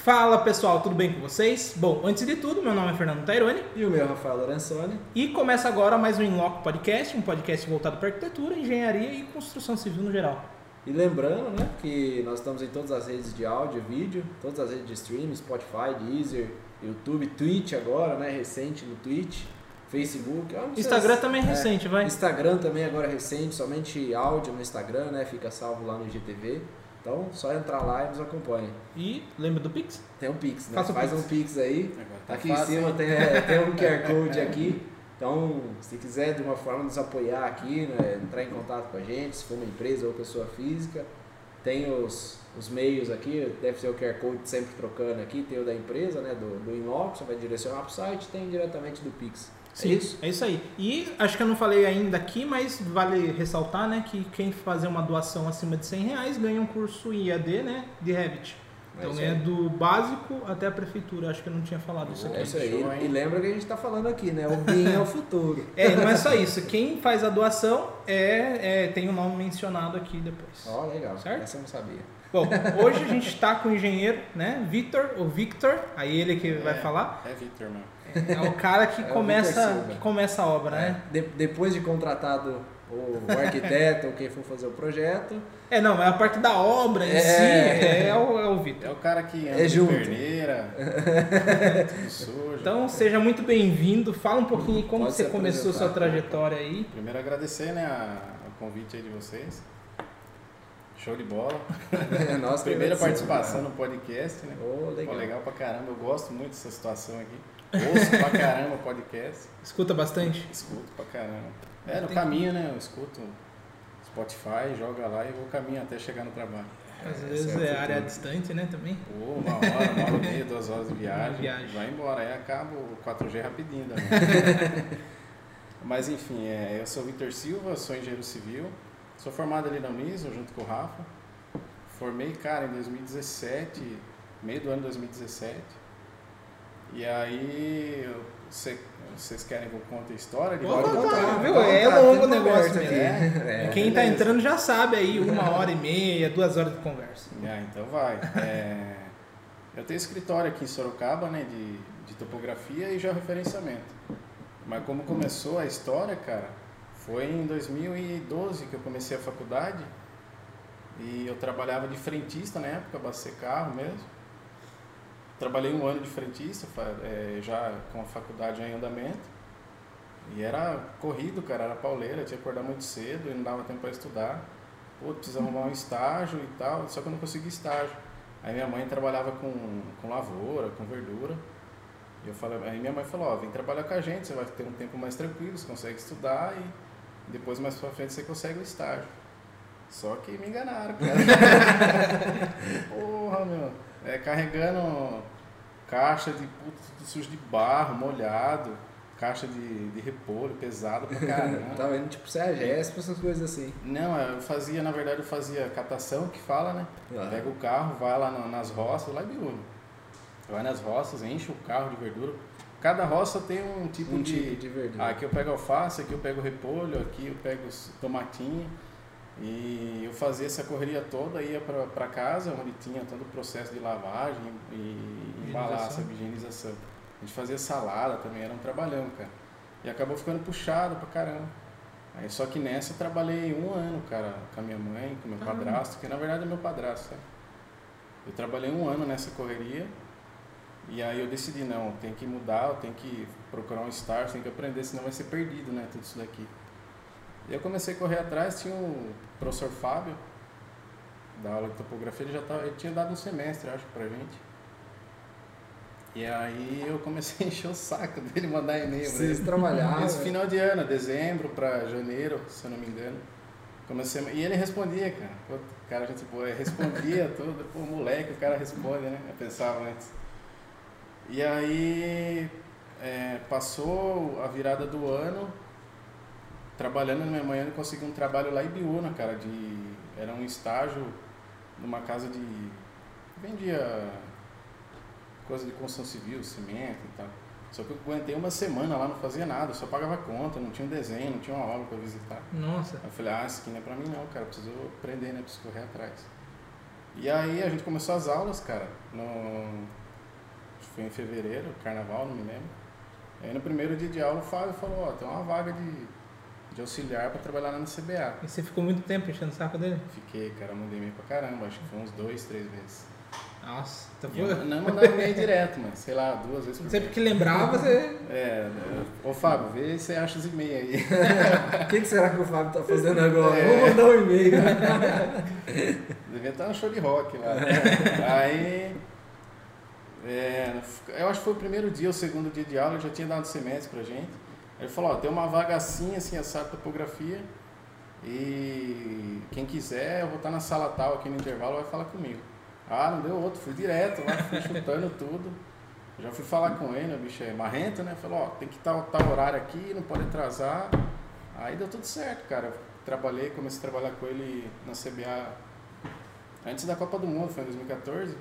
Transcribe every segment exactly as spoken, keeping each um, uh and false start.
Fala pessoal, tudo bem com vocês? Bom, antes de tudo, meu nome é Fernando Taironi. E o meu, Rafael Lorenzoni. E começa agora mais um Inloco Podcast, um podcast voltado para arquitetura, engenharia e construção civil no geral. E lembrando, né, que nós estamos em todas as redes de áudio e vídeo, todas as redes de streaming, Spotify, Deezer, YouTube, Twitch agora, né, recente no Twitch, Facebook. Instagram também é recente, é, vai. Instagram também agora é recente, somente áudio no Instagram, né, fica salvo lá no I G T V. Então, só entrar lá e nos acompanha. E lembra do Pix? Tem um Pix, né? Faça Faz Pix. um Pix aí. Tá aqui fácil, em cima tem, é, tem um Q R Code aqui. Então, se quiser de uma forma nos apoiar aqui, né, entrar em contato com a gente, se for uma empresa ou pessoa física, tem os, os meios aqui, deve ser o Q R Code sempre trocando aqui, tem o da empresa, né, do, do Inloco, você vai direcionar para o site, tem diretamente do Pix. Sim, é isso? É isso aí. E acho que eu não falei ainda aqui, mas vale ressaltar, né, que quem fazer uma doação acima de cem reais ganha um curso I A D, né, de Revit. Então é ganha do básico até a prefeitura. Acho que eu não tinha falado isso aqui. É isso aí. Show, E lembra que a gente está falando aqui, né? O B I M é o futuro. É, não é só isso. Quem faz a doação é, é tem o um nome mencionado aqui depois. Ó, oh, legal. Certo? Essa eu não sabia. Bom, hoje a gente está com o engenheiro, né? Vitor, ou Victor, aí ele que É, vai falar. É Victor, mano. É o cara que, É o começa, Victor Silva. que começa a obra, né? De- depois de contratado o, o arquiteto ou quem for fazer o projeto, É, não, mas a parte da obra em É. si é o, é o É Vitor. o cara que anda É de junto. perneira, tudo sujo. Então seja muito bem-vindo. Fala um pouquinho como Pode você se começou sua apresentar. trajetória aí. Primeiro agradecer, né, a- o convite aí de vocês. Show de bola. nossa, Primeira que participação no podcast, né? Oh, Pô, legal. legal pra caramba. Eu gosto muito dessa situação aqui. Ouço pra caramba o podcast. Escuta bastante. Escuto pra caramba. É, no Tem- caminho, né? Eu escuto Spotify, joga lá e vou caminho até chegar no trabalho. Às É, vezes esse é o é área futuro. distante, né, também. Pô, uma hora, uma hora e meia, duas horas de viagem, viagem. vai embora, aí acaba o quatro G rapidinho também. Mas enfim, é, eu sou o Victor Silva, sou engenheiro civil, sou formado ali na Uniso, junto com o Rafa. Formei, cara, em dois mil e dezessete, meio do ano de dois mil e dezessete. E aí, eu- cê- vocês querem que eu conte a história? De Pode volta? contar, viu? Pode É contar, longo tem o negócio conversa mesmo. aqui. É. É. Quem tá beleza. entrando já sabe aí, uma hora e meia, duas horas de conversa. Ah, então vai. É, eu tenho escritório aqui em Sorocaba, né, de, de topografia e georreferenciamento. Mas como começou a história, cara, foi em dois mil e doze que eu comecei a faculdade e eu trabalhava de frentista na época, abastecei carro mesmo. Trabalhei um ano de frentista, fa- é, já com a faculdade já em andamento. E era corrido, cara, era pauleira, tinha que acordar muito cedo e não dava tempo para estudar. Pô, precisa arrumar um estágio e tal, só que eu não consegui estágio. Aí minha mãe trabalhava com, com lavoura, com verdura. E eu falei, aí minha mãe falou, ó, vem trabalhar com a gente, você vai ter um tempo mais tranquilo, você consegue estudar e depois mais pra frente você consegue o estágio. Só que me enganaram, cara. Porra, meu. É, carregando caixa de puta, tudo sujo de barro, molhado, caixa de, de repolho, pesado pra caramba. Tá vendo? Tipo, Sergesp, essas coisas assim. Não, eu fazia, na verdade, eu fazia catação, que fala, né? Ah. Pega o carro, vai lá na- nas roças, lá em Biúna. Vai nas roças, enche o carro de verdura. Cada roça tem um tipo Um de... tipo de verdura. Ah, aqui eu pego alface, aqui eu pego repolho, aqui eu pego os tomatinho. E eu fazia essa correria toda, ia pra, pra casa, onde tinha todo o processo de lavagem e embalar, Higienização. sabe, higienização. A gente fazia salada também, era um trabalhão, cara. E acabou ficando puxado pra caramba. Aí, só que nessa eu trabalhei um ano, cara, com a minha mãe, com meu Caramba. padrasto, que na verdade é meu padrasto, sabe? Eu trabalhei um ano nessa correria e aí eu decidi, não, tem que mudar, eu tenho que procurar um estágio, tem que aprender, senão vai ser perdido, né, tudo isso daqui. E eu comecei a correr atrás, tinha o professor Fábio, da aula de topografia, ele já tava, ele tinha dado um semestre, acho, pra gente. E aí eu comecei a encher o saco dele, mandar e-mail pra Vocês ele. trabalhavam. Esse né? final de ano, dezembro pra janeiro, se eu não me engano. Comecei, a- e ele respondia, cara. Pô, o cara, gente boa, respondia tudo. Pô, moleque, o cara responde, né? Eu pensava antes. E aí é, passou a virada do ano, trabalhando na minha manhã, eu consegui um trabalho lá em Biúna, cara. De, era um estágio numa casa de... vendia coisa de construção civil, cimento e tal. Só que eu aguentei uma semana lá, não fazia nada, só pagava conta, não tinha um desenho, não tinha uma obra para visitar. Nossa. Aí eu falei, ah, isso aqui não é pra mim não, cara, eu preciso aprender, né, preciso correr atrás. E aí a gente começou as aulas, cara, no, acho que foi em fevereiro, carnaval, não me lembro. E aí no primeiro dia de aula o Fábio falou, ó, tem uma vaga de, de auxiliar para trabalhar lá na C B A. E você ficou muito tempo enchendo o saco dele? Fiquei, cara, mudei meio pra caramba, acho que foi uns dois, três meses. Nossa, então E eu foi... não mandava meio direto, mas sei lá, duas vezes por Sempre mês. que lembrava, você... É, ô Fábio, vê se você acha os e-mails aí. O que, que será que o Fábio tá fazendo agora? É. Vou mandar um e-mail. Devia estar no show de rock lá. Aí, é, eu acho que foi o primeiro dia, o segundo dia de aula, eu já tinha dado semestre pra gente. Ele falou, ó, tem uma vaga assim, assim, essa topografia, e quem quiser, eu vou estar na sala tal aqui no intervalo, vai falar comigo. Ah, não deu outro, fui direto lá, fui chutando tudo. Já fui falar com ele, o bicho é marrento, né? Falou, ó, tem que estar tal horário aqui, não pode atrasar. Aí deu tudo certo, cara. Eu trabalhei, comecei a trabalhar com ele na C B A antes da Copa do Mundo, foi em dois mil e quatorze.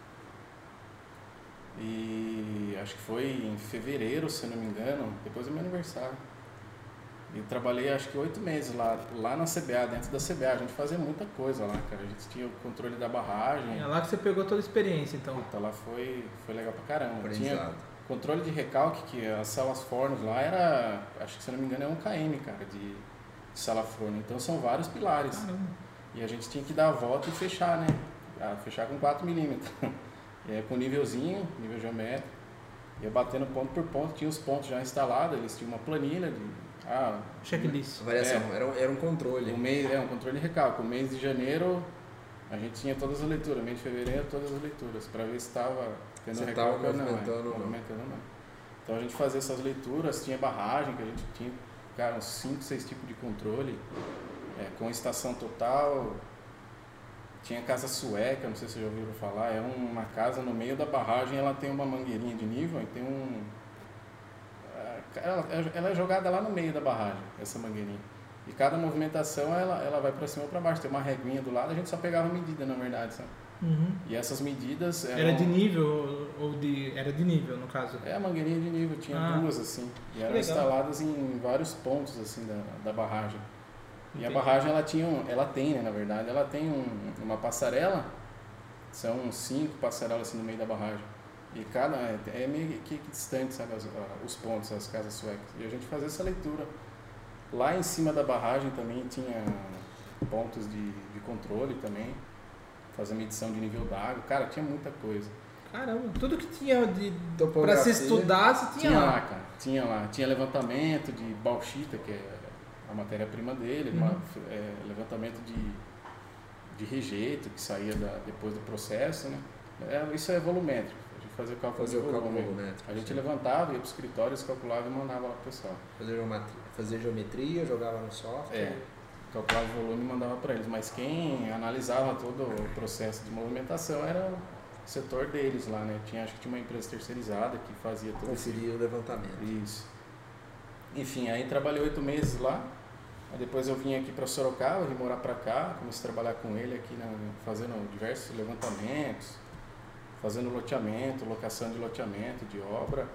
E acho que foi em fevereiro, se não me engano, depois do meu aniversário. E trabalhei acho que oito meses lá, lá na C B A, dentro da C B A. A gente fazia muita coisa lá, cara. A gente tinha o controle da barragem. É lá que você pegou toda a experiência, então. Puta, lá foi, foi legal pra caramba. Aprendizado. Tinha controle de recalque, que as salas fornos lá era, acho que se não me engano, é um km, cara, de, de sala forno. Então são vários pilares. Caramba. E a gente tinha que dar a volta e fechar, né? Ah, fechar com quatro milímetros. E aí com nívelzinho, nível geométrico. Ia batendo ponto por ponto, tinha os pontos já instalados, eles tinham uma planilha de... Ah, Checklist. Variação, É. era, um, era um controle. o mês, é um controle de recalque. O mês de janeiro a gente tinha todas as leituras, mês de fevereiro todas as leituras, para ver se estava tendo Se recalque tava ou não. é, movimentando ou não. movimentando ou não. Então a gente fazia essas leituras, tinha barragem, que a gente tinha, cara, uns cinco, seis tipos de controle, é, com estação total. Tinha casa sueca, não sei se vocês já ouviram falar, é uma casa no meio da barragem, ela tem uma mangueirinha de nível e tem um... Ela, ela é jogada lá no meio da barragem, essa mangueirinha. E cada movimentação ela, ela vai para cima ou para baixo. Tem uma reguinha do lado, a gente só pegava medida, na verdade, sabe? Uhum. E essas medidas eram... Era de nível ou de... Era de nível, no caso. É, a mangueirinha de nível, tinha Ah. duas assim. E eram Legal. instaladas em vários pontos assim da, da barragem. E Entendi. a barragem ela tinha um, ela tem, né, na verdade, ela tem um, uma passarela, são cinco passarelas assim no meio da barragem. E cada é meio que distante, sabe, os, os pontos, as casas suecas. E a gente fazia essa leitura. Lá em cima da barragem também tinha pontos de, de controle também, fazer medição de nível d'água. Cara, tinha muita coisa. Caramba, tudo que tinha de... pra Topografia. se estudar, você tinha, Tinha lá. lá, cara, tinha lá. Tinha levantamento de bauxita, que é a matéria-prima dele, Uhum. uma, é, levantamento de, de rejeito que saía da, depois do processo, né? É, isso é volumétrico, a gente fazia o cálculo Fazer de o cálculo volume. volumétrico. A gente levantava, ia para os escritórios, calculava e mandava lá pro pessoal. Fazer geometria, fazer geometria, jogava no software. É, calculava o volume e mandava para eles. Mas quem analisava todo o processo de movimentação era o setor deles lá, né? Tinha, acho que tinha uma empresa terceirizada que fazia todo esse... Conferir o levantamento. Isso. Enfim, aí trabalhei oito meses lá. Aí depois eu vim aqui para Sorocaba, vim morar para cá, comecei a trabalhar com ele aqui, na, fazendo diversos levantamentos, fazendo loteamento, locação de loteamento, de obra.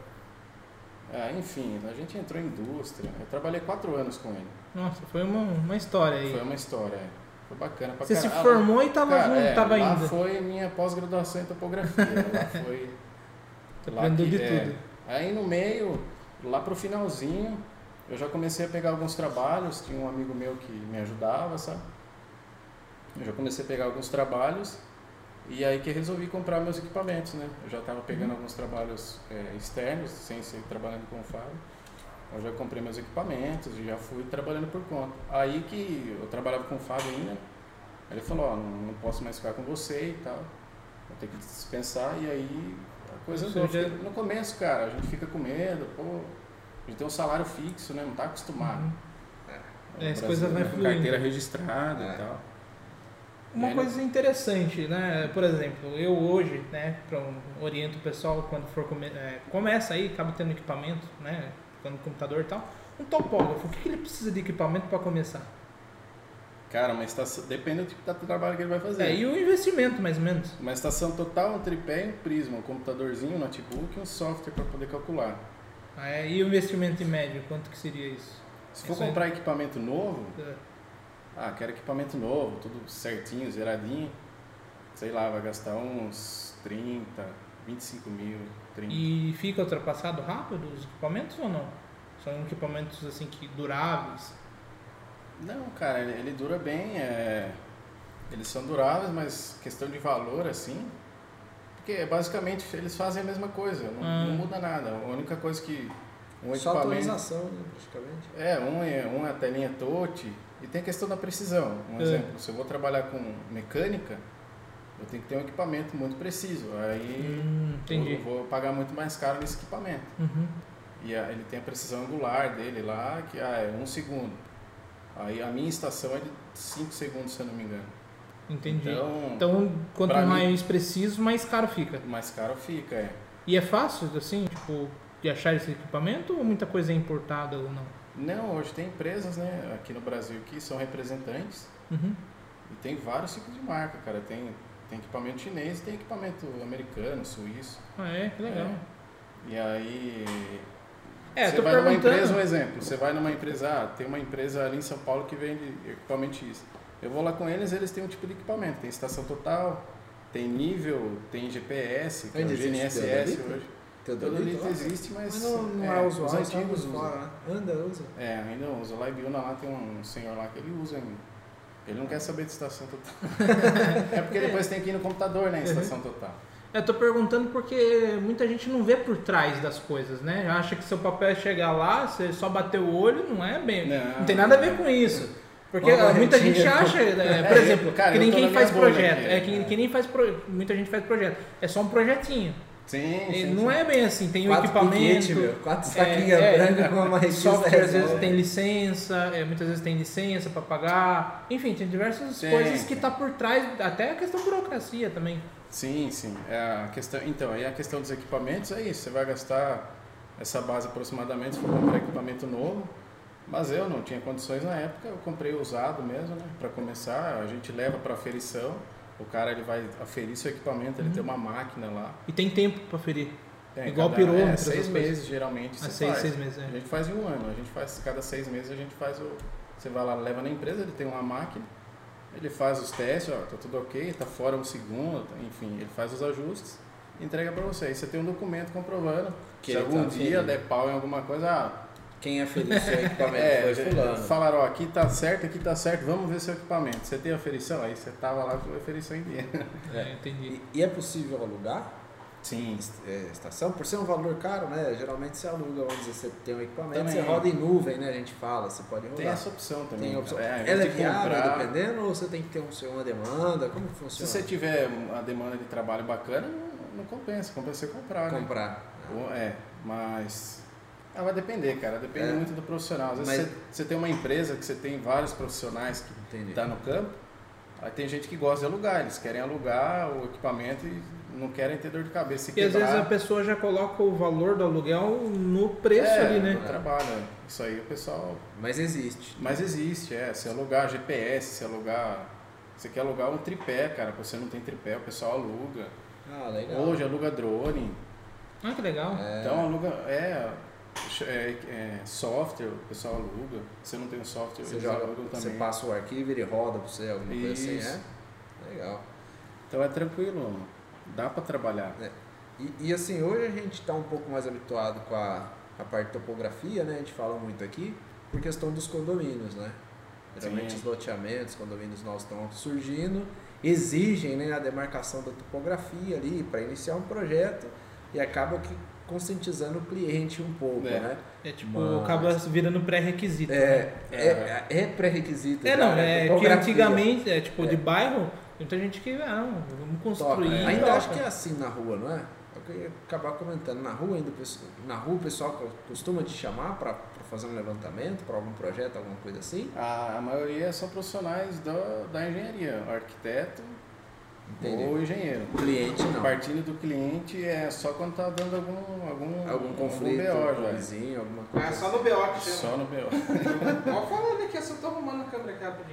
Ah, enfim, a gente entrou em indústria. Eu trabalhei quatro anos com ele. Nossa, foi uma, uma história aí. Foi uma história, é. Foi bacana pra Você se caralho. formou e tava Cara, junto, é, tava lá ainda. foi minha pós-graduação em topografia. Lá foi... Você lá aprendeu que- de é. tudo. Aí no meio, lá pro finalzinho, eu já comecei a pegar alguns trabalhos, tinha um amigo meu que me ajudava, sabe? Eu já comecei a pegar alguns trabalhos e aí que resolvi comprar meus equipamentos, né? Eu já estava pegando Uhum. alguns trabalhos é, externos, sem ser trabalhando com o Fábio. Eu já comprei meus equipamentos e já fui trabalhando por conta. Aí que eu trabalhava com o Fábio ainda, aí ele falou, ó, não, não posso mais ficar com você e tal, vou ter que dispensar, e aí a coisa Ou andou. seja, Fica- No começo, cara, a gente fica com medo, pô, a gente tem um salário fixo, né, não tá acostumado. Uhum. O É, as Brasil, coisas vai né, fluindo. carteira registrada É. e tal. Uma Aí, coisa interessante, né? Por exemplo, eu hoje, né, pra um, oriento o pessoal quando for come, é, começa aí, acaba tendo equipamento, né, ficando no computador e tal. Um topógrafo, o que, que ele precisa de equipamento para começar? Cara, uma estação, depende do tipo de trabalho que ele vai fazer. É, e o investimento, mais ou menos. Uma estação total, um tripé, um prisma, um computadorzinho, um notebook e um software para poder calcular. Ah, é, e o investimento em médio, quanto que seria isso? Se for Isso aí. comprar equipamento novo, É. ah, quero equipamento novo, tudo certinho, zeradinho. sei lá, vai gastar uns trinta, vinte e cinco mil, trinta. E fica ultrapassado rápido os equipamentos ou não? São equipamentos assim que duráveis? Não, cara, ele, ele dura bem, é, eles são duráveis, mas questão de valor, assim, porque basicamente eles fazem a mesma coisa, não, Ah. não muda nada. A única coisa que um Só equipamento... atualização, né, praticamente. É, um é, um é a telinha touch e tem a questão da precisão. Um É. exemplo, se eu vou trabalhar com mecânica, eu tenho que ter um equipamento muito preciso. Aí Hum, entendi. eu vou pagar muito mais caro nesse equipamento. Uhum. E a, ele tem a precisão angular dele lá, que ah, é um segundo. Aí a minha estação é de cinco segundos, se eu não me engano. Entendi. Então, Então, quanto pra mais preciso, mais caro fica. mais caro fica, é. E é fácil, assim, tipo, de achar esse equipamento ou muita coisa é importada ou não? Não, hoje tem empresas, né, aqui no Brasil que são representantes Uhum. e tem vários tipos de marca, cara. Tem, tem equipamento chinês e tem equipamento americano, suíço. Ah, é? Que legal. E aí, É, você tô vai numa perguntando. empresa, um exemplo, você vai numa empresa, ah, tem uma empresa ali em São Paulo que vende equipamento X. Eu vou lá com eles, eles têm um tipo de equipamento, tem estação total, tem nível, tem G P S, que Ainda é o G N S S existe hoje. Teodolito Teodolito lá? existe, mas, Mas não, não é, é, usual, os só antigos usa usam. fora, né? Anda, usa. É, ainda usa. Lá em Biúna, lá tem um senhor lá que ele usa ainda. Ele não quer saber de estação total. É porque depois tem que ir no computador, né, estação total. Eu tô perguntando porque muita gente não vê por trás das coisas, né? Acha que seu papel é chegar lá, você só bater o olho, não é bem. Não, Não, tem nada a ver não. com isso. Porque Uma muita barretinha. gente acha, é, por É, exemplo, cara, que eu nem tô quem na faz minha bolha projeto. aqui, É que, é. que nem faz pro, muita gente faz projeto. É só um projetinho. Sim, E sim, não sim. é bem assim, tem um Quatro equipamento. piquete, meu. Quatro é, saquinhas é, brancas com uma retícia software às vezes resolve. tem licença, é, muitas vezes tem licença para pagar. Enfim, tem diversas Tem, coisas que tem. tá por trás, até a questão de burocracia também. Sim, sim. É a questão, então, aí a questão dos equipamentos é isso. Você vai gastar essa base aproximadamente se for comprar equipamento novo. Mas eu não tinha condições na época, eu comprei usado mesmo, né? Para começar, a gente leva para aferição. O cara ele vai aferir seu equipamento, ele Uhum. tem uma máquina lá. E tem tempo para ferir. Tem, Igual cada- pirômetro, é, essas seis coisas. meses geralmente Ah, você seis, faz. seis meses, é. A gente faz em um ano, a gente faz cada seis meses a gente faz o. Você vai lá, leva na empresa, ele tem uma máquina, ele faz os testes, ó, tá tudo ok, tá fora um segundo, enfim, ele faz os ajustes e entrega para você. Aí você tem um documento comprovando Que se ele algum tá dia ferindo. der pau em alguma coisa, ah, Quem é feliz seu equipamento é, foi fulano. falaram, ó, aqui tá certo, aqui tá certo, vamos ver seu equipamento. Você tem aferição? Aí você tava lá com a aferição em dia. É, entendi. E, e é possível alugar Sim. é, estação? Por ser um valor caro, né? Geralmente você aluga, vamos dizer, você tem um equipamento, Também. você roda em nuvem, né? A gente fala, você pode rodar. Tem essa opção também. Tem opção. cara. É, ao invés Ela é de viável comprar- dependendo ou você tem que ter um, uma demanda? Como que Se funciona? você tiver uma demanda de trabalho bacana, não, não compensa, compensa você comprar, né? comprar. Ou- É, mas ah, vai depender, cara, depende É. muito do profissional. Às vezes Mas- você, você tem uma empresa que você tem vários profissionais que Entendi. estão no campo, aí tem gente que gosta de alugar, eles querem alugar o equipamento e não querem ter dor de cabeça. Se E às vezes a quebrar, pessoa já coloca o valor do aluguel no preço é, ali, né? no trabalho, é. Isso aí o pessoal... Mas existe. Mas existe, é, se alugar G P S, se alugar... Você quer alugar um tripé, cara, você não tem tripé, o pessoal aluga. Ah, legal. Hoje aluga drone. Ah, que legal. É, Então aluga, é, é, é, software, o pessoal aluga. Se não tem um software, você eles joga, alugam você também. passa o arquivo, ele roda pra você, alguma coisa assim, Isso. é? Legal. Então é tranquilo, dá pra trabalhar. E, e assim, hoje a gente está um pouco mais habituado com a, a parte de topografia, né? A gente fala muito aqui, por questão dos condomínios, né? Geralmente Sim. os loteamentos, condomínios novos estão surgindo, exigem, né, a demarcação da topografia ali para iniciar um projeto e acaba que conscientizando o cliente um pouco, É. né? É tipo, Mas- acaba virando pré-requisito. né? É, é, é pré-requisito. É, já, não, né? é que Topografia. antigamente, é tipo, É. de bairro, muita gente que, ah, não, vamos Toca. construir. Ainda toca. acho que é assim na rua, não é? Eu queria acabar comentando. Na rua, ainda, o pessoal- na rua o pessoal costuma te chamar para fazer um levantamento, para algum projeto, alguma coisa assim? A, a maioria são profissionais da, da engenharia, arquiteto Entendi. ou engenheiro. O cliente não. Partindo do cliente é só quando tá dando algum algum, Algum conflito B O, com o já. vizinho, alguma coisa. Ah, só no B O que chama. Só no B O. Pode falar aqui, eu só tô arrumando a câmera aqui rapidinho.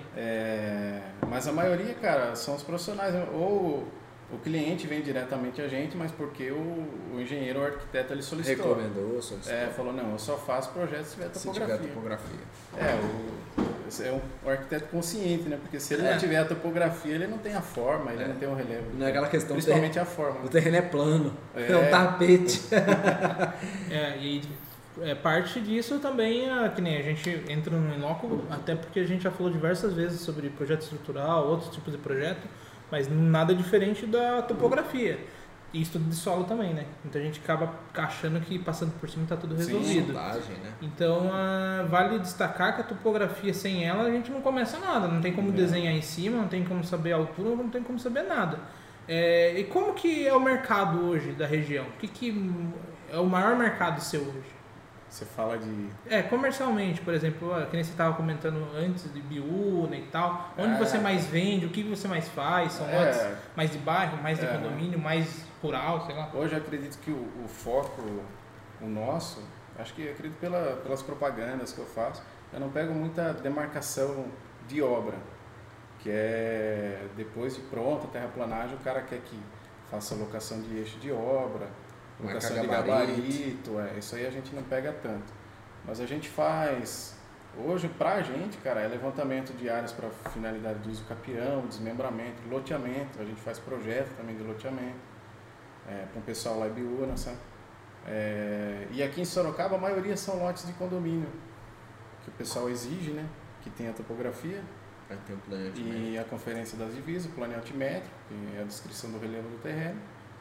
É, mas a maioria, cara, são os profissionais. Ou o cliente vem diretamente a gente, mas porque o, o engenheiro ou arquiteto ele solicitou. Recomendou, solicitou. É, falou, não, eu só faço projetos se tiver se topografia. tiver topografia. É, o, é um, um arquiteto consciente, né? Porque se ele É. não tiver a topografia, ele não tem a forma, ele É. não tem o relevo. Não é aquela questão, Principalmente a forma. o terreno é plano, É. é um tapete. É, e é, parte disso também é que nem a gente entra no Inloco, até porque a gente já falou diversas vezes sobre projeto estrutural, outros tipos de projeto, mas nada diferente da topografia. E estudo de solo também, né? Então a gente acaba achando que passando por cima está tudo Sim, resolvido. Sondagem, né? Então ah, vale destacar que a topografia sem ela a gente não começa nada, não tem como É. desenhar em cima, não tem como saber a altura, não tem como saber nada. É, e como que é o mercado hoje da região? O que, que é o maior mercado seu hoje? Você fala de... É, comercialmente, por exemplo, ó, que nem você estava comentando antes de Biúna e tal, onde É. você mais vende, o que você mais faz, são É. lotes mais de bairro, mais de É. condomínio, mais rural, sei lá. Hoje eu acredito que o, o foco, o nosso, acho que eu acredito pela, pelas propagandas que eu faço, eu não pego muita demarcação de obra, que é depois de pronta a terraplanagem, o cara quer que faça locação de eixo de obra, Marcar locação de gabarito. gabarito, é, isso aí a gente não pega tanto. Mas a gente faz, hoje pra gente, cara, é levantamento de áreas para finalidade de uso capião, desmembramento, loteamento, a gente faz projeto também de loteamento, é, com o pessoal lá em Biúna, sabe? É, e aqui em Sorocaba a maioria são lotes de condomínio, que o pessoal exige, né, que tenha topografia, Aí tem um plano de meio. e a conferência das divisas, o plano altimétrico, que é a descrição do relevo do terreno.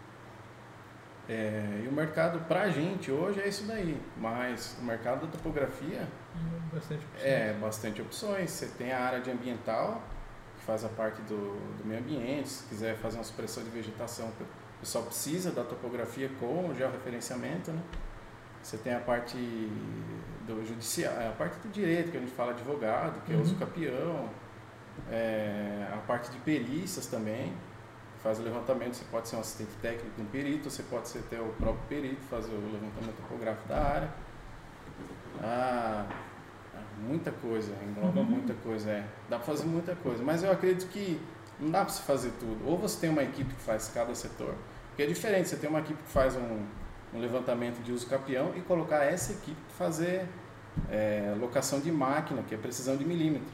É, e o mercado pra gente hoje é isso daí, mas o mercado da topografia Hum, Bastante opção. é bastante opções. Você tem a área de ambiental, que faz a parte do, do meio ambiente, se quiser fazer uma supressão de vegetação, o pessoal precisa da topografia com o georreferenciamento, né? Você tem a parte do judiciário, a parte do direito, que a gente fala advogado, que é Uhum. uso capião, é, a parte de perícias também, faz o levantamento, você pode ser um assistente técnico de um perito, você pode ser até o próprio perito, fazer o levantamento topográfico da área. Ah, muita coisa, engloba Uhum. muita coisa, é. Dá para fazer muita coisa, mas eu acredito que não dá para se fazer tudo. Ou você tem uma equipe que faz cada setor, porque é diferente, você tem uma equipe que faz um, um levantamento de uso capião e colocar essa equipe para fazer é, locação de máquina, que é precisão de milímetro.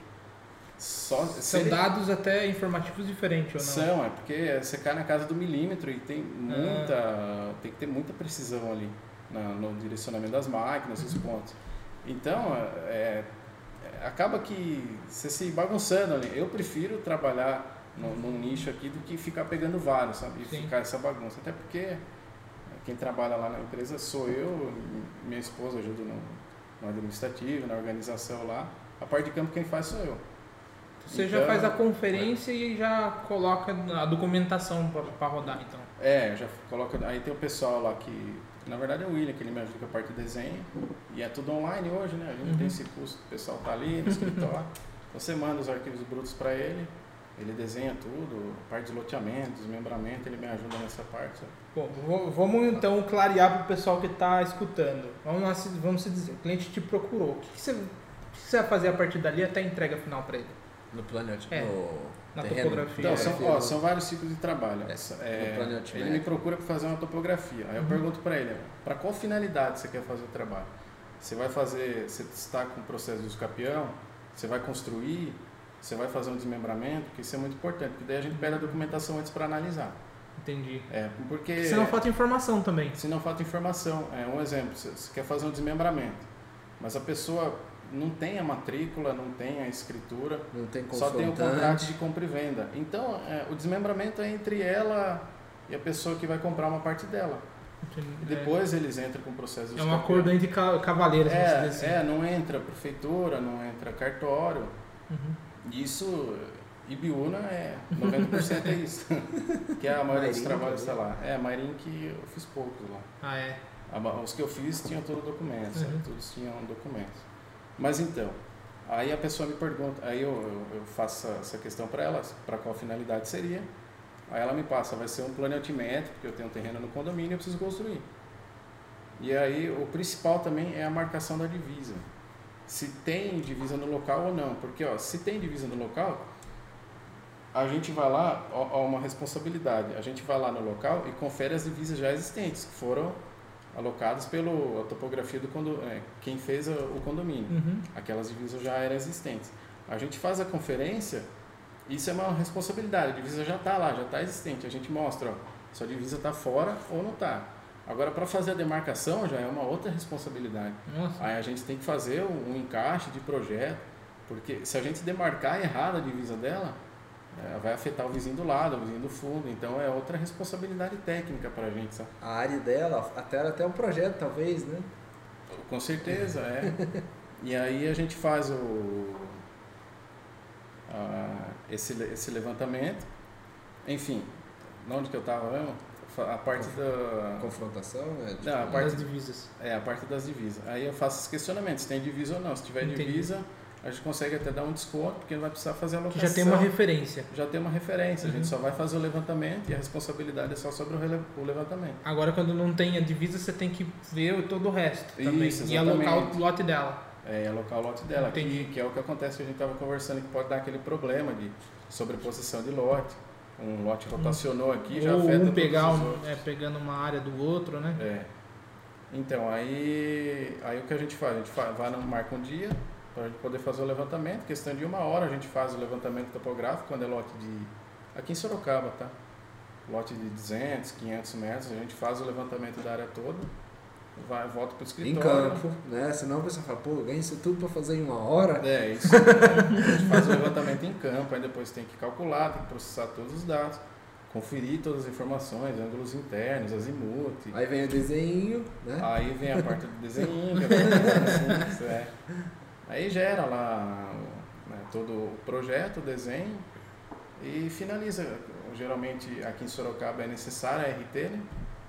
Só, São seria- dados até informativos diferentes, ou não? São, é porque você cai na casa do milímetro e tem muita, tem que ter muita precisão ali na, no direcionamento das máquinas, os pontos. Então, é, é, acaba que você se bagunçando ali. Eu prefiro trabalhar no, num nicho aqui do que ficar pegando vários, sabe? E Sim. ficar essa bagunça. Até porque quem trabalha lá na empresa sou eu, minha esposa ajuda no, no administrativo, na organização lá. A parte de campo quem faz sou eu. Você já Então, faz a conferência e já coloca a documentação para rodar, então. É, eu já coloco. Aí tem o pessoal lá que, na verdade é o William, que ele me ajuda com a parte de desenho. E é tudo online hoje, né? A gente não Uhum. tem esse custo, o pessoal tá ali no escritório. Você manda os arquivos brutos para ele, ele desenha tudo, a parte de loteamento, desmembramento, ele me ajuda nessa parte. sabe? Bom, vo- vamos então clarear para o pessoal que está escutando. Vamos, lá, se- vamos se dizer, o cliente te procurou. O que, que, você, o que que você vai fazer a partir dali até a entrega final para ele? No plano de É, no na terreno, topografia. Então, são, topografia, ó, são vários ciclos de trabalho. É, É, no plano de altimétrico. ele me procura para fazer uma topografia. Aí eu Uhum. pergunto para ele, para qual finalidade você quer fazer o trabalho? Você vai fazer, você está com o processo de uso capião, você vai construir, você vai fazer um desmembramento, que isso é muito importante, porque daí a gente pede a documentação antes para analisar. Entendi. É, porque Senão falta informação também. se não falta informação. É um exemplo, você, você quer fazer um desmembramento, mas a pessoa não tem a matrícula, não tem a escritura, Não tem só tem o confrontante. contrato de compra e venda. Então, é, o desmembramento é entre ela e a pessoa que vai comprar uma parte dela. Entendi. E depois eles entram com o processo de É, é um escapamento. acordo entre ca- cavaleiros, vamos dizer É, assim. é, não entra prefeitura, não entra cartório. Uhum. Isso, Ibiúna é noventa por cento é isso. Que é a maioria dos Mairim trabalhos está também. lá. É, Mairim que eu fiz poucos lá. Ah, é. A ma- Os que eu fiz tinham todo documento, sabe? Uhum. Todos tinham documentos. Mas então, aí a pessoa me pergunta, aí eu, eu, eu faço essa- essa questão para ela, para qual finalidade seria. Aí ela me passa, vai ser um plano altimétrico, porque eu tenho um terreno no condomínio e eu preciso construir. E aí o principal também é a marcação da divisa. Se tem divisa no local ou não. Porque ó, se tem divisa no local, a gente vai lá, ó, ó, uma responsabilidade, a gente vai lá no local e confere as divisas já existentes, que foram alocadas pela topografia do condomínio, quem fez a- o condomínio. Uhum. Aquelas divisas já eram existentes. A gente faz a conferência, isso é uma responsabilidade, a divisa já está lá, já está existente. A gente mostra, ó, se a divisa está fora ou não está. Agora, para fazer a demarcação já é uma outra responsabilidade. Nossa. Aí a gente tem que fazer um encaixe de projeto, porque se a gente demarcar errado a divisa dela, é, vai afetar o vizinho do lado, o vizinho do fundo. Então é outra responsabilidade técnica para a gente, sabe? A área dela, até até um projeto talvez, né? Com certeza, é. E aí a gente faz o, a, esse, esse levantamento. Enfim, onde que eu estava mesmo? A parte da... Confrontação, né? Tipo, Não, a parte das divisas. É, a parte das divisas. Aí eu faço esses questionamentos, se tem divisa ou não. Se tiver Entendi. divisa, a gente consegue até dar um desconto, porque não vai precisar fazer a Que alocação. já tem uma referência. Já tem uma referência, Uhum. a gente só vai fazer o levantamento e a responsabilidade é só sobre o, rele... o levantamento. Agora, quando não tem a divisa, você tem que ver todo o resto também. Isso, e alocar exatamente. o lote dela. É, e alocar o lote dela, Entendi. que, que é o que acontece que a gente estava conversando, que pode dar aquele problema de sobreposição de lote. Um lote rotacionou aqui, já Ou afeta um todos pegar os um, outros. é, pegando uma área do outro, né? É. Então, aí, aí o que a gente faz? A gente fa- vai, marca um dia para a gente poder fazer o levantamento. Questão de uma hora a gente faz o levantamento topográfico, quando é lote de... Aqui em Sorocaba, tá? Lote de duzentos, quinhentos metros, a gente faz o levantamento da área toda, vai, volta para o em escritório. campo, né? Senão o pessoal fala, pô, ganha isso tudo pra fazer em uma hora. É, isso. A gente faz o levantamento em campo, aí depois tem que calcular, tem que processar todos os dados, conferir todas as informações, ângulos internos, azimuth. Aí vem o desenho, né? Aí vem a parte do desenho, que é assim, é. Aí gera lá, né, todo o projeto, o desenho e finaliza. Geralmente aqui em Sorocaba é necessária a R T, né?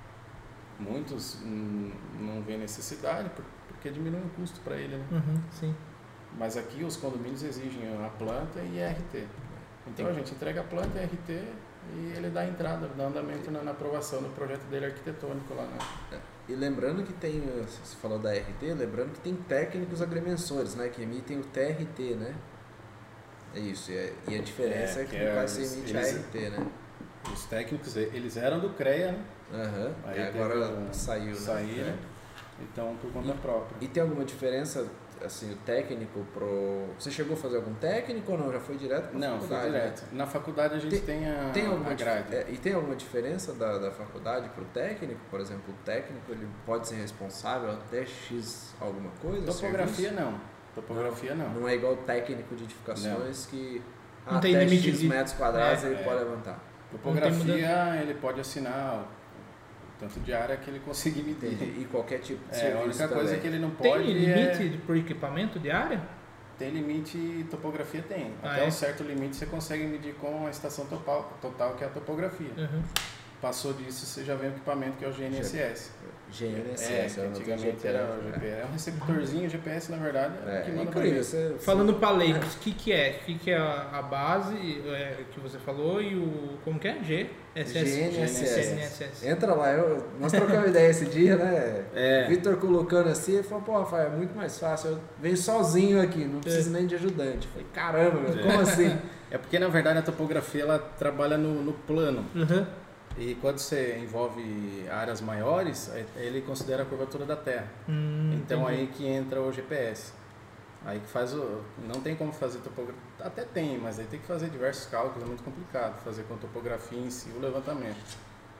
Muitos hum, não vêem necessidade porque diminui o custo para ele, né? Uhum, sim. Mas aqui os condomínios exigem a planta e a R T. Então a gente entrega a planta e a R T e ele dá entrada, dá andamento na, na aprovação do projeto dele arquitetônico lá, né? E lembrando que tem, você falou da R T, lembrando que tem técnicos agrimensores, né? Que emitem o T R T, né? É isso, e a, e a diferença é, É, que que no é caso os- você emite eles- a R T, né? Os técnicos, eles eram do CREA, né? Aham, Aí e agora teve um- saiu, né? Saíram, É. então por conta própria. E tem alguma diferença, assim, o técnico pro... Você chegou a fazer algum técnico ou não? Já foi direto pra Não, foi faculdade, né? direto. Na faculdade a gente tem, Tem- a, Tem alguma a dif- grade. é, e tem alguma diferença da, da faculdade pro técnico? Por exemplo, o técnico ele pode ser responsável até X alguma coisa? Topografia serviço? não. Topografia não. Não é igual o técnico de edificações que Não tem até limite X de- metros quadrados é, ele é. pode levantar. Topografia ele pode assinar o tanto de área que ele conseguir medir. Entendi. E qualquer tipo de É, a serviço única também. coisa que ele não Tem pode limite é... de- por equipamento de área? Tem limite, topografia tem. Ah, Até é? um certo limite você consegue medir com a estação total, total que é a topografia. Uhum. Passou disso, você já vem o equipamento que é o G N S S. G N S É, S, que eu não tenho antigamente G P S, era o G P S. É um receptorzinho, G P S na verdade é, É, o que é manda pra incrível. gente. Você, Falando para leigos, o que, que é? O que, que é a a base é, que você falou e o. Como que é? G? S S? G N S S. G N S S. Entra lá, eu, nós trocamos ideia esse dia, né? É. O Vitor colocando assim, ele falou, pô, Rafael, é muito mais fácil, eu venho sozinho aqui, não preciso nem de ajudante. Eu falei, caramba, meu, como assim? É porque na verdade a topografia ela trabalha no, no plano. Uhum. E quando você envolve áreas maiores, aí ele considera a curvatura da Terra. Hum, Então entendi. aí que entra o G P S. Aí que faz o. Não tem como fazer topografia. Até tem, mas aí tem que fazer diversos cálculos, é muito complicado fazer com topografia em si o levantamento.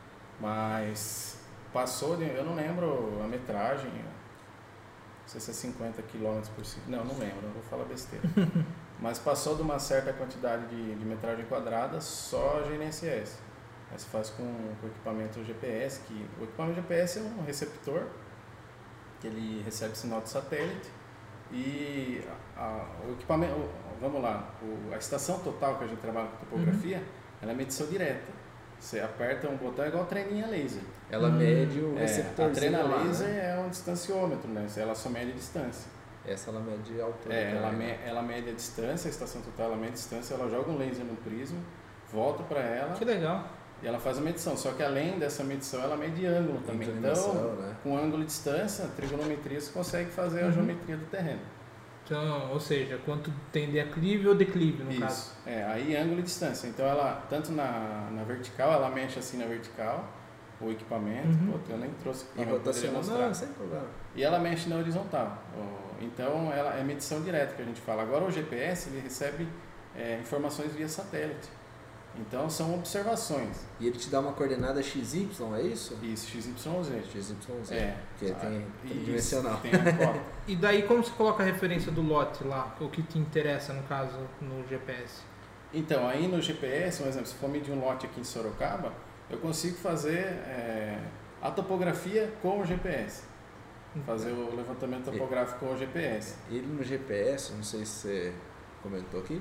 Mas passou de. Eu não lembro a metragem. Não sei se é cinquenta quilômetros por segundo. Não, não lembro, não vou falar besteira. Mas passou de uma certa quantidade de, de metragem quadrada só G N S S. Aí você faz com, com o equipamento G P S, que o equipamento G P S é um receptor que ele recebe sinal de satélite e a, a, o equipamento, o, vamos lá, o, a estação total que a gente trabalha com topografia, uhum. ela é medição direta. Você aperta um botão, é igual a treninha laser. Ela mede o É, receptor. a trena laser é um distanciômetro, né? Ela só mede a distância. Essa ela mede a altura. É, ela, também, me, ela mede a distância, a estação total ela mede a distância, ela joga um laser no prisma, volta para ela Que legal. e ela faz a medição. Só que além dessa medição, ela mede ângulo também. Inclinação, Então, né? com ângulo de distância, trigonometria, você consegue fazer a Uhum. geometria do terreno. Então, ou seja, quanto tem declive ou declive, no caso. Isso. É, aí ângulo e distância. Então ela, tanto na, na vertical, ela mexe assim na vertical, o equipamento. Uhum. Pô, eu nem trouxe E equipamento, poderia rotacional, mostrar. não, sem problema. E ela mexe na horizontal. Então, ela é medição direta que a gente fala. Agora, o G P S ele recebe é, informações via satélite. Então, são observações. E ele te dá uma coordenada X Y, é isso? Isso, X Y Z. X Y Z. É. Porque Ah, tem isso, tridimensional. Tem a cota. E daí como você coloca a referência do lote lá? O que te interessa, no caso, no G P S? Então, aí no G P S, um exemplo, se for medir um lote aqui em Sorocaba, eu consigo fazer é, a topografia com o G P S. Fazer o levantamento topográfico com o G P S. Ele no G P S, não sei se você comentou aqui,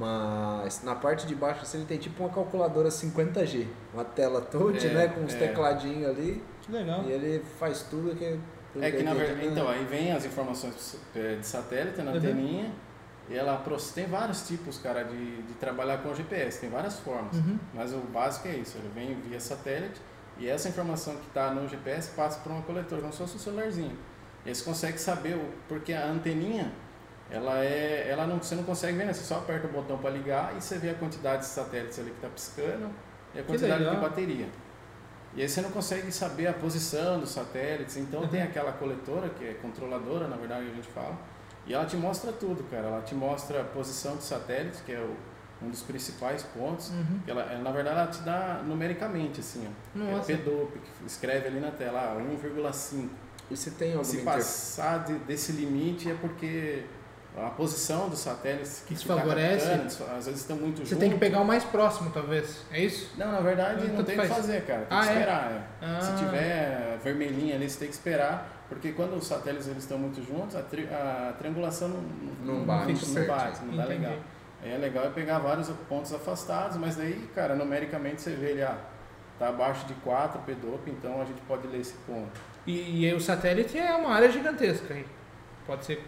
mas na parte de baixo assim, ele tem tipo uma calculadora cinquenta G, uma tela touch, É, né, com uns é. tecladinhos ali, Que legal. e ele faz tudo que... tudo É que eu na entendi, verdade, né? então, aí vem as informações de satélite na Uhum. anteninha, e ela apro- tem vários tipos, cara, de, de trabalhar com o G P S, tem várias formas, Uhum. mas o básico é isso, ele vem via satélite, e essa informação que está no G P S passa por uma coletora, como se fosse um celularzinho. E aí você consegue saber, o, porque a anteninha, ela é, ela não, você não consegue ver, né? Você só aperta o botão para ligar e você vê a quantidade de satélites ali que está piscando e a quantidade de legal. bateria. E aí você não consegue saber a posição dos satélites, então Uhum. tem aquela coletora, que é controladora, na verdade a gente fala, e ela te mostra tudo, cara. Ela te mostra a posição dos satélites, que é o, um dos principais pontos. Uhum. Ela, ela, na verdade, ela te dá numericamente, assim, ó. Nossa. É P D O P, que escreve ali na tela, ah, um vírgula cinco. E você tem alguma Se inter... passar de, desse limite é porque a posição dos satélites que você tá Desfavorece. captando, desfa- às vezes estão muito Você juntos. tem que pegar o mais próximo, talvez. É isso? Não, na verdade Então, não tanto tem o que faz. fazer, cara. Tem Ah, que é? esperar. é. Ah. Se tiver vermelhinha ali, você tem que esperar, porque quando os satélites eles estão muito juntos, a, tri- a triangulação não, Não bate não, certo. bate, não dá Entendi. legal. Aí é legal é pegar vários pontos afastados, mas daí, cara, numericamente você vê ele, ah, tá abaixo de quatro P D O P, então a gente pode ler esse ponto. E, e aí o satélite é uma área gigantesca aí. Pode ser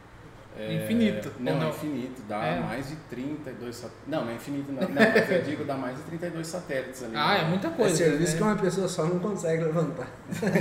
É, infinito. Não, ou é infinito, dá É. mais de trinta e dois satélites. Não, não é infinito, não, não, mas eu digo dá mais de trinta e dois satélites ali. Ah, é muita É coisa. serviço né? que uma pessoa só não consegue levantar.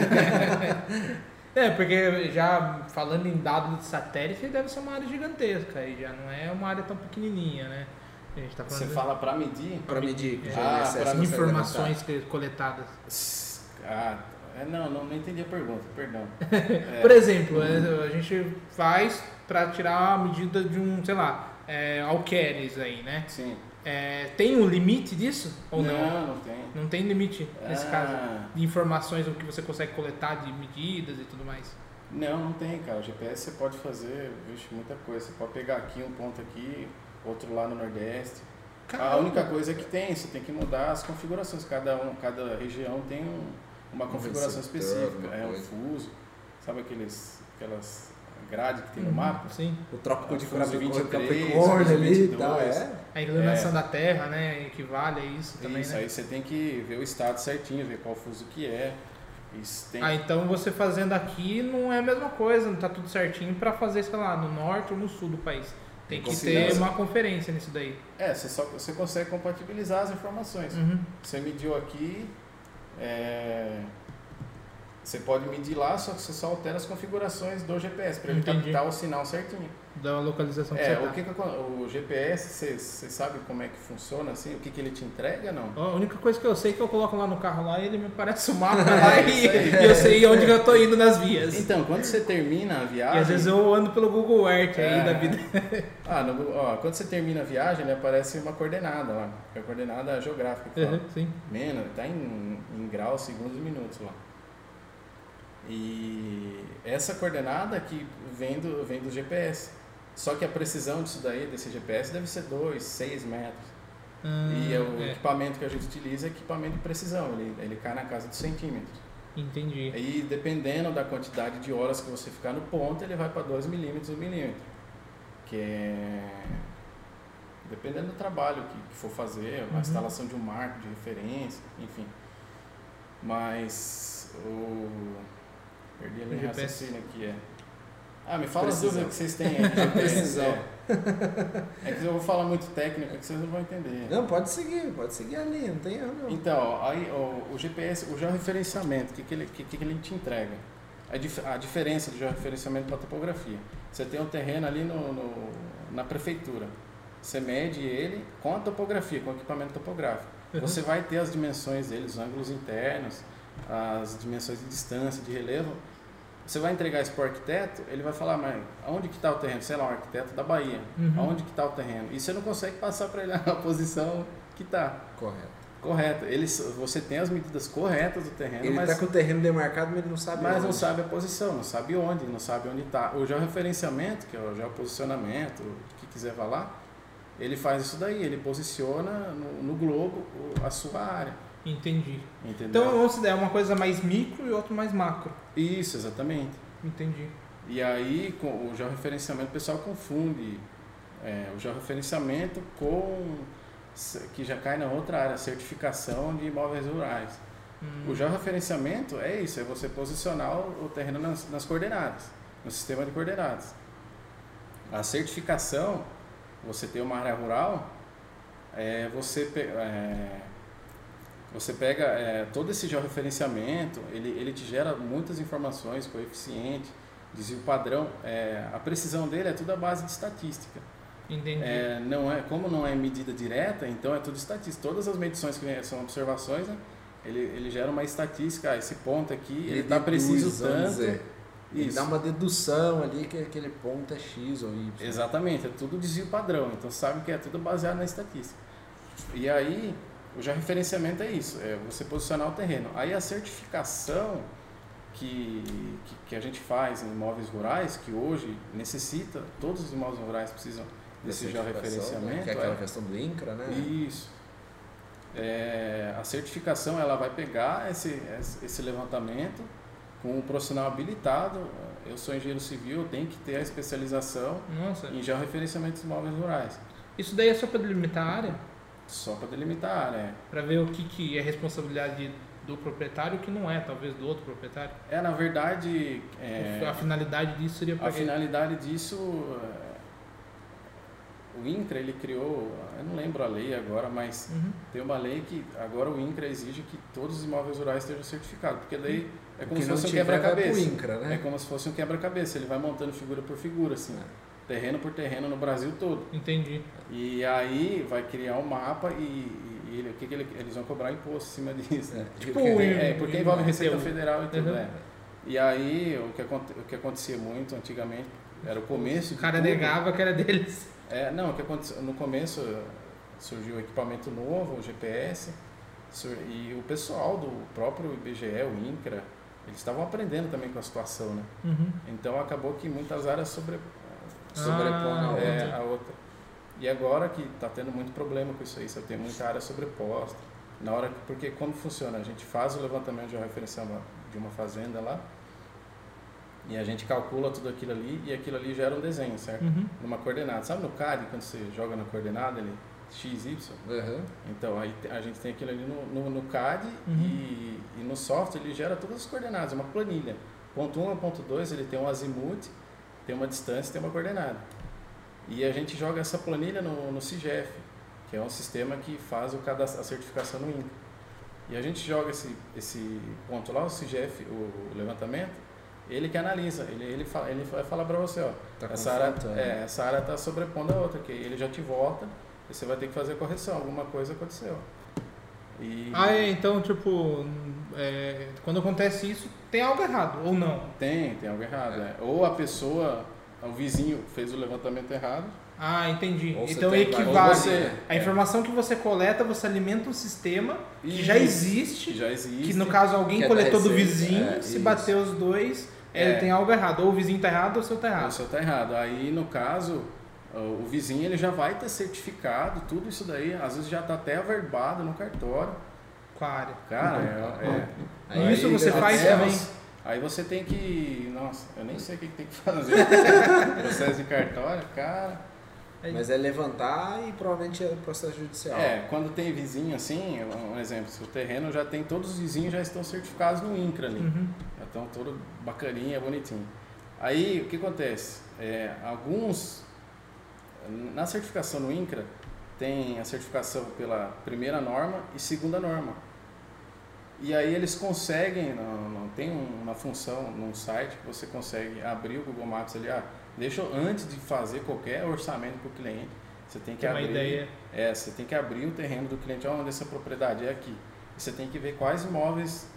É, porque já falando em dados de satélite, deve ser uma área gigantesca. Aí já não é uma área tão pequenininha, né? A gente tá falando Você de fala para medir? Para medir, que já Ah, é excesso, pra consegue informações que- coletadas. Ah, é, não, não, não entendi a pergunta, perdão. Por exemplo, é, a gente faz para tirar a medida de um, sei lá, é, alqueres aí, né? Sim. É, tem um limite disso ou não? Não, não tem. Não tem limite nesse Ah. caso de informações o que você consegue coletar de medidas e tudo mais. Não, não tem, cara. O G P S você pode fazer, vixe, muita coisa. Você pode pegar aqui um ponto aqui, outro lá no Nordeste. A Caramba. única coisa que tem, você tem que mudar as configurações. Cada, um, cada região tem um, uma Um configuração receptor, específica. alguma É um coisa. fuso. Sabe aqueles, aquelas grades que tem no Uhum, mapa? Sim. O trópico de Fuso Capricórnio, vinte e três, Capricórnio fuso ali vinte e e tal, dois. é. A inclinação É. da Terra, né, equivale a isso também, Isso, né? aí você tem que ver o estado certinho, ver qual fuso que é. Isso tem... Ah, então você fazendo aqui não é a mesma coisa, não tá tudo certinho para fazer, sei lá, no norte ou no sul do país. Tem que ter Confiança. uma conferência nisso daí. É, você, só, você consegue compatibilizar as informações. Uhum. Você mediu aqui, é, você pode medir lá, só que você só altera as configurações do G P S para ele Entendi. captar o sinal certinho. Da localização que É, você o tá. que, que acon- o G P S, você, você sabe como é que funciona, assim, o que, que ele te entrega, não? A única coisa que eu sei é que eu coloco lá no carro lá e ele me aparece o mapa lá e, Isso aí. e eu sei onde que eu tô indo nas vias. Então, quando você termina a E viagem... às vezes eu ando pelo Google Earth aí É. da vida. Ah, no- ó, quando você termina a viagem, ele aparece uma coordenada lá, que é a coordenada geográfica. Que fala. Uhum, sim. Menos, tá em, em graus, segundos e minutos lá. E essa coordenada aqui vem do, vem do G P S. Só que a precisão disso daí, desse G P S, deve ser dois, seis metros. Ah, e é o é, equipamento que a gente utiliza é equipamento de precisão, ele, ele cai na casa de centímetros. entendi. E dependendo da quantidade de horas que você ficar no ponto, ele vai para dois milímetros, um milímetro. Que é... Dependendo do trabalho que, que for fazer, a Uhum. instalação de um marco de referência, enfim. Mas o... Perdi a O minha G P S. raciocínio aqui, é... Ah, me fala as Precisão. dúvidas que vocês têm aí de G P S. Precisão. É. É que eu vou falar muito técnico que vocês não vão entender. Não, pode seguir, pode seguir ali, não tem erro não. Então, aí o, o G P S, o georreferenciamento, o que, que, ele, que, que ele te entrega? A, dif, a diferença do georreferenciamento para a topografia. Você tem um terreno ali no, no, na prefeitura. Você mede ele com a topografia, com o equipamento topográfico. Uhum. Você vai ter as dimensões dele, os ângulos internos, as dimensões de distância, de relevo. Você vai entregar isso para o arquiteto, ele vai falar, mas aonde que está o terreno? Sei lá, um arquiteto da Bahia. Uhum. Aonde que está o terreno? E você não consegue passar para ele a posição que está. Correto. Correto. Ele, você tem as medidas corretas do terreno, Ele mas, está com o terreno demarcado, mas ele não sabe mas onde. não sabe a posição, não sabe onde, não sabe onde está. O georreferenciamento, que é o geoposicionamento, o que quiser falar, ele faz isso daí, ele posiciona no, no globo a sua área. Entendi. Entendeu? Então, vamos dizer, é uma coisa mais micro e outra mais macro. Isso, exatamente. Entendi. E aí, com o georreferenciamento, o pessoal confunde é, o georreferenciamento com, que já cai na outra área, certificação de imóveis rurais. Hum. O georreferenciamento é isso, é você posicionar o terreno nas, nas coordenadas, no sistema de coordenadas. A certificação, você tem uma área rural, é, você, é, você pega é, todo esse georreferenciamento, ele, ele te gera muitas informações, coeficiente, desvio padrão, é, a precisão dele é tudo à base de estatística. Entendi. É, não é, como não é medida direta, então é tudo estatística. Todas as medições que são observações, né, ele, ele gera uma estatística, ah, esse ponto aqui, ele está preciso tanto. Ele dá uma dedução ali que aquele ponto é X ou Y. Exatamente, é tudo desvio padrão, então sabe que é tudo baseado na estatística. E aí, o georreferenciamento é isso, é você posicionar o terreno. Aí a certificação que, que, que a gente faz em imóveis rurais, que hoje necessita, todos os imóveis rurais precisam desse georreferenciamento. Que é aquela é, questão do INCRA, né? Isso. É, a certificação ela vai pegar esse, esse levantamento com um profissional habilitado. Eu sou engenheiro civil, eu tenho que ter a especialização Nossa. em georreferenciamento de imóveis rurais. Isso daí é só para delimitar a área? Só para delimitar a área. Para ver o que, que é responsabilidade do proprietário e o que não é, talvez do outro proprietário? É, na verdade... É, a finalidade disso seria para A finalidade disso... O INCRA, ele criou, eu não lembro a lei agora, mas uhum. tem uma lei que agora o INCRA exige que todos os imóveis rurais estejam certificados, porque daí é como se fosse um quebra-cabeça. Né? É como se fosse um quebra-cabeça, ele vai montando figura por figura, assim, é. terreno por terreno no Brasil todo. Entendi. E aí vai criar um mapa e, e ele, o que, que ele, eles vão cobrar imposto em cima disso. É, tipo, porque, é, porque envolve Receita Federal e tudo, uhum. é. E aí o que, o que acontecia muito antigamente era o começo. O cara de tudo, negava que era deles. É, não, o que aconteceu, no começo surgiu o equipamento novo, o G P S, e o pessoal do próprio I B G E, o INCRA, eles estavam aprendendo também com a situação, né? Uhum. Então acabou que muitas áreas sobre, sobrepõem ah, a, é, outra. a outra. E agora que está tendo muito problema com isso aí, você tem muita área sobreposta. Na hora que, porque como funciona? A gente faz o levantamento de referência de uma fazenda lá, e a gente calcula tudo aquilo ali e aquilo ali gera um desenho, certo? Uhum. Numa coordenada. Sabe no C A D, quando você joga na coordenada ali, X, Y? Uhum. Então, aí a gente tem aquilo ali no, no, no C A D uhum. e, e no software ele gera todas as coordenadas, é uma planilha. Ponto um a ponto dois, ele tem um azimuth, tem uma distância e tem uma coordenada. E a gente joga essa planilha no, no CIGEF, que é um sistema que faz o cadastro, a certificação no INCRA. E a gente joga esse, esse ponto lá, o CIGEF, o, o levantamento, ele que analisa, ele, ele, fala, ele vai falar para você, ó, tá essa, área, é, essa área está sobrepondo a outra, que ele já te volta e você vai ter que fazer a correção, alguma coisa aconteceu. E ah, é, então, tipo, é, quando acontece isso, tem algo errado, ou não? Tem, tem algo errado. É. Ou a pessoa, o vizinho fez o levantamento errado. Ah, entendi. Ou então tem, equivale. Você, a é. informação que você coleta, você alimenta um sistema que isso, já existe. Que já existe. Que no caso alguém que coletou é do vizinho, é, se isso. bater os dois, É. ele tem algo errado. Ou o vizinho está errado ou o seu está errado. Ou o seu está errado. Aí no caso, o vizinho ele já vai ter certificado, tudo isso daí, às vezes já está até averbado no cartório. Com a área. Cara, é. é. Aí, isso você faz é, também. Aí você tem que. Nossa, eu nem sei o que tem que fazer. Processo de cartório, cara. Mas é levantar e provavelmente é processo judicial. É, quando tem vizinho assim, um exemplo, se o terreno já tem, todos os vizinhos já estão certificados no INCRA ali. Uhum. Já estão todo bacaninha, bonitinho. Aí, o que acontece? É, alguns, na certificação no INCRA, tem a certificação pela primeira norma e segunda norma. E aí eles conseguem, não, não tem uma função num site que você consegue abrir o Google Maps ali, ah, deixa eu, antes de fazer qualquer orçamento para o cliente, você tem que tem abrir, uma ideia. É, você tem que abrir o terreno do cliente, onde essa propriedade é aqui. Você tem que ver quais imóveis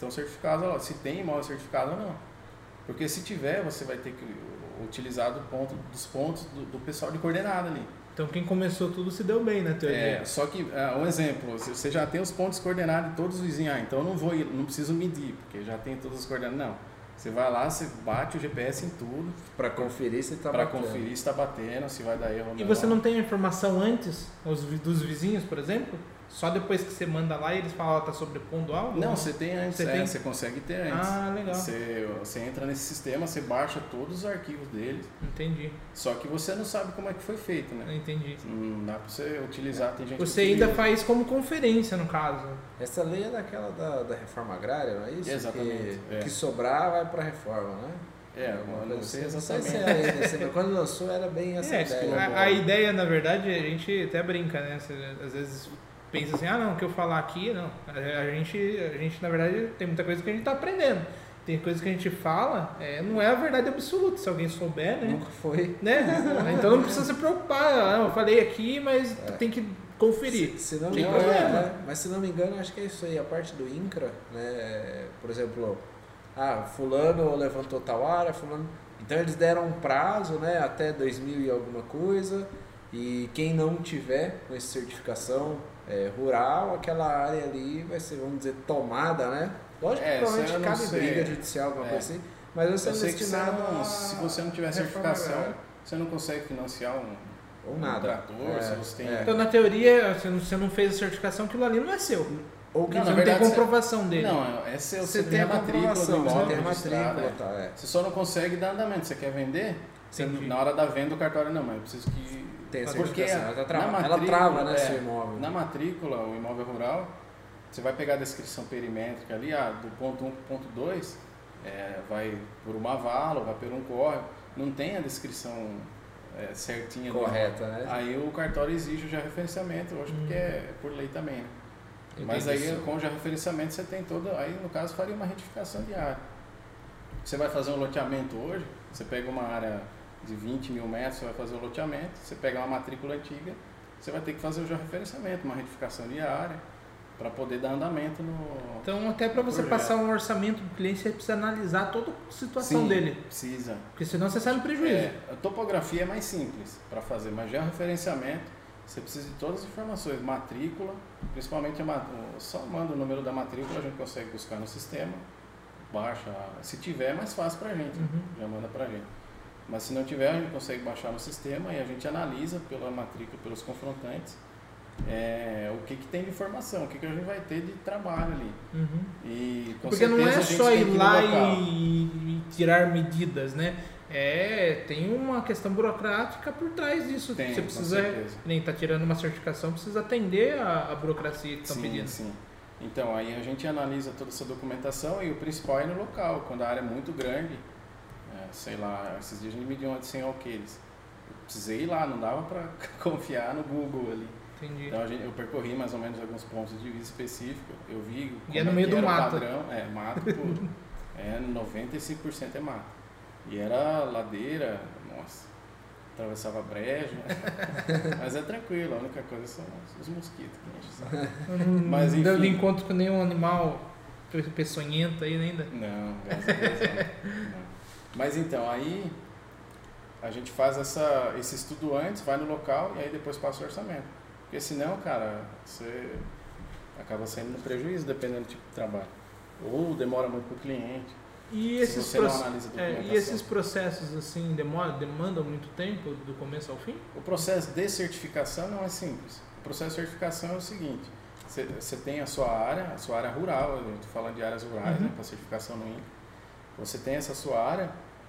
estão certificados, ó, se tem imóvel certificado ou não. Porque se tiver, você vai ter que utilizar do ponto, dos pontos do, do pessoal de coordenada ali. Então quem começou tudo se deu bem na teoria. É, só que, uh, um exemplo, você já tem os pontos coordenados de todos os vizinhos, ah, então eu não vou ir, não preciso medir, porque já tem todos os coordenados. Não, você vai lá, você bate o G P S em tudo. Para conferir se está Para batendo. conferir se está batendo, se vai dar erro ou não. E você não tem a informação antes os vi- dos vizinhos, por exemplo? Só depois que você manda lá e eles falam, ó, tá sobrepondo algo? Não, você tem antes, Você é, tem? você consegue ter antes. Ah, legal. Você, você entra nesse sistema, você baixa todos os arquivos deles, Entendi, só que você não sabe como é que foi feito, né? entendi. Não dá para você utilizar, tem gente Você que ainda utiliza. faz como conferência, no caso. Essa lei é daquela da, da reforma agrária, não é isso? Exatamente, Que, é. que sobrar vai para reforma, né? É, Alguma eu não coisa sei assim. Não sei se exatamente. é ainda, assim, quando lançou era bem essa É, ideia. a, a ideia, na verdade, a gente até brinca, né? Você, às vezes pensa assim, ah, não, o que eu falar aqui, não. A, a gente, a gente, na verdade, tem muita coisa que a gente tá aprendendo. Tem coisa que a gente fala, é, não é a verdade absoluta, se alguém souber, né? Nunca foi. né? Então não precisa se preocupar, ah, não, eu falei aqui, mas É. tem que conferir. Se, se não me Tem engano, problema. né? Mas se não me engano, acho que é isso aí. A parte do INCRA, né? Por exemplo, ah, fulano levantou tal área, fulano... Então eles deram um prazo, né? Até dois mil e alguma coisa. E quem não tiver com essa certificação é, rural, aquela área ali vai ser, vamos dizer, tomada, né? Lógico que É, provavelmente isso eu não cabe sei. briga judicial, alguma É. coisa assim. Mas vai ser Eu sei que você destinado não, a... se você não tiver reforma certificação, agrária. você não consegue financiar um, Ou um nada. trator, É, se você tem... é. Então, na teoria, você não, você não fez a certificação, aquilo ali não é seu. Ou que Não, Você na não tem verdade, comprovação dele. Não, é seu, você você tem a matrícula do comprovação, imóvel você tem a registrado, matrícula, é. tá, é. Você só não consegue dar andamento, você quer vender, você, Entendi. na hora da venda o cartório, não, mas eu preciso que... Tem a Porque certificação, ela, trava, na ela matrícula, trava, né, é, seu imóvel. Na matrícula, o imóvel rural, você vai pegar a descrição perimétrica ali, ah, do ponto um para o ponto dois, é, vai por uma vala, vai por um córrego, não tem a descrição é, certinha. Correta, né? Aí o cartório exige o georreferenciamento, eu acho Hum. que é por lei também, né? Entendi. Mas aí com o georreferenciamento você tem todo, aí no caso faria uma retificação de área. Você vai fazer um loteamento hoje, você pega uma área de vinte mil metros, você vai fazer o loteamento, você pega uma matrícula antiga, você vai ter que fazer o georreferenciamento, uma retificação de área, para poder dar andamento no... Então, até para você projeto. passar um orçamento do cliente, você precisa analisar toda a situação Sim, dele. precisa. Porque senão você sai no prejuízo. É, a topografia é mais simples para fazer, mas georreferenciamento, você precisa de todas as informações, matrícula, principalmente a mat... só manda o número da matrícula, a gente consegue buscar no sistema, baixa, se tiver é mais fácil para a gente, Uhum. já manda para a gente. Mas se não tiver, a gente consegue baixar no sistema e a gente analisa pela matrícula, pelos confrontantes, é, o que, que tem de informação, o que, que a gente vai ter de trabalho ali. Uhum. E, com Porque não certeza, é a gente só tem ir que ir no lá local. e, e tirar medidas, né? É, tem uma questão burocrática por trás disso. Tem, você com precisa, certeza. nem tá tirando uma certificação, precisa atender a, a burocracia que estão Sim, pedindo. sim. Então, aí a gente analisa toda essa documentação e o principal é no local, quando a área é muito grande, é, sei lá, esses dias a gente mediu uma de cem alqueires. Eu precisei ir lá, não dava para confiar no Google ali. Entendi. Então a gente, eu percorri mais ou menos alguns pontos de vista específicos, eu vi E é como no meio que do era o mato. padrão, é, mato puro. É, noventa e cinco por cento é mato. E era ladeira, nossa, atravessava brejo, mas é tranquilo, a única coisa são os mosquitos que a gente sabe. Mas, Não deu enfim. de encontro com nenhum animal pe- peçonhento aí ainda. Não, graças a Deus não. Não. Mas então, aí a gente faz essa, esse estudo antes, vai no local e aí depois passa o orçamento. Porque senão, cara, você acaba saindo no prejuízo dependendo do tipo de trabalho. Ou demora muito para o cliente. E Se esses, você não proce- analisa a é, documentação. e esses processos assim demora, demandam muito tempo do começo ao fim? O processo de certificação não é simples. O processo de certificação é o seguinte: você, você tem a sua área, a sua área rural, eu estou falando de áreas rurais, Uhum. né, para certificação no INCRA. Você tem essa sua área,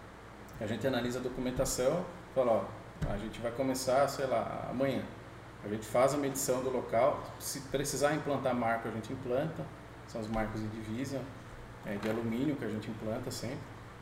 a gente analisa a documentação, fala, ó, a gente vai começar, sei lá, amanhã. A gente faz a medição do local, se precisar implantar marco, a gente implanta, são os marcos de divisa, é, de alumínio que a gente implanta sempre.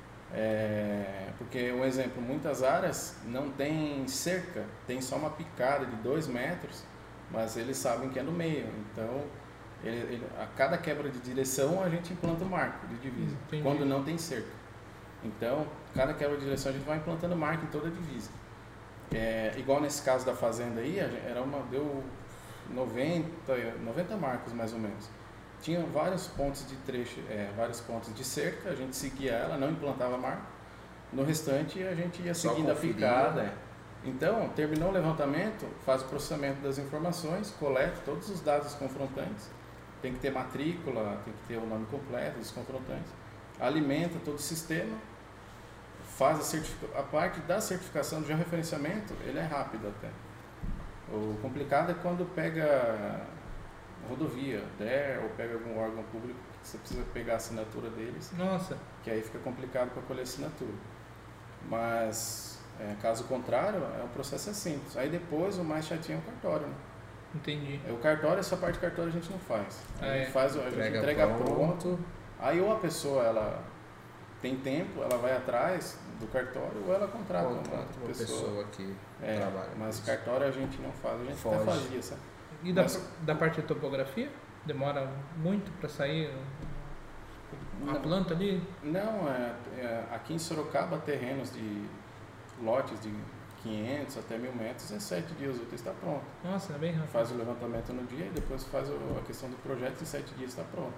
É, porque, um exemplo, muitas áreas não tem cerca, tem só uma picada de dois metros, mas eles sabem que é no meio, então ele, ele, a cada quebra de direção a gente implanta o marco de divisa, Entendi. quando não tem cerca. Então, cada quebra de direção a gente vai implantando marco em toda a divisa. É, igual nesse caso da fazenda aí, a gente, era uma, deu noventa, noventa marcos mais ou menos. tinha vários pontos de trecho, é, vários pontos de cerca, a gente seguia ela, não implantava marca. No restante a gente ia Só seguindo a conferia, picada. né? Então, terminou o levantamento, faz o processamento das informações, coleta todos os dados confrontantes, tem que ter matrícula, tem que ter o nome completo dos confrontantes, alimenta todo o sistema, faz a certificação, a parte da certificação de georreferenciamento, ele é rápido até. O complicado é quando pega rodovia, D E R, ou pega algum órgão público que você precisa pegar a assinatura deles, Nossa. que aí fica complicado para colher assinatura. Mas, é, caso contrário, é um processo é simples. Aí depois o mais chatinho é o cartório, né? Entendi. O cartório, essa parte do cartório a gente não faz. A Ah, gente é. faz, a gente Entrega entrega pronto. pronto. Aí ou a pessoa ela tem tempo, ela vai atrás do cartório ou ela contrata, Contrata uma uma pessoa. pessoa que É, trabalha. mas com isso. cartório a gente não faz, a gente Foge. até fazia, sabe? E da, Mas- da parte de topografia? Demora muito para sair a Não. planta ali? Não, é, é, aqui em Sorocaba, terrenos de lotes de quinhentos até mil metros, é sete dias úteis está pronto. Nossa, é bem rápido. Faz o levantamento no dia e depois faz o- a questão do projeto e em sete dias está pronto.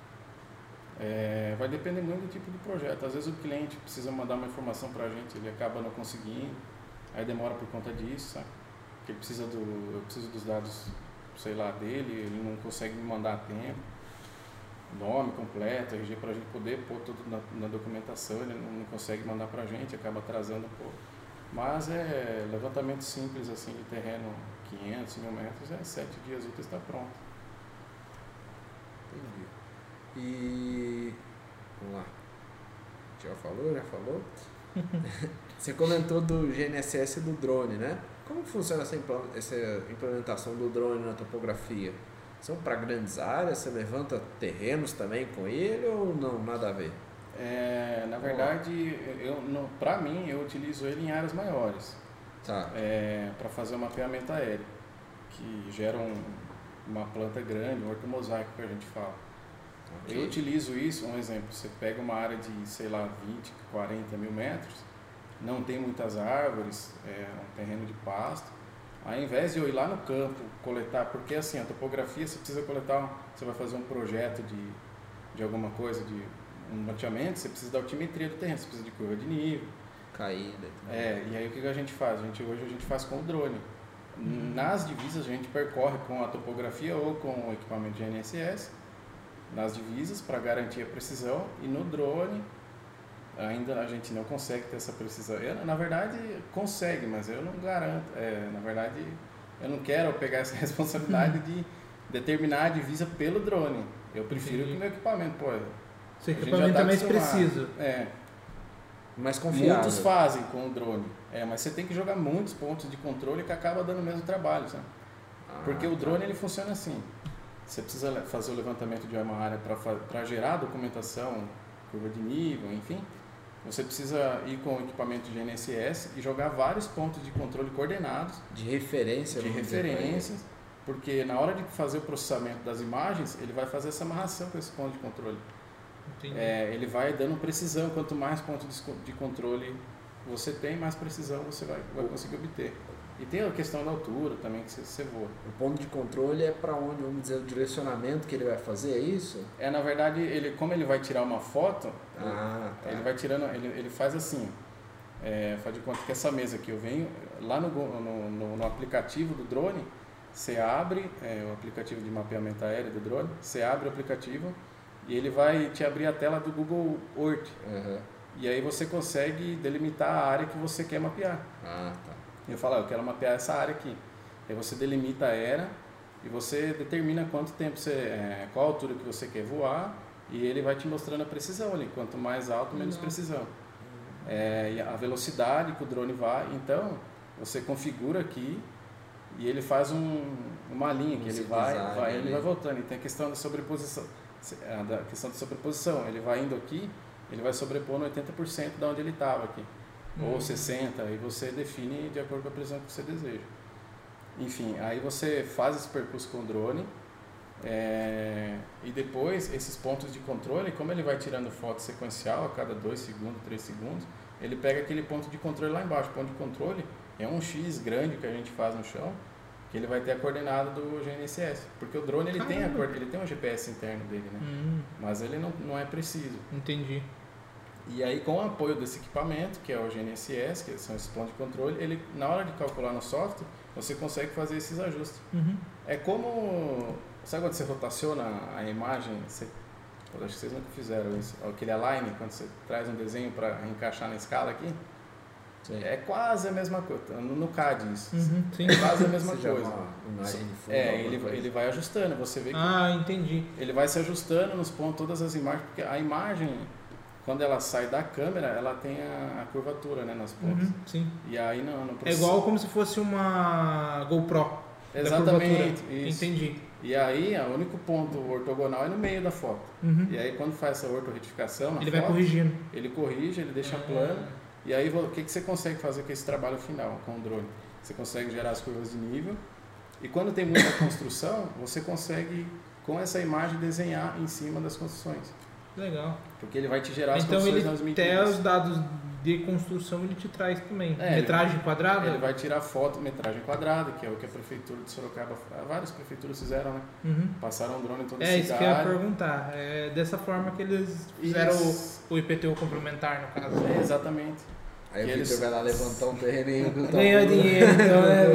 É, vai depender muito do tipo de projeto. Às vezes o cliente precisa mandar uma informação para a gente, ele acaba não conseguindo, aí demora por conta disso, sabe? Porque ele precisa do, eu preciso dos dados, sei lá, dele, ele não consegue me mandar a tempo. Nome completo, R G para a gente poder pôr tudo na, na documentação, ele não, não consegue mandar para a gente, acaba atrasando um pouco. Mas é levantamento simples assim de terreno, quinhentos, mil metros, é sete dias úteis está pronto. Entendi. E vamos lá. Já falou, já falou. Você comentou do G N S S e do drone, né? Como funciona essa, impla- essa implementação do drone na topografia? São para grandes áreas? Você levanta terrenos também com ele ou não? Nada a ver? É, na verdade, eu, para mim, eu utilizo ele em áreas maiores, Tá. é, para fazer o mapeamento aéreo, que gera um, uma planta grande, um ortomosaico que a gente fala. Ok. Eu utilizo isso, um exemplo, você pega uma área de, sei lá, vinte, quarenta mil metros, não tem muitas árvores, é um terreno de pasto, ao invés de eu ir lá no campo coletar, porque assim, a topografia você precisa coletar, você vai fazer um projeto de, de alguma coisa, de um mapeamento, você precisa da altimetria do terreno, você precisa de curva de nível. Caída. É, e aí o que a gente faz? A gente, hoje a gente faz com o drone. Nas divisas a gente percorre com a topografia ou com o equipamento de G N S S, nas divisas para garantir a precisão, e no drone ainda a gente não consegue ter essa precisão. Eu, na verdade consegue, mas eu não garanto. É, na verdade eu não quero pegar essa responsabilidade de determinar a divisa pelo drone. Eu prefiro Entendi. que o meu equipamento, pô, Seu a gente equipamento já tá é mais acostumado. preciso. É, Mais confiável. muitos fazem com o drone, é, mas você tem que jogar muitos pontos de controle que acaba dando o mesmo trabalho, sabe? Ah, Porque o tá. drone ele funciona assim. Você precisa le- fazer o levantamento de uma área para gerar documentação, curva de nível, enfim. Você precisa ir com o equipamento de G N S S e jogar vários pontos de controle coordenados, De referência. de vamos dizer pra ele. referências, porque na hora de fazer o processamento das imagens, ele vai fazer essa amarração com esse ponto de controle. Entendi. É, ele vai dando precisão, quanto mais pontos de, esco- de controle você tem, mais precisão você vai, vai conseguir obter. E tem a questão da altura também, que você, você voa. O ponto de controle é para onde, vamos dizer, o direcionamento que ele vai fazer, é isso? É, na verdade, ele, como ele vai tirar uma foto, Ah, tá. ele vai tirando, ele, ele faz assim, é, faz de conta que essa mesa aqui eu venho, lá no, go- no, no, no aplicativo do drone, você abre, é, o aplicativo de mapeamento aéreo do drone, você abre o aplicativo e ele vai te abrir a tela do Google Earth. Aham. E aí você consegue delimitar a área que você quer mapear. Ah, tá. Eu falo, ah, eu quero mapear essa área aqui. Aí você delimita a era e você determina quanto tempo você, é, qual a altura que você quer voar, e ele vai te mostrando a precisão ali. Quanto mais alto, menos Legal. precisão. É, e a velocidade que o drone vai. Então, você configura aqui e ele faz um, uma linha que Um ele vai, zigue-zague vai, ele ali. vai voltando. E tem a questão da sobreposição. A da questão da sobreposição. Ele vai indo aqui, ele vai sobrepondo oitenta por cento de onde ele estava aqui. Ou Hum. sessenta, aí você define de acordo com a precisão que você deseja. Enfim, aí você faz esse percurso com o drone, é, e depois esses pontos de controle, como ele vai tirando foto sequencial a cada dois segundos, três segundos, ele pega aquele ponto de controle lá embaixo. O ponto de controle é um X grande que a gente faz no chão, que ele vai ter a coordenada do G N S S. Porque o drone ele tem, a, Caramba. ele tem um G P S interno dele, né? Hum, Mas ele não, não é preciso. entendi. E aí, com o apoio desse equipamento, que é o G N S S, que são esses pontos de controle, ele, na hora de calcular no software, você consegue fazer esses ajustes. Uhum. É como... Sabe quando você rotaciona a imagem? Você, eu acho que vocês nunca fizeram isso. Aquele align, quando você traz um desenho para encaixar na escala aqui. Sim. É quase a mesma coisa. No, no C A D isso. Uhum, sim. É quase a mesma Seja coisa. uma imagem de fundo, É, alguma ele, coisa. ele vai ajustando. Você vê que Ah, entendi. ele vai se ajustando nos pontos, todas as imagens. Porque a imagem, quando ela sai da câmera, ela tem a, a curvatura, né, nas pontas. Uhum, sim. E aí no, no É processo- igual como se fosse uma GoPro. da Exatamente, curvatura. isso. Entendi. E aí, o único ponto ortogonal é no meio da foto. Uhum. E aí, quando faz essa ortorretificação na Ele vai foto, corrigindo. ele corrige, ele deixa Ah. plano. E aí, o que, que você consegue fazer com esse trabalho final, com o drone? Você consegue gerar as curvas de nível. E quando tem muita construção, você consegue, com essa imagem, desenhar em cima das construções. Legal. Porque ele vai te gerar as Então construções ele nas até medidas. os dados de construção ele te traz também. É, Metragem quadrada? Ele vai tirar foto, metragem quadrada, que é o que a prefeitura de Sorocaba, várias prefeituras fizeram, né? Uhum. Passaram um drone em toda a É cidade. isso que eu ia perguntar. É dessa forma que eles fizeram Isso. o, o I P T U complementar, no caso. É, exatamente. Aí o E Victor eles- vai lá levantar um terreninho do Ganhou tamanho- dinheiro, então, né?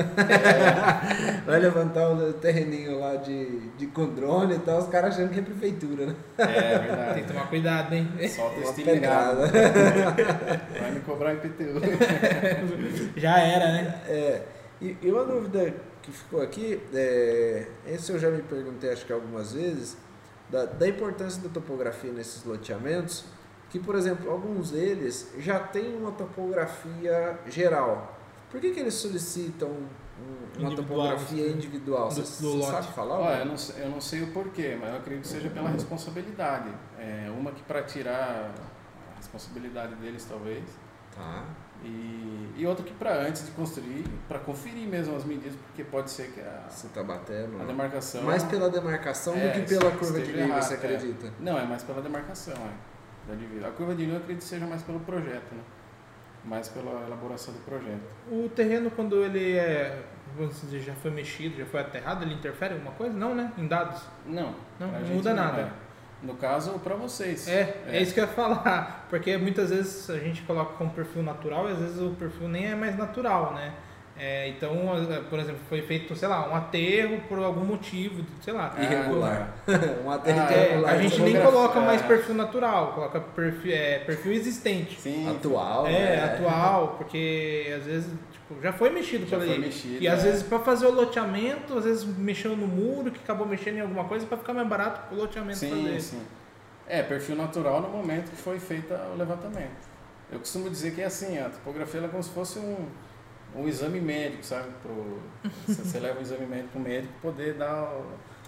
Vai levantar um terreninho lá de, de com drone e tal, os caras achando que é prefeitura, né? É Tem verdade. que tomar cuidado, hein? Solta Uma esse estilingado. pedrada. Vai me cobrar I P T U. Já era, né? É, e, e uma dúvida que ficou aqui, é, esse eu já me perguntei acho que algumas vezes, da, da importância da topografia nesses loteamentos, que, por exemplo, alguns deles já têm uma topografia geral. Por que, que eles solicitam um- uma Individual, topografia né? individual? Do- Você do você lote. sabe falar? Olha, eu não, sei- eu não sei o porquê, mas eu acredito que seja pela responsabilidade. É, uma que para tirar a responsabilidade deles, talvez. Tá. E, e outra que para antes de construir, para conferir mesmo as medidas, porque pode ser que a, Você está batendo. a demarcação... Mais pela demarcação É, do que pela esteja curva de nível, errado, você é. acredita? Não, é mais pela demarcação, é. Da divisa. A curva de nível eu acredito que seja mais pelo projeto, né? Mais pela elaboração do projeto. O terreno, quando ele é, vamos dizer, já foi mexido, já foi aterrado, ele interfere em alguma coisa? Não, né? Em dados? Não, Não, pra não gente muda não, nada. é. No caso, para vocês. É, é, isso que eu ia falar. Porque muitas vezes a gente coloca como perfil natural e às vezes o perfil nem é mais natural, né? É, então, por exemplo, foi feito, sei lá, um aterro por algum motivo, sei lá. Irregular. um aterro Ah, É, irregular. a gente nem fotografia, coloca mais é. perfil natural, coloca perfil, é, perfil existente. Sim. Atual. É, né? atual, porque às vezes tipo, já foi mexido Já por foi ali. mexido, E às é. vezes para fazer o loteamento, às vezes mexeu no muro, que acabou mexendo em alguma coisa para ficar mais barato o loteamento Sim, fazer. sim. É, perfil natural no momento que foi feito o levantamento. Eu costumo dizer que é assim, a topografia ela é como se fosse um, um exame médico, sabe? Pro, você leva um exame médico para o médico poder dar o,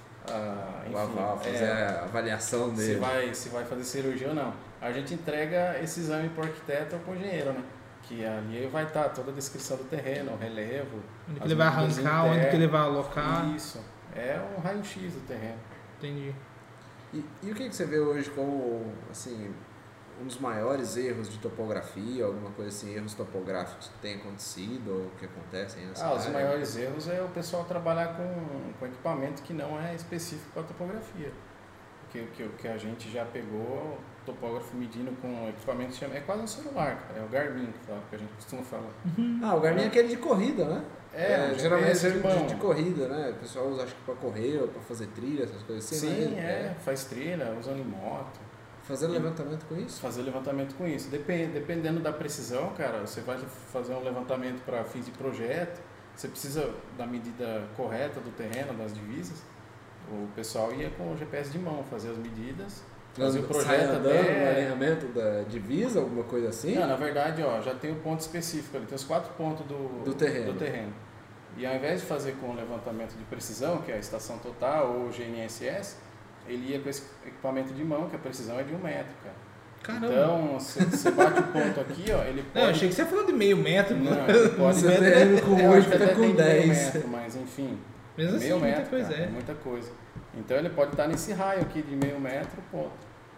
a, enfim, O aval, fazer é, a avaliação se, dele. vai, se vai fazer cirurgia ou não. A gente entrega esse exame para o arquiteto ou para o engenheiro, né? Que ali vai estar toda a descrição do terreno, o relevo. Onde que as ele vai medidas arrancar, onde que internas. ele vai alocar. Isso. É um raio-x do terreno. Entendi. E, e o que, que você vê hoje como, assim, um dos maiores erros de topografia, alguma coisa assim, erros topográficos que tem acontecido ou que acontecem nessa Ah, os área? maiores erros é o pessoal trabalhar com, com equipamento que não é específico para topografia. Que o que, que a gente já pegou, o topógrafo medindo com equipamento que chama, é quase um celular, cara, é o Garmin que, fala, que a gente costuma falar. Ah, o Garmin é aquele de corrida, né? É, um geralmente G P S é de de, mão. de corrida, né? O pessoal usa acho que pra correr ou pra fazer trilha, essas coisas assim. Sim, né? é, faz trilha, usando em moto. Fazendo E- levantamento com isso? Fazer levantamento com isso. Depend, dependendo da precisão, cara, você vai fazer um levantamento para fins de projeto, você precisa da medida correta do terreno, das divisas. O pessoal ia com o G P S de mão fazer as medidas, fazer o Sai projeto andando no até... alinhamento da divisa, alguma coisa assim? Não, na verdade, ó, já tem o ponto específico ali, tem os quatro pontos do, Do terreno. do terreno. E ao invés de fazer com o levantamento de precisão, que é a estação total ou o G N S S, ele ia com esse equipamento de mão, que a precisão é de um metro, cara. Caramba. Então, você bate o ponto aqui, ó, ele pode... Não, eu achei que você falou de meio metro. Não, mano. ele pode... Você tá indo com Eu acho oito, que até fica com tem meio dez. metro, mas enfim, Mesmo assim, meio muita metro, coisa cara, é. é muita coisa. Então ele pode estar nesse raio aqui de meio metro, ponto.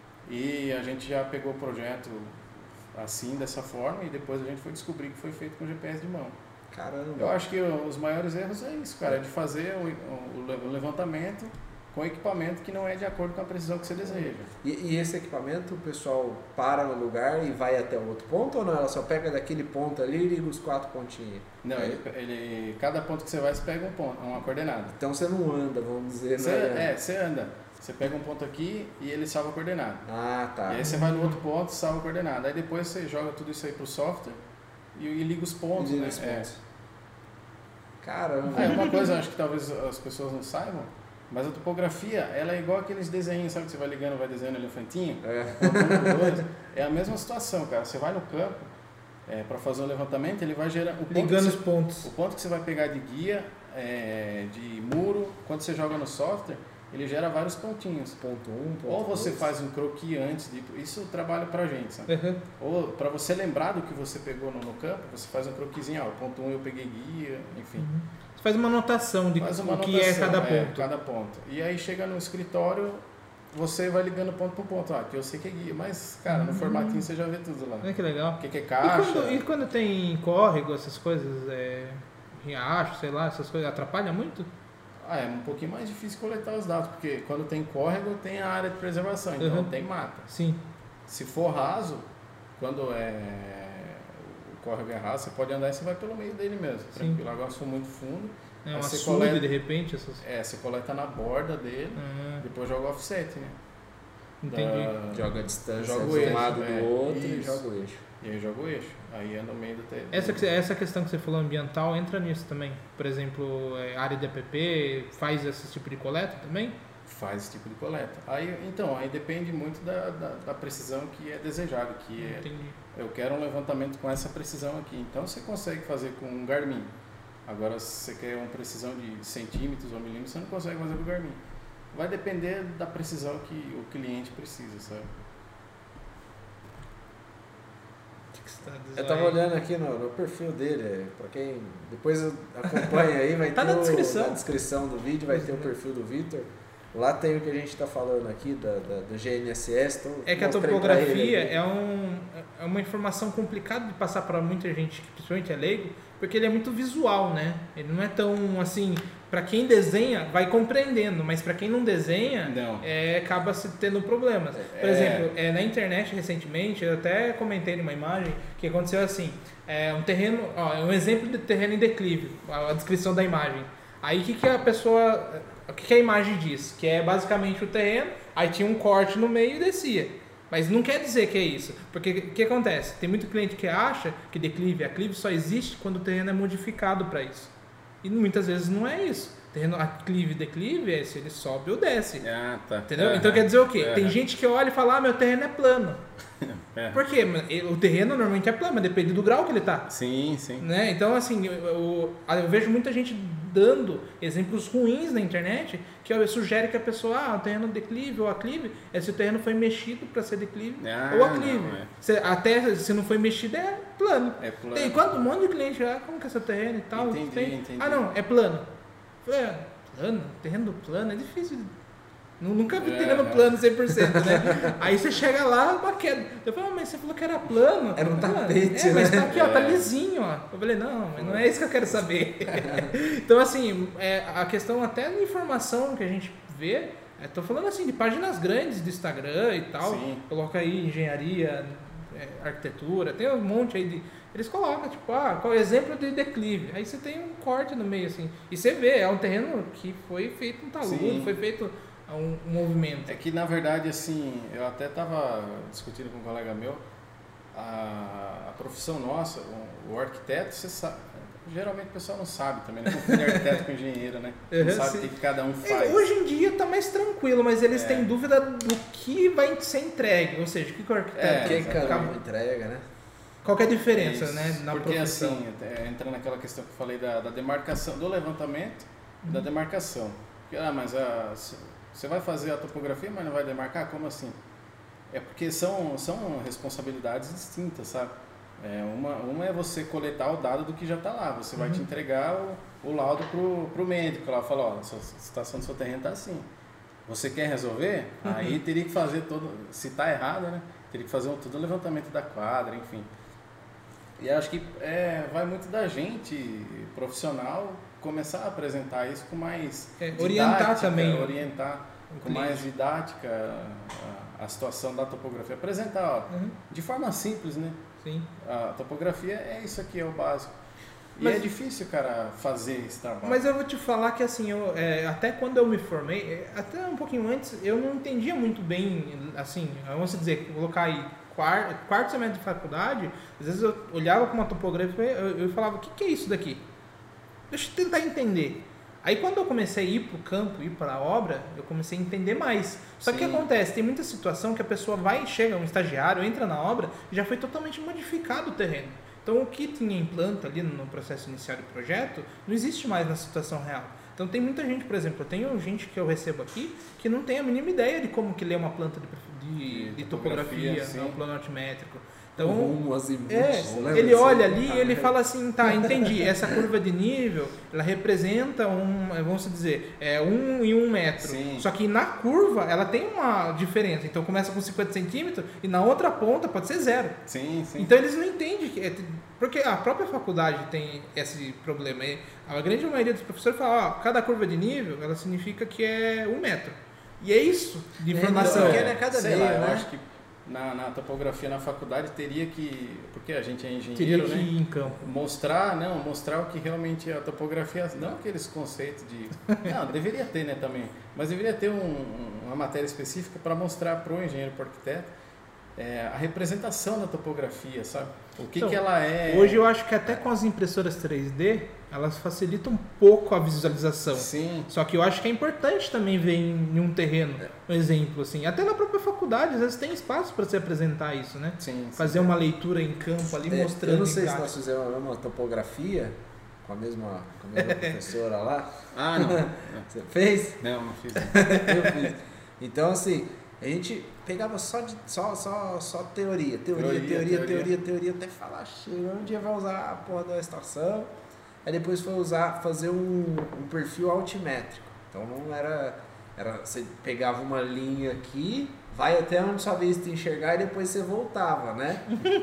E a gente já pegou o projeto assim, dessa forma, e depois a gente foi descobrir que foi feito com G P S de mão. Caramba. Eu acho que os maiores erros é isso, cara, é de fazer o, o, o levantamento com equipamento que não é de acordo com a precisão que você deseja. E, e esse equipamento, o pessoal para no lugar e vai até o outro ponto ou não? Ela só pega daquele ponto ali e liga os quatro pontinhos? Não, ele, ele, cada ponto que você vai, você pega um ponto, uma coordenada. Então você não anda, vamos dizer, você, né? É, você anda. Você pega um ponto aqui e ele salva a coordenada. Ah, tá. E aí você vai no outro ponto e salva a coordenada. Aí depois você joga tudo isso aí pro software e, e liga os pontos, liga né? os É. pontos. Caramba. Ah, é uma coisa, acho que talvez as pessoas não saibam, mas a topografia, ela é igual aqueles desenhos, sabe que você vai ligando, vai desenhando elefantinho? É. Dois. É a mesma situação, cara. Você vai no campo é, para fazer o levantamento, ele vai gerar... O ponto Ligando que os você, pontos. O ponto que você vai pegar de guia, é, de muro, quando você joga no software, ele gera vários pontinhos. Ponto um, ponto Ou você dois. faz um croquis antes de... Isso trabalha pra gente, sabe? Uhum. Ou para você lembrar do que você pegou no, no campo, você faz um croquisinho, ó, ponto um eu peguei guia, enfim. Uhum. Você faz uma anotação de Faz uma o que é anotação, cada é, ponto. cada ponto. E aí chega no escritório, você vai ligando ponto por ponto. Ah, que eu sei que é guia, mas, cara, no Uhum. formatinho você já vê tudo lá. Olha que legal. O que, que é E caixa? quando, e quando tem córrego, essas coisas, é, riacho, sei lá, essas coisas, atrapalha muito? Ah, é um pouquinho mais difícil coletar os dados, porque quando tem córrego, tem a área de preservação, então Uhum. tem mata. Sim. Se for raso, quando é o córrego é raso, você pode andar e você vai pelo meio dele mesmo, tranquilo. Agora, se for muito fundo, É aí um você açude, coleta- de repente, essas... é, você coleta na borda dele, Ah, depois joga o offset, né? entendi. Da- Joga a distância Joga o de um eixo, lado é, do outro e isso. joga o eixo. E aí joga o eixo. Aí anda no meio do te... Essa, que- essa questão que você falou ambiental entra nisso também. Por exemplo, é, área de app faz esse tipo de coleta também? Faz esse tipo de coleta. Aí, então, aí depende muito da, da, da precisão que é desejada, que é, Entendi. eu quero um levantamento com essa precisão aqui. Então você consegue fazer com um Garmin. Agora, se você quer uma precisão de centímetros ou milímetros, você não consegue fazer com o Garmin. Vai depender da precisão que o cliente precisa, sabe? O que que você tá dizendo Eu tava aí? olhando aqui no, no perfil dele, para quem depois acompanha aí, vai Tá ter na o- descrição. na descrição do vídeo, vai ter o Uhum. perfil do Vitor. Lá tem o que a gente está falando aqui da, da- do G N S S. Então É que a mostrei pra ele topografia aqui. é, um, é uma informação complicada de passar para muita gente, que principalmente é leigo, porque ele é muito visual, né? Ele não é tão assim, para quem desenha vai compreendendo, mas para quem não desenha, Não. é, acaba se tendo problemas. Por É. exemplo, é, na internet recentemente, eu até comentei numa imagem que aconteceu assim, é um terreno, ó, é um exemplo de terreno em declive, a, a descrição da imagem. Aí o que, que a pessoa, o que, que a imagem diz? Que é basicamente o terreno, aí tinha um corte no meio e descia. Mas não quer dizer que é isso, porque o que acontece? Tem muito cliente que acha que declive, aclive só existe quando o terreno é modificado para isso. E muitas vezes não é isso. Terreno aclive e declive é se ele sobe ou desce. Ah, tá. Entendeu? Aham. Então quer dizer o quê? Aham. Tem gente que olha e fala, ah, meu terreno é plano. É. Por quê? O terreno normalmente é plano, mas depende do grau que ele tá. Sim, sim. Né? Então, assim, eu, eu, eu vejo muita gente dando exemplos ruins na internet que ó, sugere que a pessoa, ah, o terreno declive ou aclive, é se o terreno foi mexido para ser declive Ah, ou aclive. não, é. Se, até se não foi mexido, é plano. É plano. Tem quanto um monte de cliente, ah, como que é seu terreno e tal? Entendi, Tem? entendi. Ah, não, é plano. Eu falei, ah, plano? Terreno do plano é difícil. Nu- Nunca vi É, terreno é. plano cem por cento, né? Aí você chega lá, uma queda. Eu falei, ah, mas você falou que era plano. Era um Eu falei, ah, tapete, é, mas né? tá aqui, ó, tá É. lisinho, ó. Eu falei, não, mas não é isso que eu quero saber. Então, assim, é, a questão até de informação que a gente vê, é, tô falando assim, de páginas grandes do Instagram e tal. Sim. Coloca aí engenharia, é, arquitetura, tem um monte aí de... Eles colocam, tipo, ah, qual é o exemplo de declive? Aí você tem um corte no meio, assim. E você vê, é um terreno que foi feito um talude, Sim. foi feito um, um movimento. É que na verdade, assim, eu até estava discutindo com um colega meu, a, a profissão nossa, o, o arquiteto, você sabe, geralmente o pessoal não sabe também, né? Confunde arquiteto com engenheiro, né? Não Uhum, sabe sim. o que que cada um É, faz. hoje em dia tá mais tranquilo, mas eles É. têm dúvida do que vai ser entregue, ou seja, o que, que o arquiteto É, Que cada acaba- um entrega, né? qual que é a diferença, Isso, né, na porque profissão. assim, até entrando naquela questão que eu falei da, da demarcação, do levantamento e da demarcação. Porque, ah, mas a, você vai fazer a topografia, mas não vai demarcar? Como assim? É porque são, são responsabilidades distintas, sabe? É, uma, uma é você coletar o dado do que já está lá, você vai Uhum. te entregar o, o laudo pro, pro médico lá, falar, ó, a sua- a situação do seu terreno está assim. Você quer resolver? Uhum. Aí teria que fazer todo, se está errado, né? Teria que fazer um, todo o levantamento da quadra, enfim. E acho que é, vai muito da gente, profissional, começar a apresentar isso com mais é, didática, orientar também. Orientar com mais didática a, a situação da topografia. Apresentar ó, uhum. de forma simples, né? Sim. A topografia é isso aqui, é o básico. E mas, é difícil, cara, fazer esse trabalho. Mas eu vou te falar que assim, eu, é, até quando eu me formei, até um pouquinho antes, eu não entendia muito bem, assim, vamos dizer, colocar aí quarto, quarto semestre de faculdade, às vezes eu olhava para uma topografia e eu, eu falava, o que, que é isso daqui? Deixa eu tentar entender. Aí quando eu comecei a ir para o campo, ir para a obra, eu comecei a entender mais. Só que o que acontece? Tem muita situação que a pessoa vai, chega, um estagiário, entra na obra, e já foi totalmente modificado o terreno. Então, o que tinha em planta ali no processo inicial do projeto, não existe mais na situação real. Então, tem muita gente, por exemplo, eu tenho gente que eu recebo aqui que não tem a mínima ideia de como que lê uma planta de, de, de topografia, topografia um plano altimétrico. Então, um, azimuth, é, ele olha ali e ele fala assim, tá, entendi, essa curva de nível, ela representa um, vamos dizer, é um em um metro. Sim. Só que na curva, ela tem uma diferença. Então, começa com cinquenta centímetros e na outra ponta pode ser zero. Sim, sim. Então, eles não entendem, que é, porque a própria faculdade tem esse problema. A grande maioria dos professores fala, ó, cada curva de nível, ela significa que é um metro. E é isso de informação. É, é, é cada Sei meio, lá, eu né? acho que Na, na topografia na faculdade teria que, porque a gente é engenheiro, teria que né? ir em campo. Mostrar, não, mostrar o que realmente é a topografia, não aqueles conceitos de, não, deveria ter, né, também, mas deveria ter um, uma matéria específica para mostrar para o engenheiro, para o arquiteto, é, a representação da topografia, sabe? O que Então, que ela é. Hoje eu acho que até com as impressoras três D, elas facilitam um pouco a visualização. Sim. Só que eu acho que é importante também ver em, em um terreno, um exemplo assim. Até na própria faculdade, às vezes tem espaço para se apresentar isso, né? Sim, sim. Fazer uma leitura em campo ali, É, mostrando. eu não sei em se nós fizemos a mesma topografia com a mesma, com a mesma professora lá. Ah, não. Você fez? Não, não fiz. Eu fiz. Então, assim, a gente pegava só, de, só, só, só teoria, teoria, teoria, teoria, teoria, teoria, teoria, até falar, chega, um dia vai usar a porra da estação. Aí depois foi usar, fazer um, um perfil altimétrico. Então não era, era, você pegava uma linha aqui, vai até onde sua vista enxergar e depois você voltava, né?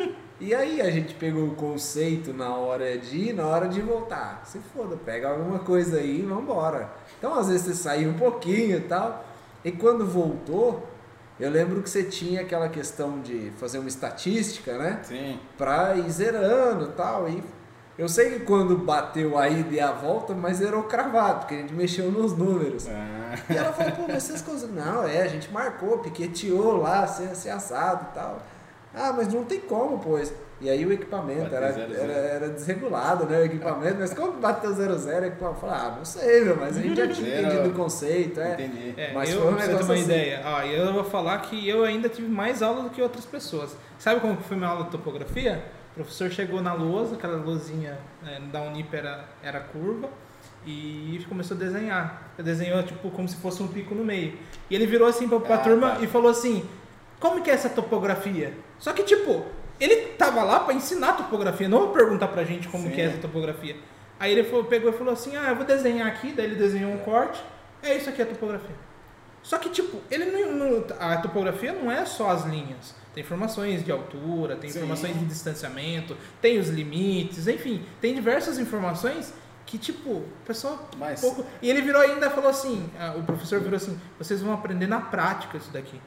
E aí a gente pegou o conceito na hora de ir, na hora de voltar. Se foda, pega alguma coisa aí e vambora. Então às vezes você saía um pouquinho e tal. E quando voltou, eu lembro que você tinha aquela questão de fazer uma estatística, né? Sim. Pra ir zerando e tal. E eu sei que quando bateu a ida e a volta, mas zerou cravado, porque a gente mexeu nos números. Ah. E ela falou, pô, mas vocês conseguiram? Não, é, a gente marcou, piqueteou lá, ser, ser assado e tal. Ah, mas não tem como, pois. E aí o equipamento era, zero, zero. era, era desregulado, né, o equipamento, mas como bateu zero zero, o equipamento falou, ah, não sei, meu, mas a gente já tinha Zero. entendido o conceito, é. Entendi. É, Mas eu, foi um pra você ter negócio uma assim. ideia, ó, eu vou falar que eu ainda tive mais aula do que outras pessoas. Sabe como que foi minha aula de topografia? O professor chegou na lousa, aquela lousinha é, da Unip era, era curva, e começou a desenhar. Ele desenhou tipo como se fosse um pico no meio. E ele virou assim pra, pra Ah, turma tá. e falou assim, como que é essa topografia? Só que tipo, ele tava lá pra ensinar a topografia, não perguntar pra gente como Sim. que é essa topografia. Aí ele foi, pegou e falou assim, ah, eu vou desenhar aqui, daí ele desenhou um corte, é isso aqui a topografia. Só que tipo, ele não, não, a topografia não é só as linhas. Tem informações de altura, tem Sim. informações de distanciamento, tem os limites, enfim, tem diversas informações que, tipo, o pessoal Mas- pouco... E ele virou ainda e falou assim, ah, o professor virou assim, vocês vão aprender na prática isso daqui.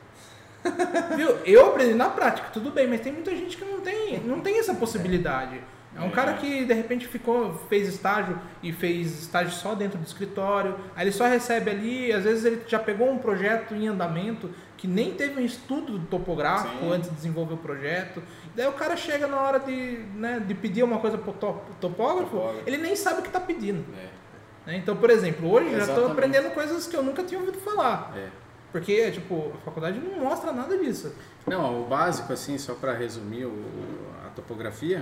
Viu? Eu aprendi na prática, tudo bem, mas tem muita gente que não tem, não tem essa possibilidade. É um É. cara que de repente ficou, fez estágio e fez estágio só dentro do escritório, aí ele só recebe ali, às vezes ele já pegou um projeto em andamento que nem teve um estudo topográfico Sim. antes de desenvolver o projeto. Daí o cara chega na hora de, né, de pedir uma coisa pro top- topógrafo, Topógrafo. ele nem sabe o que está pedindo. É. Né? Então, por exemplo, hoje eu já estou Exatamente. aprendendo coisas que eu nunca tinha ouvido falar. É. Porque, tipo, a faculdade não mostra nada disso. Não, o básico, assim, só para resumir o, a topografia,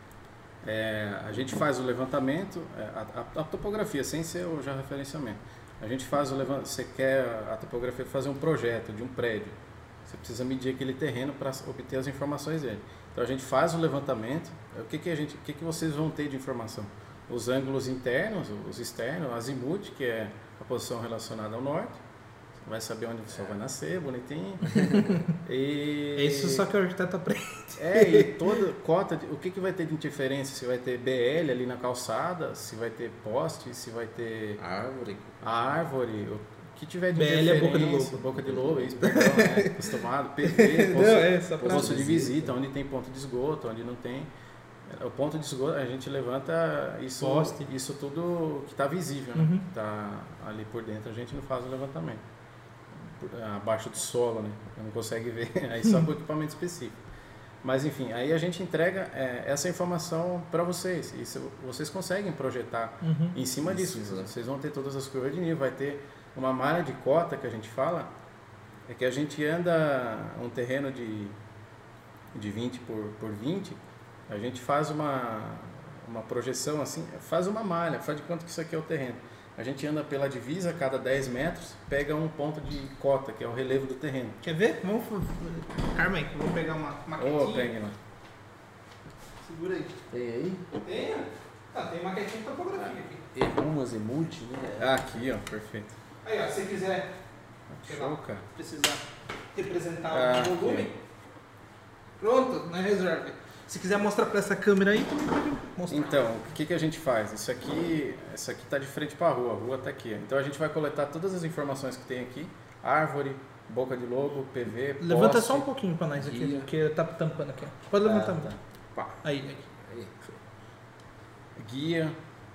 é, a gente faz o levantamento, é, a, a, a topografia, sem ser o já referenciamento. A gente faz o levantamento, você quer a topografia fazer um projeto de um prédio, você precisa medir aquele terreno para obter as informações dele. Então a gente faz o levantamento, o que, que, a gente, o que, que vocês vão ter de informação? Os ângulos internos, os externos, azimuth, que é a posição relacionada ao norte, vai saber onde o sol vai nascer, bonitinho. E... É isso só que o arquiteto aprende. É, e toda cota, de, o que, que vai ter de interferência? Se vai ter B L ali na calçada, se vai ter poste, se vai ter Árvore. a árvore, o que tiver de B L é interferência. boca de lobo. Boca de lobo, isso, perdão, né? Acostumado. P V, posto, Não, é, só pra- posto de visita, onde tem ponto de esgoto, onde não tem. O ponto de esgoto, a gente levanta isso, Poste. isso tudo que está visível, né? Uhum. Tá ali por dentro, a gente não faz o levantamento. Por- Abaixo do solo, né? Não consegue ver, aí só com equipamento específico. Mas enfim, aí a gente entrega é, essa informação para vocês. E se- vocês conseguem projetar Uhum. em cima disso. Isso, né? Vocês vão ter todas as curvas de nível. Vai ter uma malha de cota que a gente fala, é que a gente anda um terreno de, de vinte por, por vinte, a gente faz uma, uma projeção assim, faz uma malha, faz de conta que isso aqui é o terreno. A gente anda pela divisa a cada dez metros, pega um ponto de cota, que é o relevo do terreno. Quer ver? Vamos. Carmen, vou pegar uma maquetinha. Ô, pegue lá. Segura aí. Tem aí? Tem? Ah, tem maquetinha de topografia aqui. E rumas e multi, né? Ah, aqui, ó, perfeito. Aí, ó, se você quiser sei lá, Show, cara. precisar representar Ah, o volume. ok. Pronto, na reserva. Se quiser mostrar para essa câmera aí, também pode mostrar. Então, o que, que a gente faz? Isso aqui isso aqui está de frente para a rua, a rua está aqui. Então a gente vai coletar todas as informações que tem aqui: árvore, boca de lobo, P V, Levanta poste. só um pouquinho para nós aqui, Guia. porque tá tampando aqui. ó. Pode levantar. Ah, tá. Pá. Aí, aí. Aí. Guia.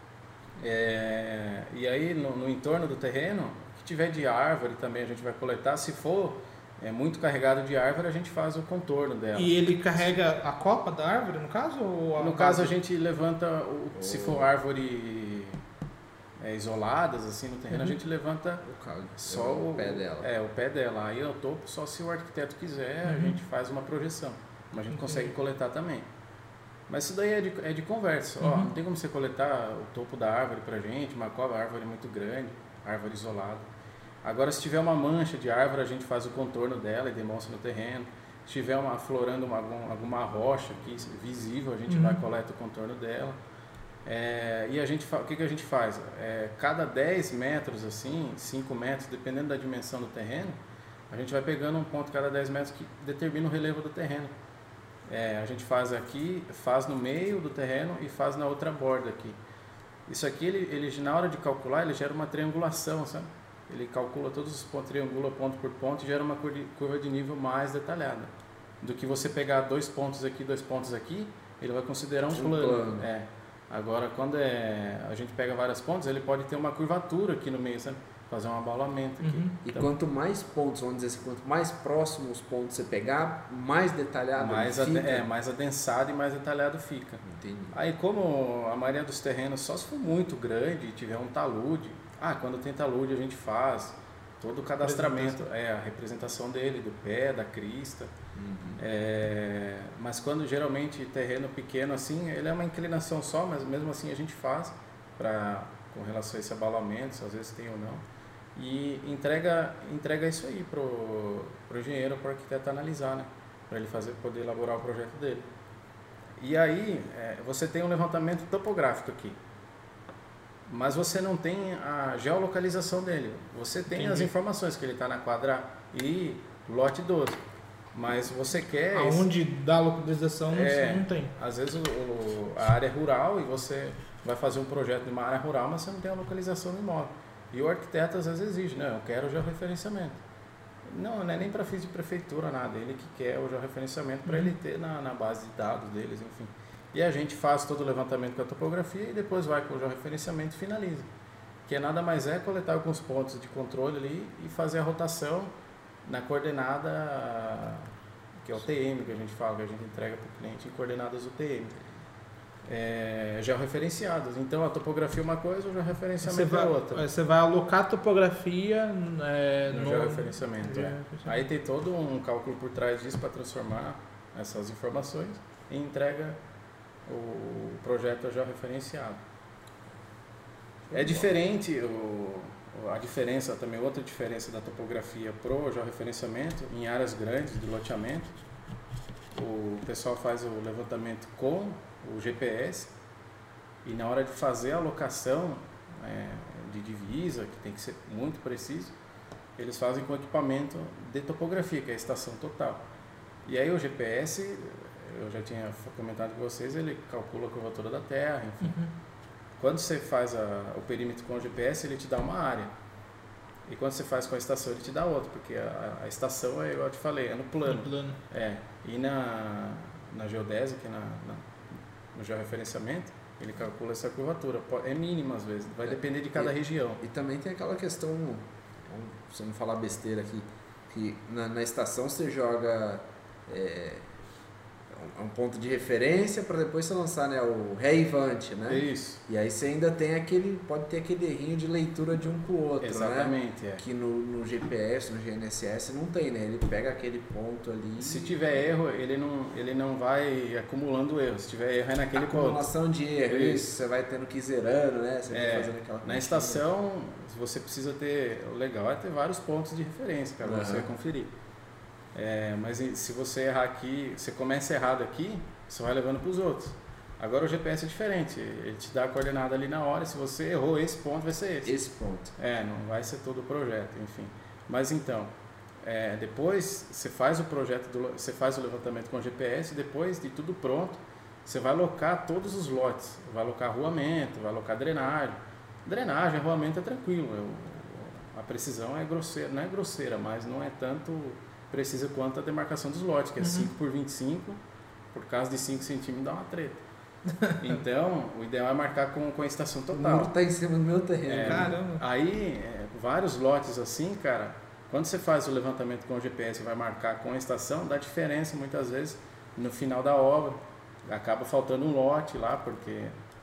É, e aí no, no entorno do terreno, o que tiver de árvore também a gente vai coletar. Se for é, muito carregado de árvore, a gente faz o contorno dela. E ele carrega a copa da árvore, no caso? Ou No caso a gente levanta, o, se Oh. for árvore é, isoladas assim no terreno, Uhum. a gente levanta O caldo. só o o pé dela. É, o pé dela. Aí o topo, só se o arquiteto quiser, a Uhum. gente faz uma projeção. Mas a gente Entendi. consegue coletar também. Mas isso daí é de, é de conversa. Ó, Uhum. não tem como você coletar o topo da árvore pra gente, uma cova, a árvore é muito grande, árvore isolada. Agora, se tiver uma mancha de árvore, a gente faz o contorno dela e demonstra no terreno. Se tiver uma, aflorando uma, algum- alguma rocha aqui visível, a gente Uhum. vai e coleta o contorno dela. É, e a gente, fa- o que, que a gente faz? É, cada dez metros, assim, cinco metros, dependendo da dimensão do terreno, a gente vai pegando um ponto cada dez metros que determina o relevo do terreno. É, a gente faz aqui, faz no meio do terreno e faz na outra borda aqui. Isso aqui, ele, ele na hora de calcular, ele gera uma triangulação, sabe? Ele calcula todos os pontos, triangula ponto por ponto e gera uma cur- curva de nível mais detalhada. Do que você pegar dois pontos aqui, dois pontos aqui, ele vai considerar um Um plano. plano. É. Agora, quando é, a gente pega vários pontos, ele pode ter uma curvatura aqui no meio, sabe? Fazer um abalamento aqui. Uhum. E Então, quanto mais pontos, vamos dizer assim, quanto mais próximos os pontos você pegar, mais detalhado mais, ele ade- fica. é, mais adensado e mais detalhado fica. Entendi. Aí, como a maioria dos terrenos, só se for muito grande e tiver um talude, ah, quando tem talude a gente faz todo o cadastramento, é, a representação dele, do pé, da crista. Uhum. É, mas quando geralmente terreno pequeno assim, ele é uma inclinação só, mas mesmo assim a gente faz pra, com relação a esse abalamento, se às vezes tem ou não. E entrega, entrega isso aí pro, pro engenheiro, pro arquiteto analisar, né? Para ele fazer, poder elaborar o projeto dele. E aí, é, você tem um levantamento topográfico aqui, mas você não tem a geolocalização dele. Você tem Entendi. as informações que ele está na quadra e lote doze, mas você quer... esse- Aonde dá localização não, É. não tem. Às vezes o, o- a área é rural e você vai fazer um projeto de uma área rural, mas você não tem a localização do imóvel. E o arquiteto às vezes exige, não, eu quero o georreferenciamento. Não, não é nem para fins de prefeitura, nada. Ele que quer o georreferenciamento para Uhum. ele ter na, na base de dados deles, enfim. E a gente faz todo o levantamento com a topografia e depois vai com o georreferenciamento e finaliza. Que nada mais é coletar alguns pontos de controle ali e fazer a rotação na coordenada, que é o T M que a gente fala, que a gente entrega para o cliente em coordenadas U T M. É, georreferenciadas. Então a topografia é uma coisa, o Você georreferenciamento vai, é outra. você vai alocar a topografia é, No no georreferenciamento, é. georreferenciamento. Aí tem todo um cálculo por trás disso para transformar essas informações e entrega o projeto georreferenciado. É diferente, o, a diferença também, outra diferença da topografia pro georreferenciamento, em áreas grandes de loteamento, o pessoal faz o levantamento com o G P S e na hora de fazer a alocação é, de divisa, que tem que ser muito preciso, eles fazem com equipamento de topografia, que é a estação total. E aí o G P S, eu já tinha comentado com vocês, ele calcula a curvatura da Terra, enfim. Uhum. Quando você faz a, o perímetro com o G P S, ele te dá uma área. E quando você faz com a estação, ele te dá outra, porque a, a estação, é, igual eu te falei, é no plano. No plano. É, e na, na geodésia, que é na, na, no georreferenciamento, ele calcula essa curvatura. É mínima às vezes, vai depender de cada e, região. E também tem aquela questão, se não falar besteira aqui, que na, na estação você joga é, um ponto de referência para depois você lançar, né, o ré-ivante, né? Isso. E aí você ainda tem aquele, pode ter aquele errinho de leitura de um com o outro, Exatamente, né? é. Que no, no G P S, no G N S S não tem, né? Ele pega aquele ponto ali. Se tiver erro, ele não, ele não vai acumulando erro. Se tiver erro, é naquele ponto. Acumulação de erro, Isso. isso. Você vai tendo que ir zerando, né? Você É, vai fazendo aquela na continha. estação, você precisa ter... O legal é ter vários pontos de referência para Uhum. você conferir. É, mas se você errar aqui, você começa errado aqui, você vai levando para os outros. Agora o G P S é diferente, ele te dá a coordenada ali na hora, se você errou esse ponto, vai ser esse. Esse ponto. É, não vai ser todo o projeto, enfim. Mas então, é, depois você faz o projeto, do, você faz o levantamento com o G P S, depois de tudo pronto, você vai alocar todos os lotes, vai alocar arruamento, vai alocar drenagem. Drenagem, arruamento é tranquilo, eu, a precisão é grosseira, não é grosseira, mas não é tanto precisa quanto a demarcação dos lotes, que é Uhum. cinco por vinte e cinco, por causa de cinco centímetros dá uma treta. Então, o ideal é marcar com, com a estação O total. muro tá em cima do meu terreno. É, Caramba. Aí, é, vários lotes assim, cara, quando você faz o levantamento com o G P S e vai marcar com a estação, dá diferença muitas vezes no final da obra. Acaba faltando um lote lá, porque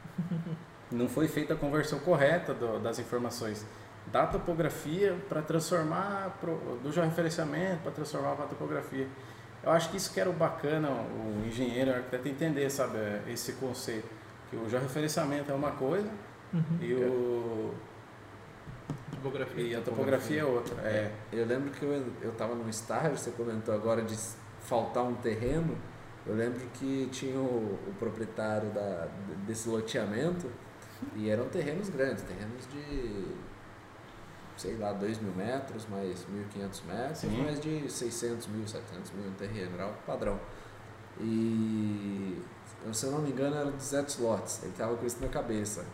não foi feita a conversão correta do, das informações da topografia para transformar, pro, do georreferenciamento para transformar para a topografia. Eu acho que isso que era o bacana, o engenheiro, o arquiteto entender, sabe, esse conceito. Que o georreferenciamento é uma coisa Uhum. e, o, Topografia. e a topografia é outra. É. Eu lembro que eu, eu tava num estágio, você comentou agora de faltar um terreno. Eu lembro que tinha o, o proprietário da, desse loteamento e eram terrenos grandes, terrenos de, sei lá, dois mil metros, mais mil e quinhentos metros, Sim. mais de seiscentos mil, setecentos mil no terreno, era o padrão. E, se eu não me engano, eram duzentos lotes, ele estava com isso na cabeça.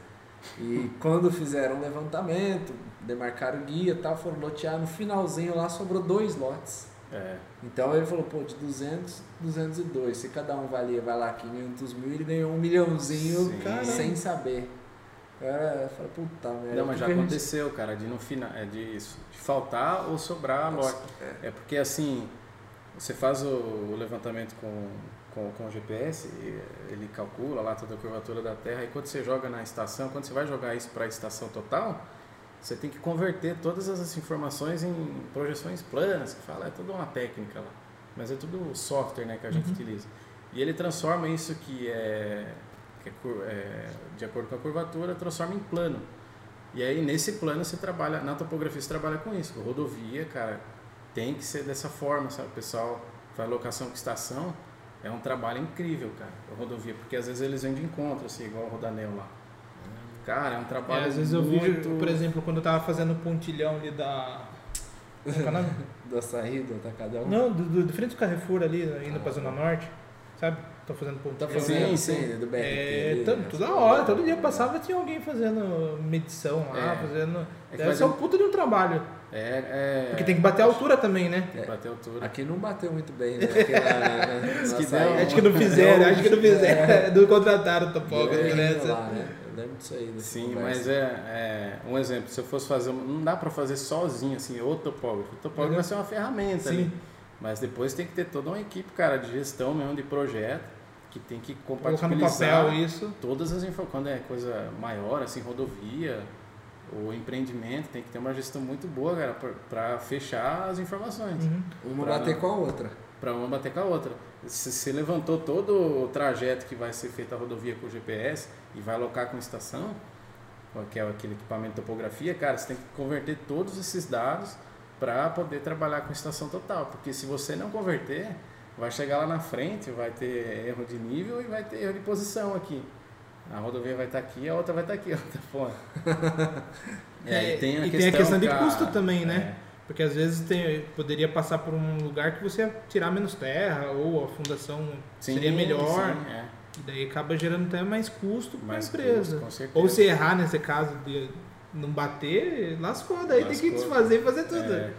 E quando fizeram um levantamento, demarcaram o guia e tal, foram lotear, no finalzinho lá sobrou dois lotes. É. Então ele falou, pô, de duzentos, duzentos e dois, se cada um valia, vai lá, quinhentos mil, ele ganhou um milhãozinho Sim. cara, sem saber. Cara, eu falei, puta merda. Não, mas já porque a gente- aconteceu, cara, de no final, é de, de faltar ou sobrar Nossa, lote. é. É porque assim, você faz o, o levantamento com, com, com o G P S, e ele calcula lá toda a curvatura da Terra, e quando você joga na estação, quando você vai jogar isso para a estação total, você tem que converter todas essas informações em projeções planas, que fala, é toda uma técnica lá, mas é tudo software, né, que a gente Uhum. utiliza. E ele transforma isso que é, que é, cur- é de acordo com a curvatura, transforma em plano. E aí nesse plano você trabalha, na topografia você trabalha com isso. Rodovia, cara, tem que ser dessa forma, sabe? O pessoal faz locação com estação, é um trabalho incrível, cara, a rodovia, porque às vezes eles vêm de encontro, assim, igual o Rodanel lá. Cara, é um É, trabalho às vezes eu muito... vi, por exemplo, quando eu tava fazendo o pontilhão ali da. Como é que é o nome? Da saída, tá cada um. Não, do, do, de frente do Carrefour ali, indo Ah, pra Zona tá. Norte, sabe? Tô fazendo Tá pontilhão. fazendo Sim, assim, sim. do B R T. É, ali, to- né? toda hora, todo dia passava tinha alguém fazendo medição lá, É. fazendo. É que Deve vai ser um de- puta de um trabalho. É, é... Porque tem que bater a altura também, né? Tem que bater a altura. Aqui não bateu muito bem, né? Aqui na, na, na, Acho que na saída. deu. Acho que não fizeram, acho que não fizeram. Não contrataram o Deu topógrafo, errinho né? lá, né? Eu lembro disso aí. dessa Sim, conversa. mas é, é um exemplo, se eu fosse fazer, um- não dá para fazer sozinho assim, o topógrafo. O topógrafo Uhum. vai ser uma ferramenta Sim. ali, mas depois tem que ter toda uma equipe, cara, de gestão mesmo, de projeto, que tem que Colocar no compatibilizar papel isso. todas as informações, quando é coisa maior, assim, rodovia, o empreendimento, tem que ter uma gestão muito boa, cara, para fechar as informações. Uhum. Uma pra- bater com a outra. Para uma bater com a outra. Se você levantou todo o trajeto que vai ser feito a rodovia com o G P S e vai alocar com estação, que é aquele equipamento de topografia, cara, você tem que converter todos esses dados para poder trabalhar com estação total. Porque se você não converter, vai chegar lá na frente, vai ter erro de nível e vai ter erro de posição aqui. A rodovia vai estar aqui, a outra vai estar aqui, a outra fora. É, e tem a e questão, tem a questão de cara, custo também, né? é, Porque às vezes tem, poderia passar por um lugar que você ia tirar menos terra, ou a fundação Sim, seria melhor. sim, é. E daí acaba gerando até mais custo para a Mais empresa. custo, com certeza. Ou se errar nesse caso de não bater, lascou, daí Lascou. tem que desfazer e fazer tudo. É.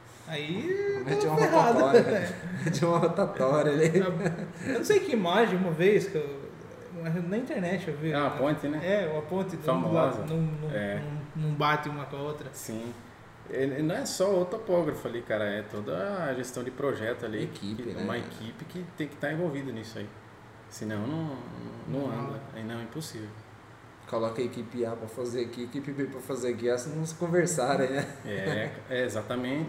Aí Mete tá uma ferrado. rotatória. Mete uma rotatória ali. Eu não sei que imagem, uma vez, que eu, na internet eu vi. É uma ponte, né? É, uma ponte Famosa. do lado, não, não, É. não, não bate uma com a outra. Sim. Ele não é só o topógrafo ali, cara, é toda a gestão de projeto ali. Equipe, que, né? Uma equipe que tem que estar envolvida nisso aí. Senão não, não Não. anda. Aí não é impossível. Coloca a equipe A pra fazer aqui, equipe B pra fazer aqui, assim não se conversarem, né? É, é exatamente.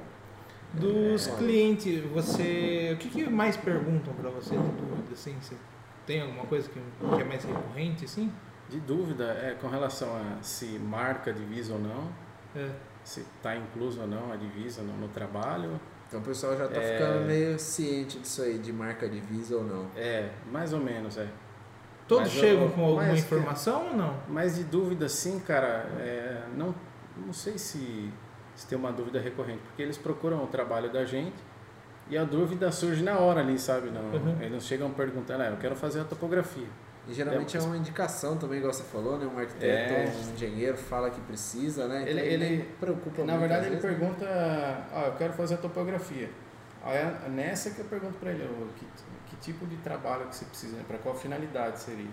Dos É. clientes, você. O que, que mais perguntam pra você de dúvida, assim? Você tem alguma coisa que, que é mais recorrente, assim? De dúvida é com relação a se marca a divisa ou não, É. se está incluso ou não a divisa no, no trabalho. Então o pessoal já tá É. ficando meio ciente disso aí, de marca divisa ou não. É, mais ou menos, é. Todos Mas eu- chegam com alguma mas que- informação ou não? Mas de dúvida sim, cara, é, não, não sei se, se tem uma dúvida recorrente, porque eles procuram o trabalho da gente e a dúvida surge na hora ali, sabe? Não, Uhum. Eles chegam perguntando, ah, eu quero fazer a topografia. E geralmente é, É, uma indicação também, igual você falou, né? Um arquiteto É. ou um engenheiro fala que precisa, né? Então Ele- ele, ele- nem preocupa Na muito, verdade às ele vezes, né? pergunta, ah, eu quero fazer a topografia. Aí é nessa que eu pergunto para ele, ô, que, que tipo de trabalho que você precisa, para qual finalidade seria.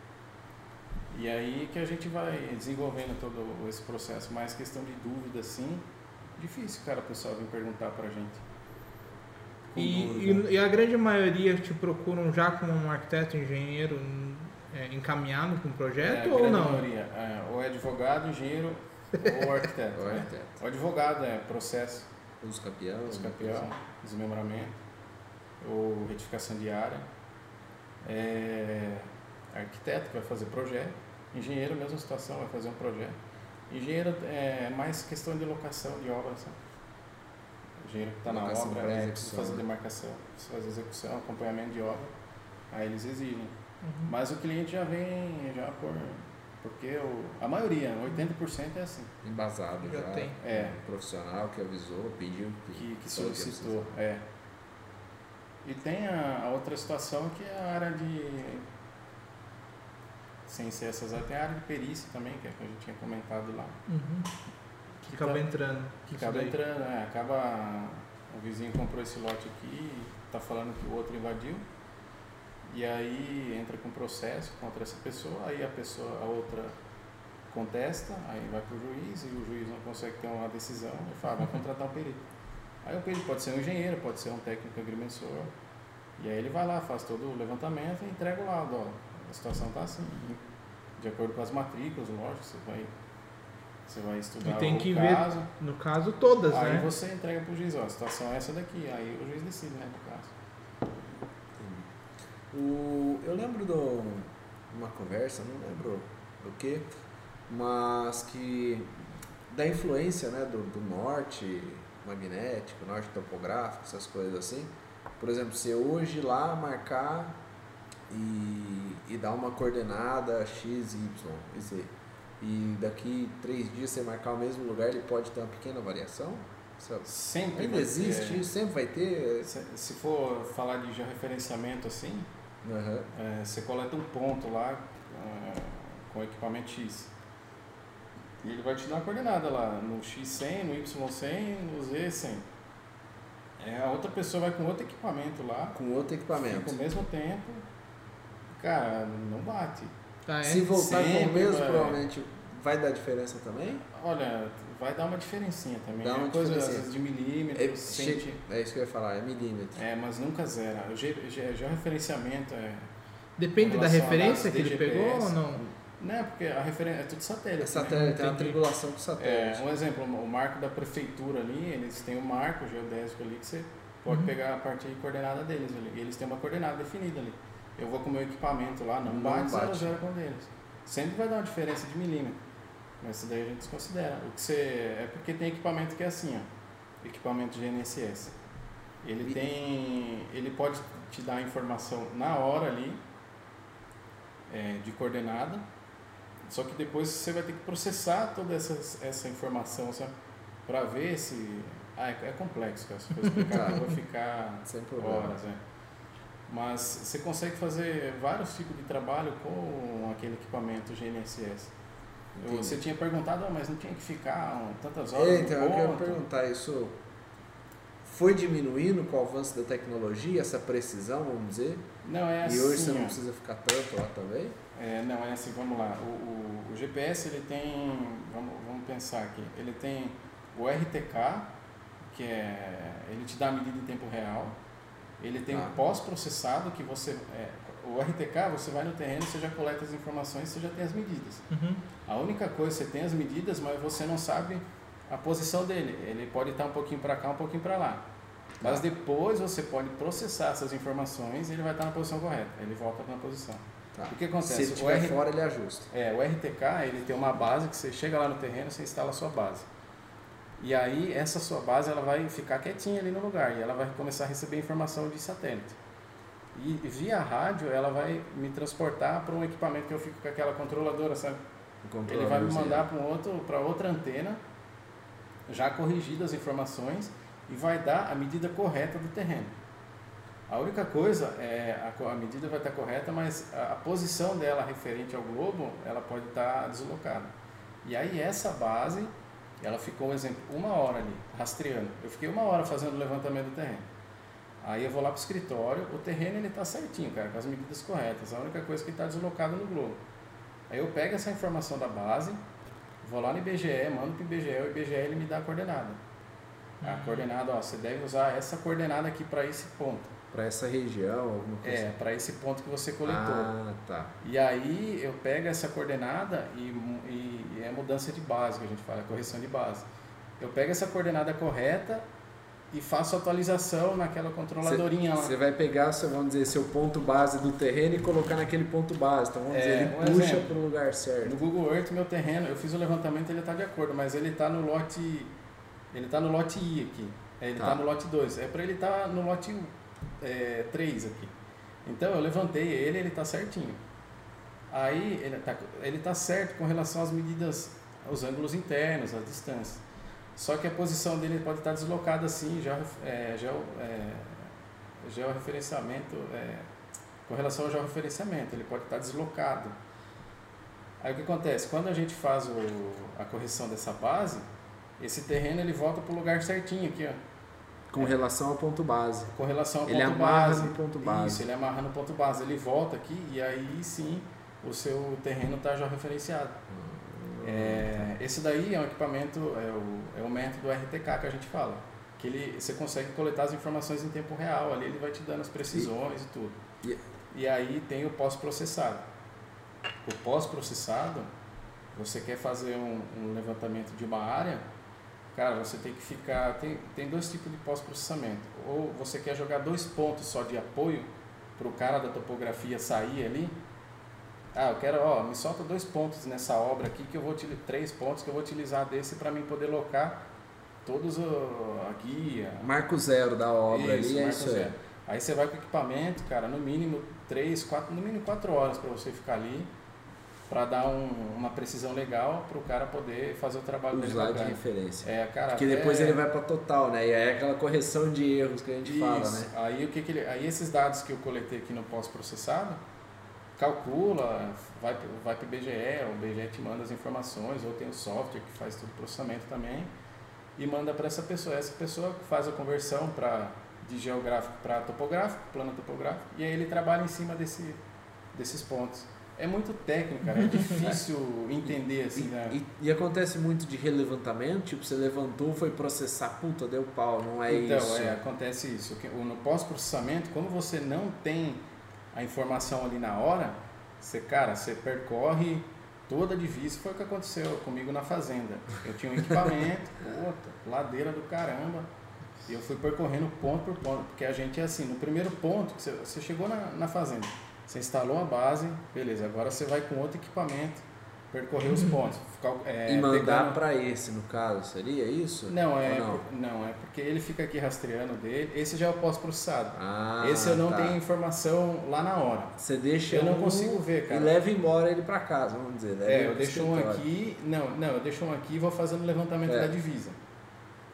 E aí que a gente vai desenvolvendo todo esse processo, mais questão de dúvida, assim, difícil, cara, o pessoal vir perguntar pra gente. Com E, dúvida. e, e a grande maioria te procuram já como um arquiteto, engenheiro é, encaminhado com o É, projeto a ou grande não? maioria, é, ou é advogado, engenheiro ou arquiteto. Ou né? arquiteto. O advogado é processo, Uso capião. escapião, desmembramento, ou retificação de área. É, arquiteto que vai fazer projeto, engenheiro, mesma situação, vai fazer um projeto. Engenheiro é mais questão de locação de obra, sabe? Engenheiro que está na Locação obra, pra é, execução, precisa fazer né? demarcação, precisa fazer execução, acompanhamento de obra, aí eles exigem. Uhum. Mas o cliente já vem já por. Porque o, a maioria, oitenta por cento é assim, Embasado Já já. tem. É. Um profissional que avisou, pediu. que, que falou que solicitou. É. E tem a, a outra situação que é a área de. Sem ser essas áreas, tem a área de perícia também, que é que a gente tinha comentado lá. Uhum. Que acaba tá- entrando. Que isso acaba daí. entrando, né? Acaba. O vizinho comprou esse lote aqui e tá falando que o outro invadiu. E aí entra com processo contra essa pessoa, aí a pessoa, a outra contesta, aí vai pro juiz e o juiz não consegue ter uma decisão e fala, vai contratar um perito. Aí o perito pode ser um engenheiro, pode ser um técnico agrimensor. E aí ele vai lá, faz todo o levantamento e entrega o laudo, ó, a situação tá assim. De acordo com as matrículas, lógico, você vai, você vai estudar E tem o que ver, caso. no caso, todas, Aí né? você entrega pro juiz, ó, a situação é essa daqui, aí o juiz decide, né, no caso. O, eu lembro de uma conversa, não lembro do que, mas que da influência, né, do, do norte magnético, norte topográfico, essas coisas assim. Por exemplo, se hoje lá marcar e, e dar uma coordenada X, Y e Z, e daqui três dias você marcar o mesmo lugar, ele pode ter uma pequena variação? Sabe? Sempre Ainda vai existe, ter- isso sempre vai ter. Se, se for falar de georreferenciamento assim, Aham. é, você coleta um ponto lá é, com equipamento X. E ele vai te dar uma coordenada lá, no X cem, no Y cem, no Z cem. É, a outra pessoa vai com outro equipamento lá, Com outro equipamento. fica ao mesmo tempo, cara, não bate. Tá, é? Se voltar com o Sempre mesmo, vai. provavelmente vai dar diferença também? Olha, vai dar uma diferencinha também. Dá é uma coisa às diferencinha. vezes de milímetro, É, centi- che- é isso que eu ia falar, é milímetro. é, mas nunca zera. O ge- ge- georreferenciamento é. Depende Com da relação a referência dados que ele de pegou G P S. ou não? Né, porque a referência é tudo satélite. É satélite, né? tem uma Entendi. triangulação com É, satélite. um exemplo, o marco da prefeitura ali, eles têm um marco geodésico ali que você pode Uhum. pegar a parte de coordenada deles ali. E eles têm uma coordenada definida ali. Eu vou com o meu equipamento lá, não, Não bate, zero, bate. zero com o deles. Sempre vai dar uma diferença de milímetro. Mas isso daí a gente desconsidera. O que você, é porque tem equipamento que é assim, ó. Equipamento G N S S. Ele E- tem. Ele pode te dar a informação na hora ali, é, de coordenada. Só que depois você vai ter que processar toda essa, essa informação, sabe? para ver se... Ah, é, é complexo, cara. Se for explicar, eu vou ficar Sem problema. horas. É. Mas você consegue fazer vários tipos de trabalho com aquele equipamento G N S S. Eu, você tinha perguntado, ah, mas não tinha que ficar tantas horas É, no então, eu quero ponto? perguntar, isso foi diminuindo com o avanço da tecnologia, essa precisão, vamos dizer? Não, é assim. E hoje você não ó. precisa ficar tanto lá também? É, não, é assim, vamos lá. O, o, o G P S, ele tem, vamos, vamos pensar aqui, ele tem o R T K, que é, ele te dá a medida em tempo real. Ele tem Ah. o pós-processado, que você, é, o R T K, você vai no terreno, você já coleta as informações, você já tem as medidas. Uhum. A única coisa, você tem as medidas, mas você não sabe a posição dele. Ele pode estar um pouquinho para cá, um pouquinho para lá. Mas depois você pode processar essas informações e ele vai estar na posição correta. Ele volta na posição. Tá. O que acontece? Se ele O estiver R- fora, ele ajusta. É, o R T K, ele tem uma base que você chega lá no terreno, você instala a sua base. E aí, essa sua base, ela vai ficar quietinha ali no lugar e ela vai começar a receber informação de satélite. E via rádio, ela vai me transportar para um equipamento que eu fico com aquela controladora, sabe? O Ele vai me controladorzinho. mandar para um outro, para outra antena, já corrigida as informações, e vai dar a medida correta do terreno. A única coisa é a, co- a medida vai estar correta, mas a, a posição dela referente ao globo, ela pode estar deslocada. E aí essa base, ela ficou, um exemplo, uma hora ali, rastreando. Eu fiquei uma hora fazendo o levantamento do terreno. Aí eu vou lá para o escritório, o terreno ele está certinho, cara, com as medidas corretas. A única coisa é que está deslocado no globo. Aí eu pego essa informação da base, vou lá no I B G E, mando para o I B G E, o I B G E ele me dá a coordenada. A Uhum. coordenada, ó, você deve usar essa coordenada aqui para esse ponto. Para essa região, alguma coisa É, assim. para esse ponto que você coletou. Ah, tá. E aí eu pego essa coordenada e, mu- e, e é mudança de base que a gente fala, correção de base. Eu pego essa coordenada correta e faço atualização naquela controladorinha lá. Você vai pegar, seu, vamos dizer, seu ponto base do terreno e colocar naquele ponto base. Então, vamos É, dizer, ele um puxa exemplo. para o lugar certo. No Google Earth, meu terreno, eu fiz o levantamento, ele está de acordo, mas ele está no lote, ele está no lote I aqui. É, ele Tá. está no lote dois. É para ele estar no lote é, três aqui. Então eu levantei ele, ele está certinho. Aí ele está ele tá certo com relação às medidas, aos ângulos internos, às distâncias. Só que a posição dele pode estar deslocada assim, já é, geo, é, georreferenciamento, é, com relação ao georreferenciamento, ele pode estar deslocado. Aí o que acontece? Quando a gente faz o, a correção dessa base, esse terreno ele volta para o lugar certinho aqui, ó. Com É. relação ao ponto base. Com relação ao Ele ponto amarra base. no ponto base. Isso, ele amarra no ponto base. Ele volta aqui e aí sim o seu terreno está já referenciado. É, esse daí é um equipamento, é o, é o método R T K que a gente fala. Que ele, você consegue coletar as informações em tempo real, ali ele vai te dando as precisões e, e tudo. E- E aí tem o pós-processado. O pós-processado, você quer fazer um, um levantamento de uma área, cara, você tem que ficar... Tem, tem dois tipos de pós-processamento. Ou você quer jogar dois pontos só de apoio para o cara da topografia sair ali. Ah, eu quero, ó, me solta dois pontos nessa obra aqui, que eu vou utilizar, três pontos que eu vou utilizar desse para mim poder locar todos o, a guia. Marco zero da obra Isso, ali, é marco isso aí. zero. Aí você vai com o equipamento, cara, no mínimo três, quatro, no mínimo quatro horas para você ficar ali, para dar um, uma precisão legal para o cara poder fazer o trabalho dele Usar de bacana. referência. É, cara, Porque até- depois ele vai para total, né? E aí é aquela correção de erros que a gente Isso. fala, né? Aí o que, que ele, aí esses dados que eu coletei aqui no pós-processado, calcula, vai vai para o B G E, o B G E te manda as informações, ou tem o software que faz todo o processamento também e manda para essa pessoa. Essa pessoa faz a conversão para de geográfico para topográfico, plano topográfico, e aí ele trabalha em cima desse, desses pontos. É muito técnico, cara, é difícil entender assim, E, né? e, e acontece muito de relevantamento, tipo, você levantou, foi processar, puta, deu pau, não é Então, isso. é, acontece isso. Que o- No pós-processamento, como você não tem a informação ali na hora, você, cara, você percorre toda a divisa. Foi o que aconteceu comigo na fazenda. Eu tinha um equipamento, puta, ladeira do caramba, e eu fui percorrendo ponto por ponto, porque a gente é assim, no primeiro ponto, que você, você chegou na, na fazenda, você instalou a base, beleza, agora você vai com outro equipamento, percorrer os pontos. Ficar, é, E mandar pegando- para esse, no caso, seria isso? Não, é, Ou não? por- não, é porque ele fica aqui rastreando dele. Esse já é o pós-processado. Ah, Esse eu não tá. tenho informação lá na hora. Você deixa Eu não um consigo ver, cara. E leva embora ele para casa, vamos dizer. leva É, ele eu pro deixo um escritório. aqui. Não, não, eu deixo um aqui e vou fazendo o levantamento É. da divisa.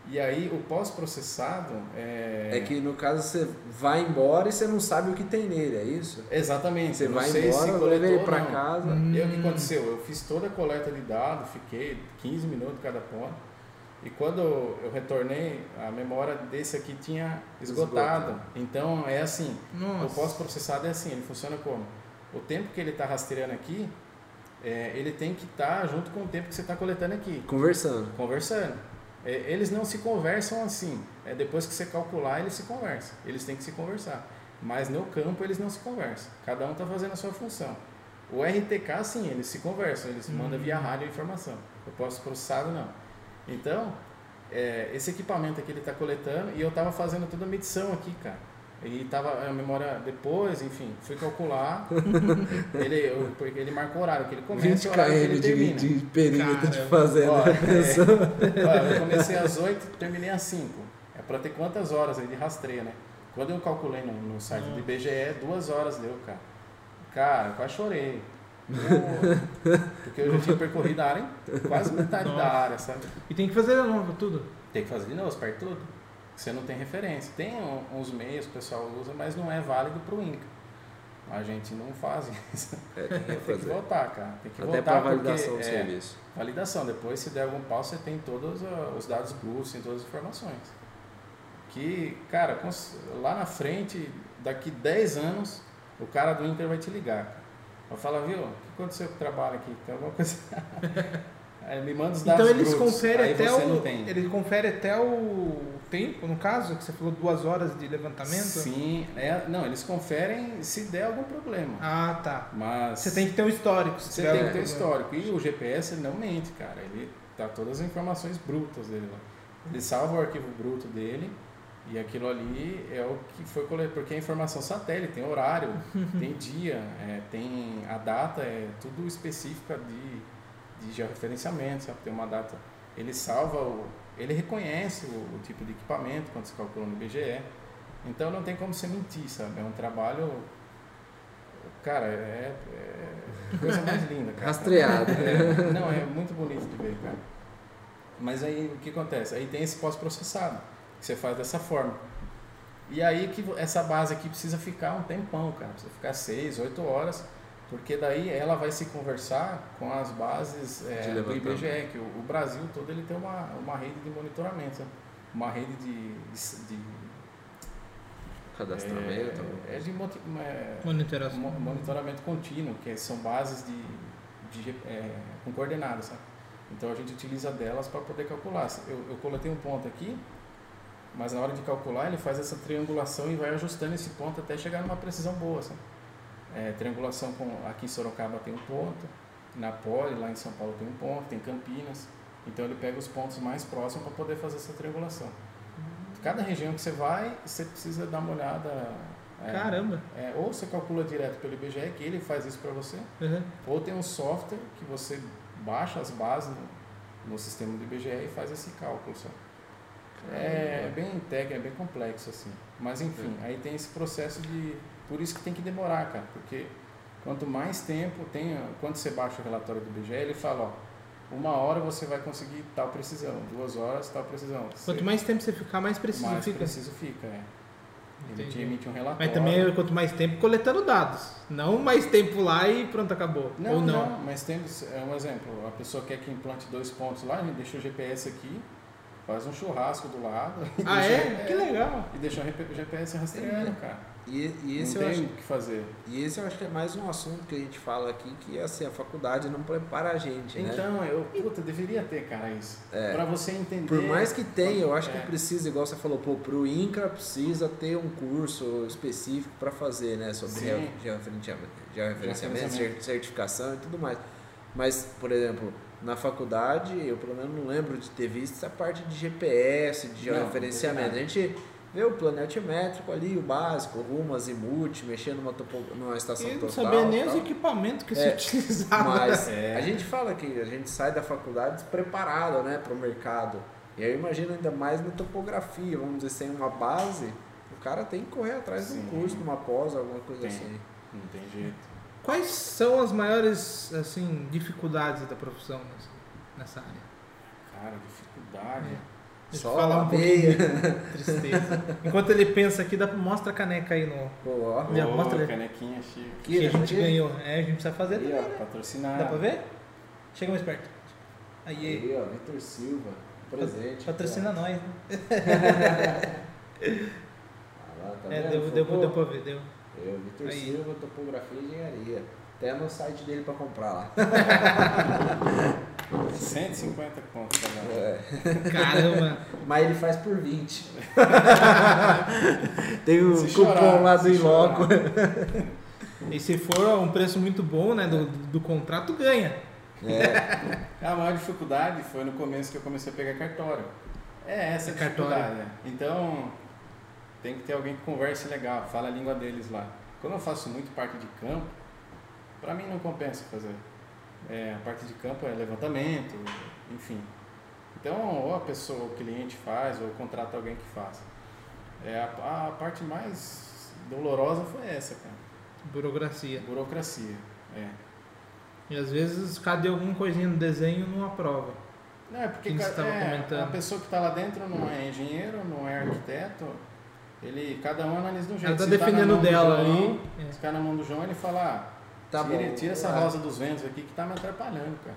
E aí o pós-processado é... É que no caso você vai embora e você não sabe o que tem nele, é isso? Exatamente. Você não vai sei embora, se leva ele coletou pra ou não. casa. Hum. E aí o que aconteceu? Eu fiz toda a coleta de dados, fiquei quinze minutos cada ponto. E quando eu retornei, a memória desse aqui tinha esgotado. Esgotado. Então é assim, Nossa. o pós-processado é assim, ele funciona como? O tempo que ele está rastreando aqui, é, ele tem que estar junto com o tempo que você está coletando aqui. Conversando. Conversando. É, eles não se conversam assim. É, depois que você calcular, eles se conversam. Eles têm que se conversar. Mas no campo eles não se conversam. Cada um está fazendo a sua função. O R T K, sim, eles se conversam. Eles Hum. mandam via rádio a informação. O pós-processado, não. Então, é, esse equipamento aqui ele está coletando e eu estava fazendo toda a medição aqui, cara. E estava a memória depois, enfim, fui calcular. ele, eu, porque ele marca o horário que ele começa vinte e o horário que ele quilômetros termina. de, de perímetro de Caramba. fazenda. Ó, já pensou? é, ó, eu comecei às oito e terminei às cinco. É para ter quantas horas aí de rastreio, né? Quando eu calculei no, no site do I B G E, duas horas deu, cara. Cara, eu quase chorei. Pô, porque eu já tinha percorrido a área, quase metade Nossa. da área, sabe? E tem que fazer de novo tudo. Tem que fazer de novo, perde tudo. Você não tem referência. Tem um- uns meios que o pessoal usa, mas não é válido para o INCA. A gente não faz isso. É, tem que Tem que fazer. voltar, cara. Tem que Até voltar para porque, validação do é, serviço. Validação. Depois, se der algum pau, você tem todos uh, os dados brutos, tem todas as informações. Que, cara, cons- lá na frente, daqui dez anos, o cara do Inter vai te ligar. Cara. Vai falar, viu, o que aconteceu com o trabalho aqui? Tem alguma coisa... Aí me manda os dados Então eles brutos. conferem Aí até você o. não tem. Ele confere até o tempo, no caso, que você falou duas horas de levantamento? Sim, é, não, eles conferem se der algum problema. Ah, tá. Mas Você tem que ter um histórico. se você tiver tem algum que ter problema. histórico. E o G P S ele não mente, cara. Ele tá todas as informações brutas dele lá. Ele salva o arquivo bruto dele e aquilo ali é o que foi coletado. Porque é informação satélite, tem horário, tem dia, é, tem a data, é tudo específica de, de georreferenciamento, sabe? Tem uma data. Ele salva, o, ele reconhece o, o tipo de equipamento quando se calcula no I B G E. Então não tem como você mentir, sabe? É um trabalho. Cara, é, é coisa mais linda, cara. Rastreado. É, não, é muito bonito de ver, cara. Mas aí o que acontece? Aí tem esse pós-processado, que você faz dessa forma. E aí que essa base aqui precisa ficar um tempão, cara. Precisa ficar seis, oito horas, porque daí ela vai se conversar com as bases é, De do I B G E, levantamento. que o, o Brasil todo ele tem uma, uma rede de monitoramento, sabe? Uma rede de, de, de Cadastramento. é, é de moti- é, Monitoração. mo- monitoramento contínuo, que são bases de, de é, com coordenadas, sabe? Então a gente utiliza delas para poder calcular. Eu, eu coletei um ponto aqui, mas na hora de calcular ele faz essa triangulação e vai ajustando esse ponto até chegar numa precisão boa, sabe? É, triangulação com aqui em Sorocaba tem um ponto, na Poli lá em São Paulo tem um ponto, tem Campinas. Então ele pega os pontos mais próximos para poder fazer essa triangulação. Cada região que você vai, você precisa dar uma olhada. é, Caramba. é, ou você calcula direto pelo I B G E, que ele faz isso para você, Uhum. ou tem um software que você baixa as bases no, no sistema do I B G E e faz esse cálculo. Sabe? É bem técnico, é bem complexo assim. Mas enfim, aí tem esse processo de... Por isso que tem que demorar, cara, porque quanto mais tempo tem... Quando você baixa o relatório do I B G E, ele fala, ó, uma hora você vai conseguir tal precisão, duas horas tal precisão. Quanto mais tempo você ficar, mais preciso mais fica. preciso fica, é. Ele Entendi. te emite um relatório. Mas também é quanto mais tempo coletando dados. Não mais tempo lá e pronto, acabou. Não, Ou não, não. mas tem é um exemplo. A pessoa quer que implante dois pontos lá, a gente deixa o G P S aqui, faz um churrasco do lado. E Ah, deixa, é? Que legal. E deixa o G P S rastreando, cara. E, e, esse não eu tem acho, o que fazer. e esse eu acho que é mais um assunto que a gente fala aqui, que assim, a faculdade não prepara a gente, né? Então, eu, puta, deveria ter, cara, isso. É. Pra você entender. Por mais que tenha, eu acho É. que precisa, igual você falou, pô, pro INCRA precisa ter um curso específico para fazer, né? Sobre Sim. geo- georreferenciamento, georreferenciamento, Georreferenciamento. cer- certificação e tudo mais. Mas, por exemplo, na faculdade, eu pelo menos não lembro de ter visto essa parte de G P S, de Não, georreferenciamento. não A tem gente vê o plano altimétrico ali, o básico, rumo, azimute, mexendo numa, topo, numa estação Eu não total. sabia nem os tal. equipamentos que É, se utilizava. Mas É. a gente fala que a gente sai da faculdade despreparado, né, para o mercado. E aí eu imagino ainda mais na topografia, vamos dizer, sem uma base, o cara tem que correr atrás de um Sim. curso, de uma pós, alguma coisa Tem. assim. Não tem jeito. Quais são as maiores assim, dificuldades da profissão nessa, nessa área? Cara, dificuldade. É. Só falar um aveia. pouquinho. Tristeza. Enquanto ele pensa aqui, dá, mostra a caneca aí no. Pô, ó. Já Ô, mostra ali. canequinha chique. Aqui, Que a né? gente Aqui. ganhou. É, a gente precisa fazer Aí, também, ó, né? patrocinar. Dá pra ver? Chega mais perto. Aí, Aí, ó, Vitor Silva. Presente. patrocina aqui, nós, né? ó. Ah, lá, tá É, vendo? deu, deu, Focou? deu pra ver, deu. Eu, Vitor Aí. Silva, Topografia e Engenharia. Até no site dele pra comprar lá. cento e cinquenta conto, tá ligado? É. Caramba. Mas ele faz por vinte. Tem o Se cupom chorar, lá do se Inloco. chorar. E se for um preço muito bom, né, do, do contrato, ganha. É. A maior dificuldade foi no começo que eu comecei a pegar cartório. É essa a É cartório. dificuldade. né? Então, tem que ter alguém que converse legal, fala a língua deles lá. Quando eu faço muito parte de campo, pra mim não compensa fazer. É, a parte de campo é levantamento, enfim. Então, ou a pessoa, o cliente faz, ou contrata alguém que faz. É, a, a parte mais dolorosa foi essa, cara. Burocracia. Burocracia. É. E às vezes, cadê alguma coisinha no desenho não aprova. Não, é porque Que você ca- estava é, comentando. a pessoa que está lá dentro não é engenheiro, não é arquiteto, ele, cada um analisa de um jeito. Ela tá Se defendendo na mão do dela João, ali. É. Se ficar na mão do João, ele fala, ah, Tá tira, bom. tira essa Ah. rosa dos ventos aqui que tá me atrapalhando, cara.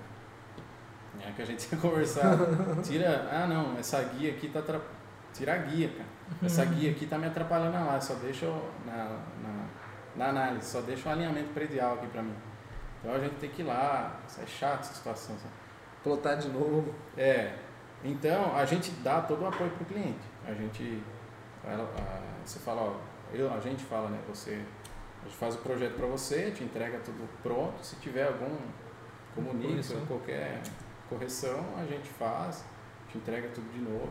É que a gente tinha conversado. Tira, ah não, essa guia aqui tá atrapalhando. Tira a guia, cara. Essa guia aqui tá me atrapalhando lá, só deixa eu, na, na, na análise, só deixa o alinhamento predial aqui pra mim. Então a gente tem que ir lá, isso é chato essa situação, sabe? Plotar de novo. É, então a gente dá todo o apoio para o cliente. A gente, ela, a, você fala, ó, eu, a gente fala, né? Você, a gente faz o projeto para você, te entrega tudo pronto. Se tiver algum comunique Correção. ou qualquer correção, a gente faz, te entrega tudo de novo.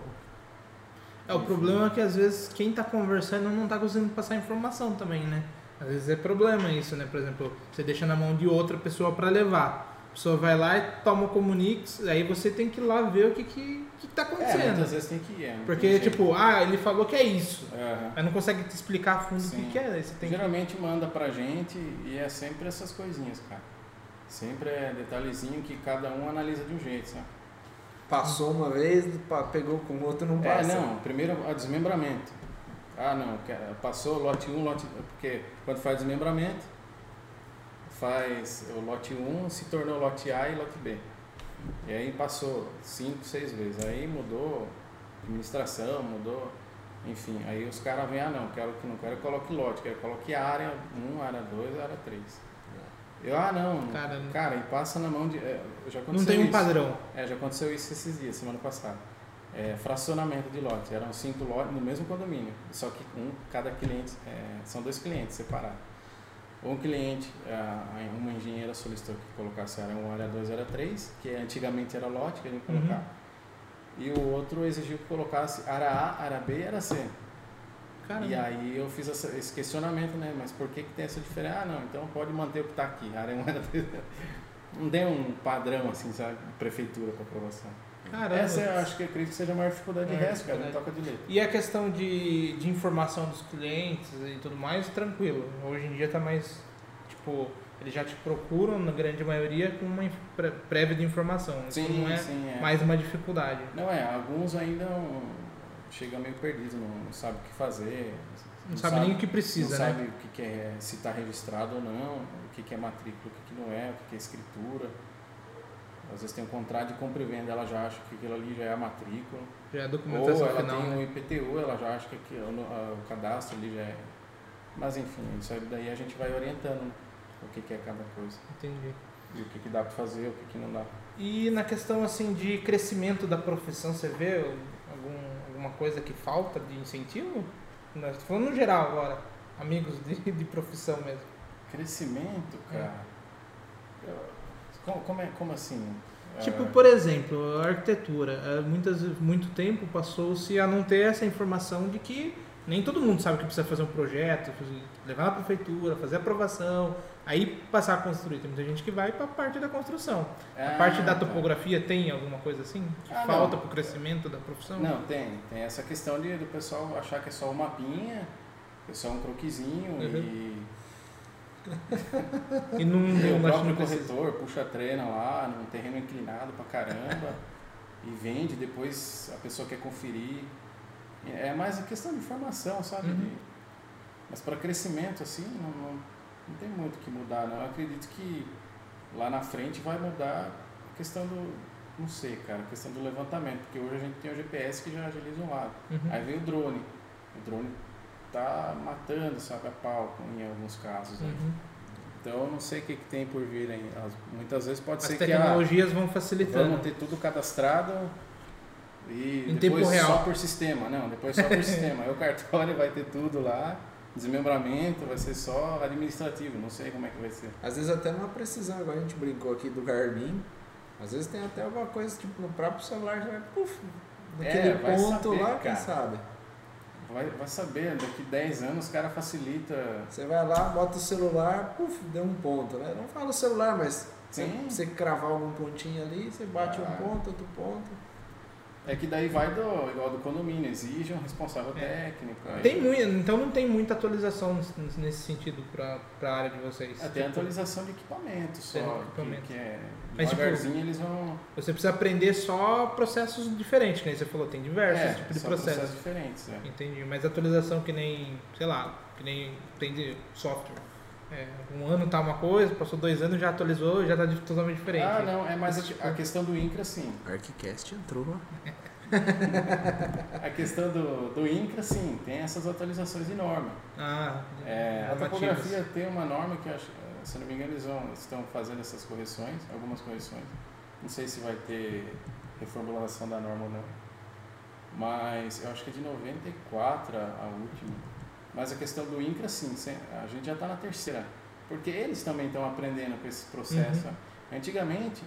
É, o problema é que às vezes quem tá conversando não tá conseguindo passar informação também, né? Às vezes é problema isso, né? Por exemplo, você deixa na mão de outra pessoa para levar. A pessoa vai lá e toma o comunix, aí você tem que ir lá ver o que que, que tá É, acontecendo. muitas vezes tem que ir. é, não tem Porque, jeito. tipo, ah, ele falou que é isso. Aham. Mas não consegue te explicar a fundo o que, Sim. que é. Aí você tem que... Geralmente manda pra gente e é sempre essas coisinhas, cara. Sempre é detalhezinho que cada um analisa de um jeito, sabe? Passou uma vez, pa- pegou com o outro, não É, passa. não, primeiro o desmembramento. Ah, não, que- passou lote um, lote porque quando faz desmembramento, faz o lote um, se tornou lote A e lote B. E aí passou cinco, seis vezes. Aí mudou administração, mudou, enfim. Aí os caras vêm, ah não, quero que não quero, coloque lote, quero que coloque área um, área dois, área três. Eu, ah não, Cara, cara, e passa na mão de. É, já aconteceu não tem um isso. padrão. É, já aconteceu isso esses dias, semana passada. É, fracionamento de lotes. Eram cinco lotes no mesmo condomínio. Só que um, cada cliente, é, são dois clientes separados. Um cliente, a- a- uma engenheira solicitou que colocasse área um, área dois, área três, que antigamente era lote que a gente Uhum. colocava. E o outro exigiu que colocasse área A, área B e área C. Cara, E aí eu fiz essa- esse questionamento, né? Mas por que, que tem essa diferença? Ah, não, então pode manter o que está aqui. Área um, área dois. Não tem um padrão assim, sabe? De prefeitura para aprovação. caramba. Essa eu acho que eu acredito que seja a maior dificuldade de Maior resto, cara, não dificuldade. toca de letra. E a questão de, de informação dos clientes e tudo mais, tranquilo. Hoje em dia tá mais, tipo, eles já te procuram, na grande maioria, com uma inf- pré- prévia de informação. Isso Sim, não é sim, é. mais uma dificuldade. Não é, alguns ainda não, chegam meio perdidos, não, não sabem o que fazer. Não, sabe nem o que precisa, não né? sabe o que, que é, se está registrado ou não, o que, que é matrícula, o que, que não é, o que, que é escritura. Às vezes tem um contrato de compra e venda, ela já acha que aquilo ali já é a matrícula. Já é a Ou documentação ela final, tem né? um I P T U, ela já acha que aquilo, a- o cadastro ali já é. Mas enfim, isso aí daí a gente vai orientando, né? O que, que é cada coisa. Entendi. E o que, que dá para fazer, o que, que não dá. E na questão, assim, de crescimento da profissão, você vê algum, alguma coisa que falta de incentivo? Estou falando no geral agora, amigos de, de profissão mesmo. Crescimento, cara. Eu- como, como, é, como assim? Tipo, É, por exemplo, a arquitetura. É, Muitas, muito tempo passou-se a não ter essa informação de que nem todo mundo sabe que precisa fazer um projeto, levar na prefeitura, fazer aprovação, aí passar a construir. Tem muita gente que vai para a parte da construção. A Ah, parte da tá. topografia tem alguma coisa assim? Que Ah, falta não. para o crescimento da profissão? Não, tem. Tem essa questão de, do pessoal achar que é só um mapinha, que é só um croquisinho Uhum. e E não, e o não, acho que próprio não precisa. corretor puxa a trena lá, num terreno inclinado pra caramba. e vende, depois a pessoa quer conferir. É mais a questão de informação, sabe? Uhum. De, mas para crescimento, assim, não, não, não tem muito o que mudar, não. Eu acredito que lá na frente vai mudar a questão do, não sei, cara, a questão do levantamento, porque hoje a gente tem o G P S que já agiliza um lado. Uhum. Aí vem o drone. O drone tá matando, sabe, a pau em alguns casos. Né? Uhum. Então eu não sei o que, que tem por vir aí. As- Muitas vezes pode As ser que a, tecnologias vão facilitando. vamos ter tudo cadastrado e Em depois tempo real. só por sistema. Não, depois só por sistema. Aí o cartório vai ter tudo lá, desmembramento vai ser só administrativo, não sei como é que vai ser. Às vezes até numa precisão, agora a gente brincou aqui do Garmin. Às vezes tem até alguma coisa, tipo, no próprio celular já vai, puf, naquele É, vai ponto saber, lá, quem cara. sabe? Vai, vai saber, daqui dez anos o cara facilita. Você vai lá, bota o celular, puf, deu um ponto, né? Não fala o celular, mas você, Sim. você cravar algum pontinho ali, você bate Ah. um ponto, outro ponto. É que daí vai do, igual do condomínio, exige um responsável É. técnico. aí- Tem muito, então não tem muita atualização nesse- nesse sentido para a área de vocês. É, tem Tipo, atualização de equipamento só, Tem que- equipamento. Que, é Mas, tipo, devagarzinho eles vão... Você precisa aprender só processos diferentes, que nem você falou, tem diversos é, tipos de são processos. processos diferentes. É. Entendi, mas atualização que nem, sei lá, que nem tem de software. É, um ano tá uma coisa, passou dois anos, já atualizou, já tá de- totalmente diferente. Ah, não, é mais Esse a, tipo- a questão do INCRA, sim. Arquicast entrou. A questão do, do INCRA, sim, tem essas atualizações de norma. Ah, É, a normativas. topografia tem uma norma que, eu acho, se não me engano, eles vão, estão fazendo essas correções, algumas correções. Não sei se vai ter reformulação da norma ou não. Mas eu acho que é de noventa e quatro a, a última. Mas a questão do INCRA, sim, sem- a gente já está na terceira. Porque eles também estão aprendendo com esse processo. Uhum. Antigamente,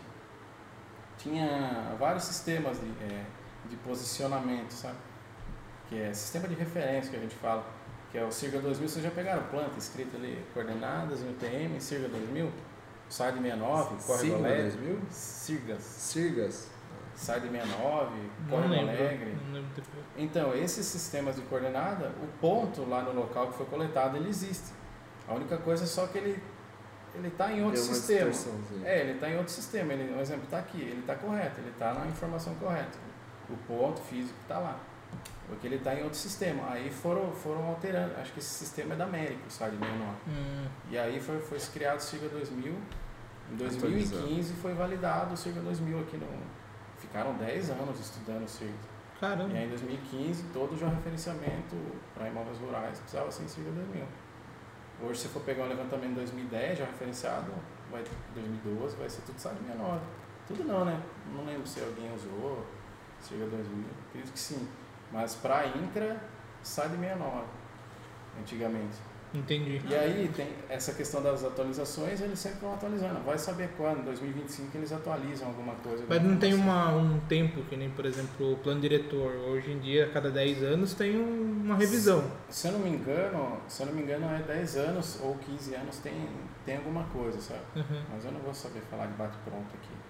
tinha vários sistemas de, é, de posicionamento, sabe? Que é sistema de referência que a gente fala. Que é o SIRGA dois mil, vocês já pegaram planta escrita ali, coordenadas, U T M, SIRGA dois mil, S A I D sessenta e nove, Córrego Sigma Alegre, dois mil? SIRGAS, Sirgas. S A I D sessenta e nove, Não Córrego lembro, Alegre. não lembro depois. Então, esses sistemas de coordenada, o ponto lá no local que foi coletado, ele existe. A única coisa é só que ele ele está em outro Deu uma sistema. distorçãozinha. É, ele está em outro sistema. Ele, um exemplo, está aqui, ele está correto, ele está na informação correta. O ponto físico está lá. Porque ele está em outro sistema. Aí foram, foram alterando. Acho que esse sistema é da América, o S A I D sessenta e nove. Hum, E aí foi, foi criado o SIRGA dois mil. Em dois mil e Atualizado. quinze foi validado o SIRGA dois mil aqui no... Ficaram dez anos estudando o SIRGA. caramba. E aí em dois mil e quinze, todo o georreferenciamento para imóveis rurais precisava ser em SIRGA dois mil. Hoje, se for pegar um levantamento em dois mil e dez, georreferenciado, vai dois mil e doze, vai ser tudo S A I D sessenta e nove. Tudo não, né? Não lembro se alguém usou SIRGA dois mil, acredito que sim. Mas para INCRA, S A I D sessenta e nove, antigamente. Entendi. E aí tem essa questão das atualizações, eles sempre vão atualizando. Vai saber quando, em dois mil e vinte e cinco, eles atualizam alguma coisa. Mas não tem informação. uma, um tempo, que nem, por exemplo, o plano diretor. Hoje em dia, a cada dez anos tem um- uma revisão. Se eu não me engano, se eu não me engano, é dez anos ou quinze anos tem, tem alguma coisa, sabe? Uhum, Mas eu não vou saber falar de bate-pronto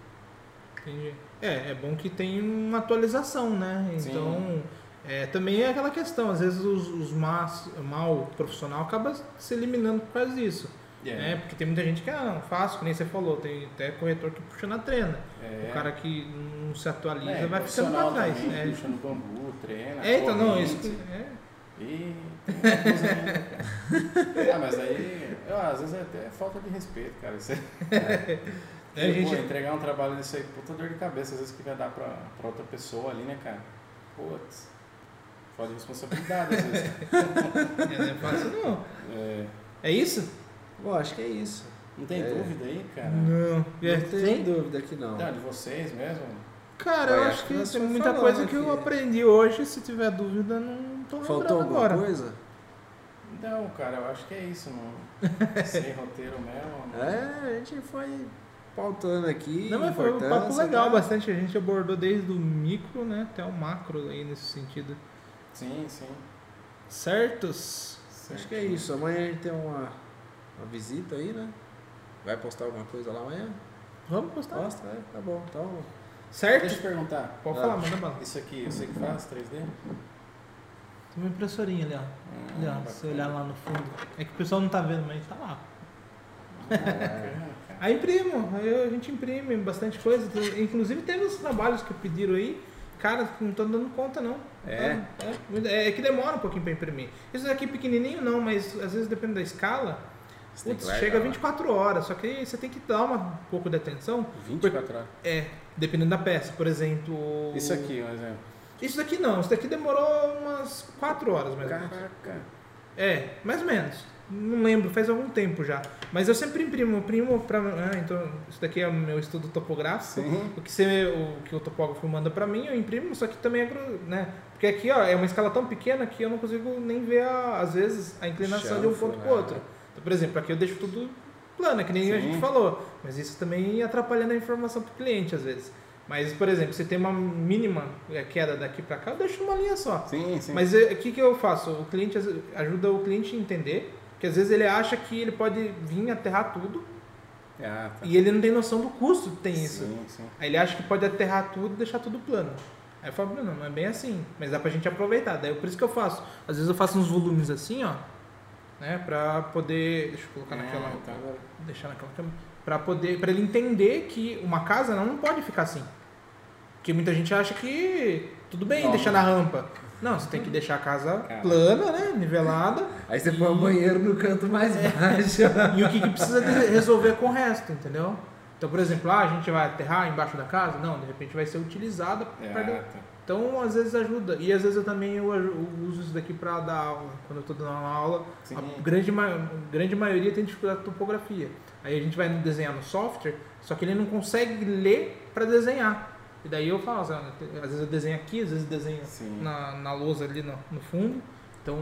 aqui. entendi. É, é bom que tem uma atualização, né? Sim. Então, é, também é aquela questão. Às vezes os, os más, mal profissional acaba se eliminando por causa disso. É, É, porque tem muita gente que, ah, não faço, que nem você falou. Tem até corretor que puxa na trena. é, O cara que não se atualiza é, vai ficando pra profissional trás. também, É, puxa no bambu, treina, é então, não, corrente. isso que- é. E tem uma coisa ainda, cara. Ah, mas aí, eu, às vezes é até falta de respeito, cara. Isso é, É, a gente- Pô, entregar um trabalho desse aí, puta dor de cabeça, às vezes que vai dar pra, pra outra pessoa ali, né, cara? Putz, falta de responsabilidade, às vezes. É, não é fácil não. É, É isso? Bom, acho que é isso. não tem É. dúvida aí, cara? Não. Não É, tem tem? dúvida aqui não. Não, de vocês mesmo? Cara, eu Vai, acho que nós tem foi muita falando coisa que eu aqui. aprendi hoje. Se tiver dúvida, não tô lembrando Faltou alguma agora. coisa? Não, cara, eu acho que é isso, não. Sem roteiro mesmo. não. É, a gente foi pautando aqui. Não, mas foi um papo importância, legal, tá? bastante. A gente abordou desde o micro, né, até o macro aí nesse sentido. Sim, sim. Certos? Acho que é isso. Amanhã a gente tem uma, uma visita aí, né? Vai postar alguma coisa lá amanhã? Vamos postar. Posta, é? Tá bom. Então, Certo? Deixa eu perguntar. Pode Ah. falar, manda bala. Isso aqui, eu sei que faz três D? Tem uma impressorinha ali, ó. Ah, Ali, ó. Se olhar lá no fundo. É que o pessoal não tá vendo, mas tá lá. Bacana, cara. Aí imprimo, aí a gente imprime bastante coisa. Inclusive teve uns trabalhos que pediram aí, cara, não tô dando conta não. É? É, é que demora um pouquinho para imprimir. Isso daqui pequenininho não, mas às vezes depende da escala, putz, chega a vinte e quatro horas, só que você tem que dar uma, um pouco de atenção. vinte e quatro horas? É, dependendo da peça, por exemplo... Isso aqui, um exemplo. Isso daqui não, isso daqui demorou umas quatro horas mais ou menos. Caraca. É, mais ou menos. Não lembro, faz algum tempo já. Mas eu sempre imprimo, imprimo pra... Ah, então, isso daqui é o meu estudo topográfico. Sim. O que, você, o que o topógrafo manda pra mim, eu imprimo, só que também é... Né? Porque aqui, ó, é uma escala tão pequena que eu não consigo nem ver, a, às vezes, a inclinação Chanfro, de um ponto né? pro outro. Então, por exemplo, aqui eu deixo tudo plano, é que nem Sim. a gente falou. Mas isso também atrapalhando a informação pro cliente, às vezes. Mas, por exemplo, se tem uma mínima queda daqui pra cá, eu deixo uma linha só. Sim, sim. Mas o que, que eu faço? O cliente ajuda o cliente a entender que às vezes ele acha que ele pode vir aterrar tudo Ah, tá. e ele não tem noção do custo que tem isso. Sim, sim. Aí ele acha que pode aterrar tudo e deixar tudo plano. Aí eu falo, não, não é bem assim, mas dá pra gente aproveitar. Daí por isso que eu faço. Às vezes eu faço uns volumes assim, ó, né, pra poder, deixa eu colocar Ah, naquela, tá. deixar naquela câmera, pra poder, pra ele entender que uma casa não pode ficar assim. Porque muita gente acha que tudo bem Não, deixar não. na rampa. Não, você tem que deixar a casa Cara. plana, né, nivelada. Aí você põe o banheiro no canto mais baixo. E o que, que precisa de resolver com o resto, entendeu? Então, por exemplo, ah, a gente vai aterrar embaixo da casa? Não, de repente vai ser utilizada. Ah, perto- tá. Então, às vezes ajuda. E às vezes eu também eu, aju- eu uso isso daqui para dar aula. Quando eu estou dando uma aula, Sim. a grande, ma- grande maioria tem dificuldade de topografia. Aí a gente vai desenhar no software, só que ele não consegue ler para desenhar. E daí eu falo, assim, às vezes eu desenho aqui, às vezes eu desenho Sim. na, na lousa ali no, no fundo. Então,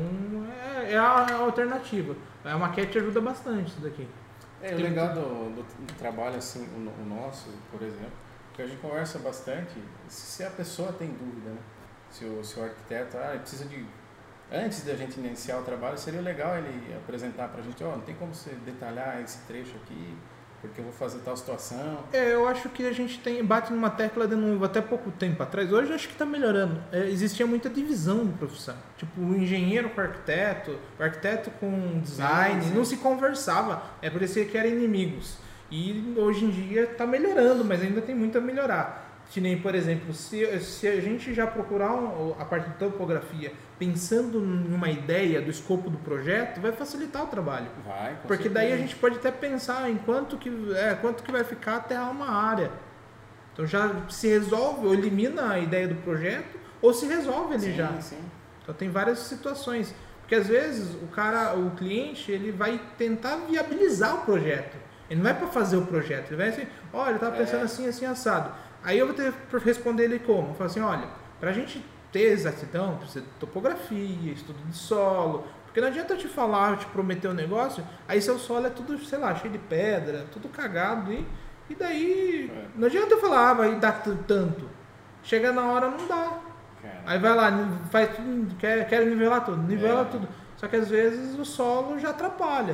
é, é a, a alternativa. A maquete ajuda bastante isso daqui. É, o legal do, do, do trabalho, assim, o, no- o nosso, por exemplo, que a gente conversa bastante, se a pessoa tem dúvida, né? Se o, se o arquiteto, ah, ele precisa de... Antes da gente iniciar o trabalho, seria legal ele apresentar pra gente, ó, não tem como você detalhar esse trecho aqui, porque eu vou fazer tal situação. É, eu acho que a gente tem, bate numa tecla de novo, até pouco tempo atrás, hoje eu acho que está melhorando. É, existia muita divisão de profissão. Tipo, o engenheiro com o arquiteto, o arquiteto com design, Sim, sim. não se conversava, é parecia que eram inimigos. E hoje em dia está melhorando, mas ainda tem muito a melhorar. Que nem, por exemplo, se, se a gente já procurar um, a parte de topografia pensando numa ideia do escopo do projeto, vai facilitar o trabalho. Vai, com Porque daí a certeza. gente pode até pensar em quanto que, é, quanto que vai ficar aterrar uma área. Então já se resolve, ou elimina a ideia do projeto, ou se resolve ali Sim, já. sim. Então tem várias situações. Porque às vezes o cara, o cliente, ele vai tentar viabilizar o projeto. Ele não vai para fazer o projeto, ele vai assim, olha, eu estava pensando É. assim, assim, assado. Aí eu vou ter que responder ele como? Eu falo assim, olha, para a gente ter exatidão, precisa de topografia, estudo de solo, porque não adianta eu te falar, eu te prometer um negócio, aí seu solo é tudo, sei lá, cheio de pedra, tudo cagado, e, e daí É. não adianta eu falar, ah, vai dar t- tanto. Chega na hora, não dá. Cara, Aí vai lá, faz tudo, quer, quer nivelar tudo, nivela É. tudo. Só que às vezes o solo já atrapalha.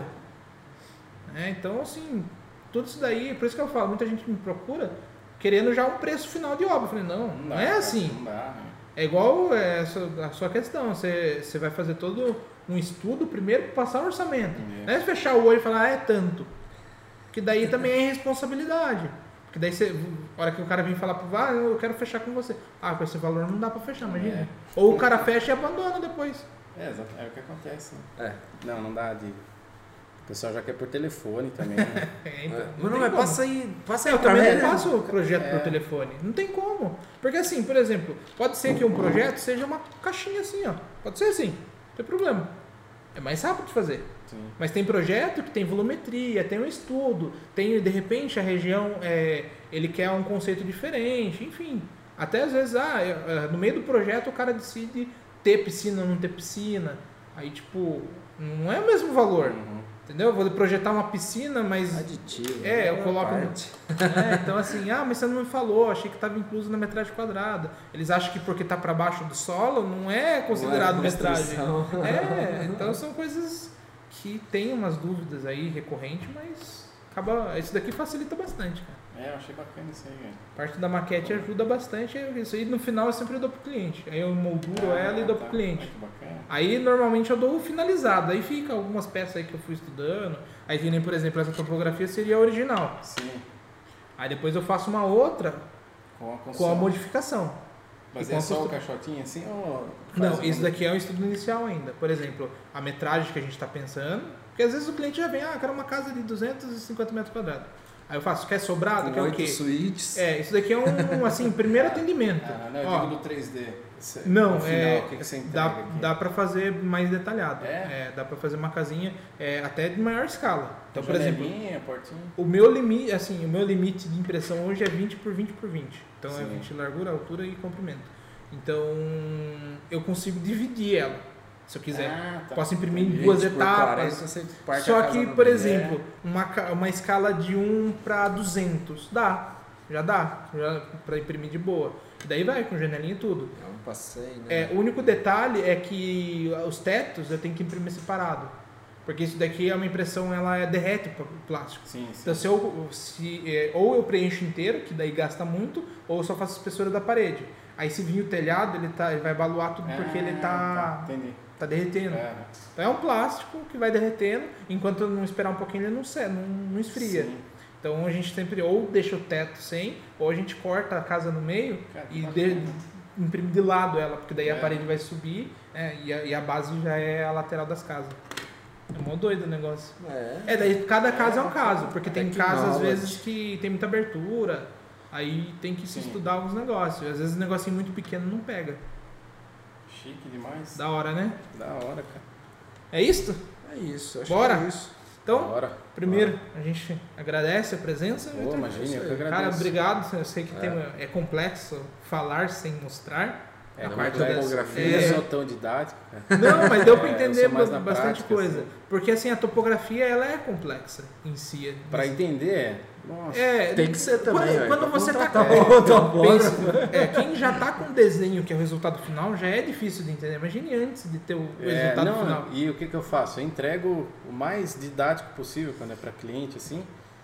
É, então, assim, tudo isso daí, por isso que eu falo, muita gente me procura querendo já um preço final de obra. Eu falei, não, não, dá, é cara, assim. Não dá, né? É igual é, a sua- a sua questão, você, você vai fazer todo um estudo primeiro para passar o orçamento. É. Não é fechar o olho e falar, ah, é tanto. Que daí também é irresponsabilidade. Porque daí você, a hora que o cara vem falar pro ah, eu quero fechar com você. Ah, com esse valor não dá para fechar, imagina. É. Ou o cara fecha e abandona depois. É, exato, é o que acontece. Né? É. Não, não dá de... O pessoal já quer por telefone também, né? É, então, É. não Mas não, tem mas como. passa aí, passa aí Eu outra também vez. não faço o projeto É. por telefone. Não tem como. Porque assim, por exemplo, pode ser que um projeto seja uma caixinha assim, ó. Pode ser assim. Não tem problema. É mais rápido de fazer. Sim. Mas tem projeto que tem volumetria, tem um estudo, tem de repente a região, é, ele quer um conceito diferente, enfim. Até às vezes, ah, é, é, no meio do projeto o cara decide ter piscina ou não ter piscina. Aí, tipo, não é o mesmo valor. Uhum. Entendeu? Eu vou projetar uma piscina, mas Aditivo. É, eu né? coloco- Parte. é, então assim, ah, mas você não me falou, achei que estava incluso na metragem quadrada. Eles acham que porque está para baixo do solo não é considerado Não é metragem. construção. É, então são coisas que tem umas dúvidas aí recorrentes, mas acaba, isso daqui facilita bastante, cara. É, eu achei bacana isso aí, velho. A parte da maquete ajuda bastante, isso aí no final eu sempre dou pro cliente. Aí eu molduro Ah, ela e dou tá. pro cliente. Ai, que bacana. Aí normalmente eu dou o finalizado, aí fica algumas peças aí que eu fui estudando. Aí que nem, por exemplo, essa topografia seria a original. Sim, Aí depois eu faço uma outra com a com a construção. modificação. Mas E com é a só o constru- caixotinho assim ou... Não, faz isso um- daqui é um estudo inicial ainda. Por exemplo, a metragem que a gente está pensando, porque às vezes o cliente já vem, ah, eu quero uma casa de duzentos e cinquenta metros quadrados. Aí eu faço, quer sobrado, Com quer o oito quê? suítes. É, isso daqui é um, assim, primeiro atendimento. Ah, não, eu Ó, digo do três D. Esse- Não, no final, é, o que, que você entrega dá, aqui? dá pra fazer mais detalhado. É? dá pra fazer uma casinha é, até de maior escala. Então, por exemplo, Janelinha, portinha. o meu limite, assim, o meu limite de impressão hoje é vinte por vinte por vinte. Então é Sim. vinte de largura, altura e comprimento. Então eu consigo dividir ela, se eu quiser. Ah, tá. Posso imprimir em vinte duas por etapas. quarenta, você parte a Só casa que, no por meio. exemplo, uma, ca- uma escala de um para duzentos, dá. Já dá, já para imprimir de boa. E daí vai com janelinha e tudo. É um passeio, né? É, o único detalhe é que os tetos eu tenho que imprimir separado. Porque isso daqui é uma impressão, ela é derrete o plástico. Sim, sim. Então se eu, se, é, ou eu preencho inteiro, que daí gasta muito, ou eu só faço espessura da parede. Aí se vir o telhado, ele, tá, ele vai baluar tudo porque ele tá, tá. Entendi. tá derretendo. É, Então é um plástico que vai derretendo, enquanto eu não esperar um pouquinho ele não, se- não, não esfria. sim. Então a gente sempre ou deixa o teto sem, ou a gente corta a casa no meio Cara, que e bacana. de, imprime de lado ela, porque daí a É. parede vai subir é, e, a, e a base já é a lateral das casas. É mó doido o negócio. É. É, daí cada casa é um É, caso, porque tem casa às Technology. vezes que tem muita abertura, aí tem que se Sim. estudar alguns negócios. Às vezes um negocinho muito pequeno não pega. Chique demais. Da hora, né? Da hora, cara. É isso? É isso, acho Bora? que é isso. Então, Da hora. primeiro, a gente agradece a presença. Pô, Vitor. imagina, eu que agradeço. Cara, obrigado. Eu sei que É. tem, é complexo falar sem mostrar. É, a não parte é das- topografia. Eu é. sou tão didático, cara. Não, mas deu para É, eu entender sou mais na bastante prática, coisa. assim. Porque assim, a topografia ela é complexa em si. Pra entender, é. Nossa. É, Tem que ser também, Quando, velho, quando pra você tá contratar com um topógrafo. pensa- é, quem já tá com o desenho, que é o resultado final, já é difícil de entender. Imagine antes de ter o É, resultado não, final. E o que, que eu faço? Eu entrego o mais didático possível quando é para cliente, assim,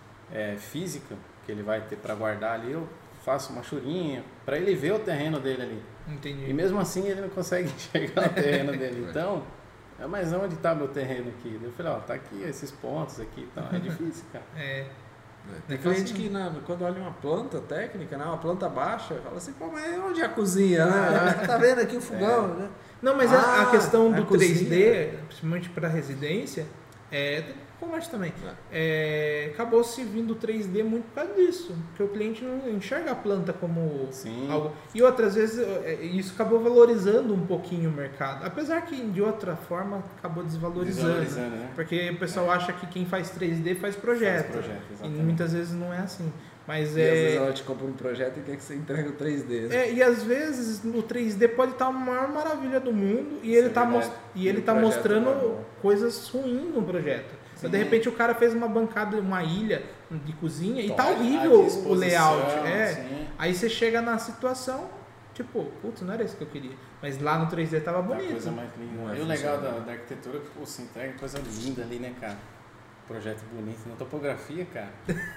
é, física, que ele vai ter para guardar ali, eu faço uma churinha para ele ver o terreno dele ali. Entendi. E mesmo assim ele não consegue enxergar o terreno dele. Então, é, mas onde está meu terreno aqui? Eu falei, ó, tá aqui esses pontos aqui, então é difícil, cara. É, Tem Então, cliente assim, que na- quando olha uma planta técnica, né, uma planta baixa, fala assim, pô, mas onde é a cozinha, né? Tá vendo aqui o fogão, né? Não, mas a- a Ah, questão a do cozinha. três D, principalmente para residência, é, comércio também, é, acabou se vindo três D muito por causa disso, porque o cliente não enxerga a planta como Sim. algo. E outras vezes é, isso acabou valorizando um pouquinho o mercado, apesar que de outra forma acabou desvalorizando, Desvalorizando, né? porque o pessoal acha que quem faz três D faz projeto, Faz projeto, e exatamente. muitas vezes não é assim. Mas E às vezes é, ela te compra um projeto e quer que você entregue o três D. Né? é, e às vezes o três D pode estar a maior maravilha do mundo e Isso ele é está verdade. e ele E o tá projeto mostrando não é bom. coisas ruins no projeto. Então, de Sim. repente o cara fez uma bancada, uma ilha de cozinha e tá A horrível o disposição, layout. É. sim. Aí você chega na situação, tipo, putz, não era isso que eu queria. Mas lá no três D tava A bonito. coisa mais linda. Não é E o legal da, funcional. da arquitetura é que pô, você entrega coisa linda ali, né, cara? Projeto bonito. Na topografia, cara,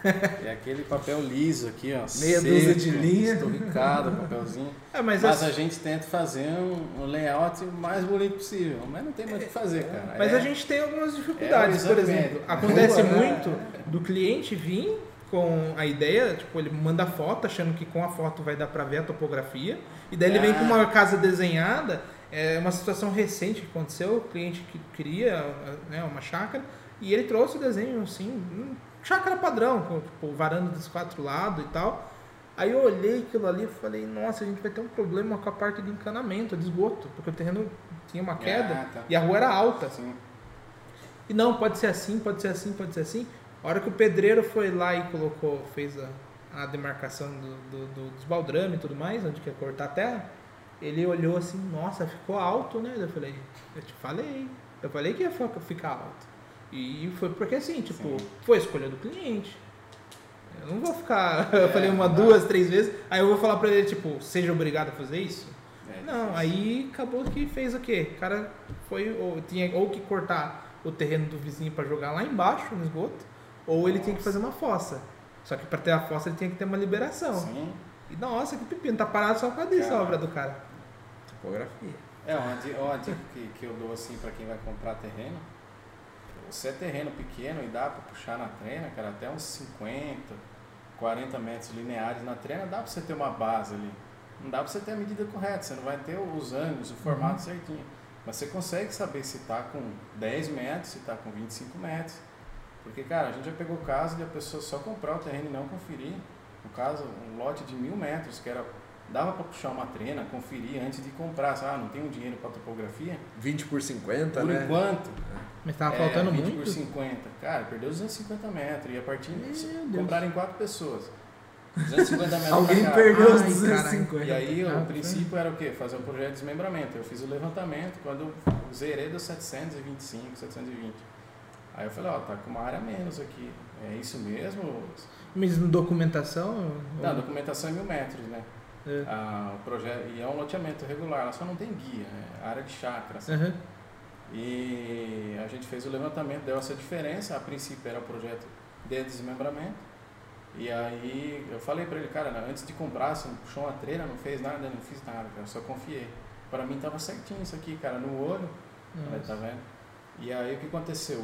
é aquele papel liso aqui, ó. Meia seco, dúzia de linha. esturricado, papelzinho. É, mas, Mas a, a gente tenta fazer um, um layout mais bonito possível. Mas não tem muito o que fazer, cara. mas É- a gente tem algumas dificuldades. é o Por exame exemplo, médico. acontece Boa, né? muito do cliente vir com a ideia, tipo, ele manda foto achando que com a foto vai dar pra ver a topografia, e daí ele vem Ah. com uma casa desenhada, é uma situação recente que aconteceu, o cliente que queria, né, uma chácara, e ele trouxe o desenho assim, um chácara padrão, com tipo, varanda dos quatro lados e tal. Aí eu olhei aquilo ali e falei, nossa, a gente vai ter um problema com a parte de encanamento, de esgoto, porque o terreno tinha uma queda Ah, tá. e a rua era alta. Assim, E não, pode ser assim, pode ser assim, pode ser assim. A hora que o pedreiro foi lá e colocou, fez a, a demarcação do, do, do- dos baldrames e tudo mais, onde quer cortar a terra, ele olhou assim, nossa, ficou alto, né? Eu falei, eu te falei, eu falei que ia fi- ficar alto. E foi porque assim, tipo, Sim. foi a escolha do cliente. Eu não vou ficar, eu É, falei uma, não. duas, três vezes, aí eu vou falar pra ele, tipo, seja obrigado a fazer isso? é Não, difícil. aí acabou que fez o quê? O cara foi, ou, tinha ou que cortar o terreno do vizinho para jogar lá embaixo no esgoto, ou ele tem que fazer uma fossa. Só que para ter a fossa ele tem que ter uma liberação. Sim. E nossa, que pepino, tá parado só por causa disso a obra do cara. Topografia. É, uma dica, uma dica que, que eu dou assim para quem vai comprar terreno. Se é terreno pequeno e dá para puxar na trena, cara, até uns cinquenta, quarenta metros lineares na trena, dá para você ter uma base ali. Não dá para você ter a medida correta, você não vai ter os ângulos, o formato uhum. certinho. Mas você consegue saber se está com dez metros, se está com vinte e cinco metros. Porque, cara, a gente já pegou o caso de a pessoa só comprar o terreno e não conferir. No caso, um lote de mil metros, que era, dava para puxar uma trena, conferir antes de comprar. Ah, não tem um dinheiro para topografia? vinte por cinquenta, por né? Por enquanto. Mas estava faltando é, vinte muito? por cinquenta. Cara, perdeu duzentos e cinquenta metros. E a partir de comprarem quatro pessoas. duzentos e cinquenta metros. Alguém perdeu Ai, os duzentos e cinquenta. E aí ah, o princípio era o quê? Fazer um projeto de desmembramento. Eu fiz o levantamento, quando eu zerei deu setecentos e vinte e cinco, setecentos e vinte. Aí eu falei, ó, tá com uma área a menos aqui. É isso mesmo? Mas na documentação? Não, a documentação é mil metros, né? É. Ah, o projeto, e é um loteamento regular, ela só não tem guia, é área de chácara. Assim. Uhum. E a gente fez o levantamento, deu essa diferença. A princípio era o projeto de desmembramento. E aí eu falei pra ele, cara, antes de comprar, você não puxou uma trena, não fez nada, não fiz nada, cara, só confiei. Pra mim tava certinho isso aqui, cara, no olho, aí, tá vendo? E aí o que aconteceu?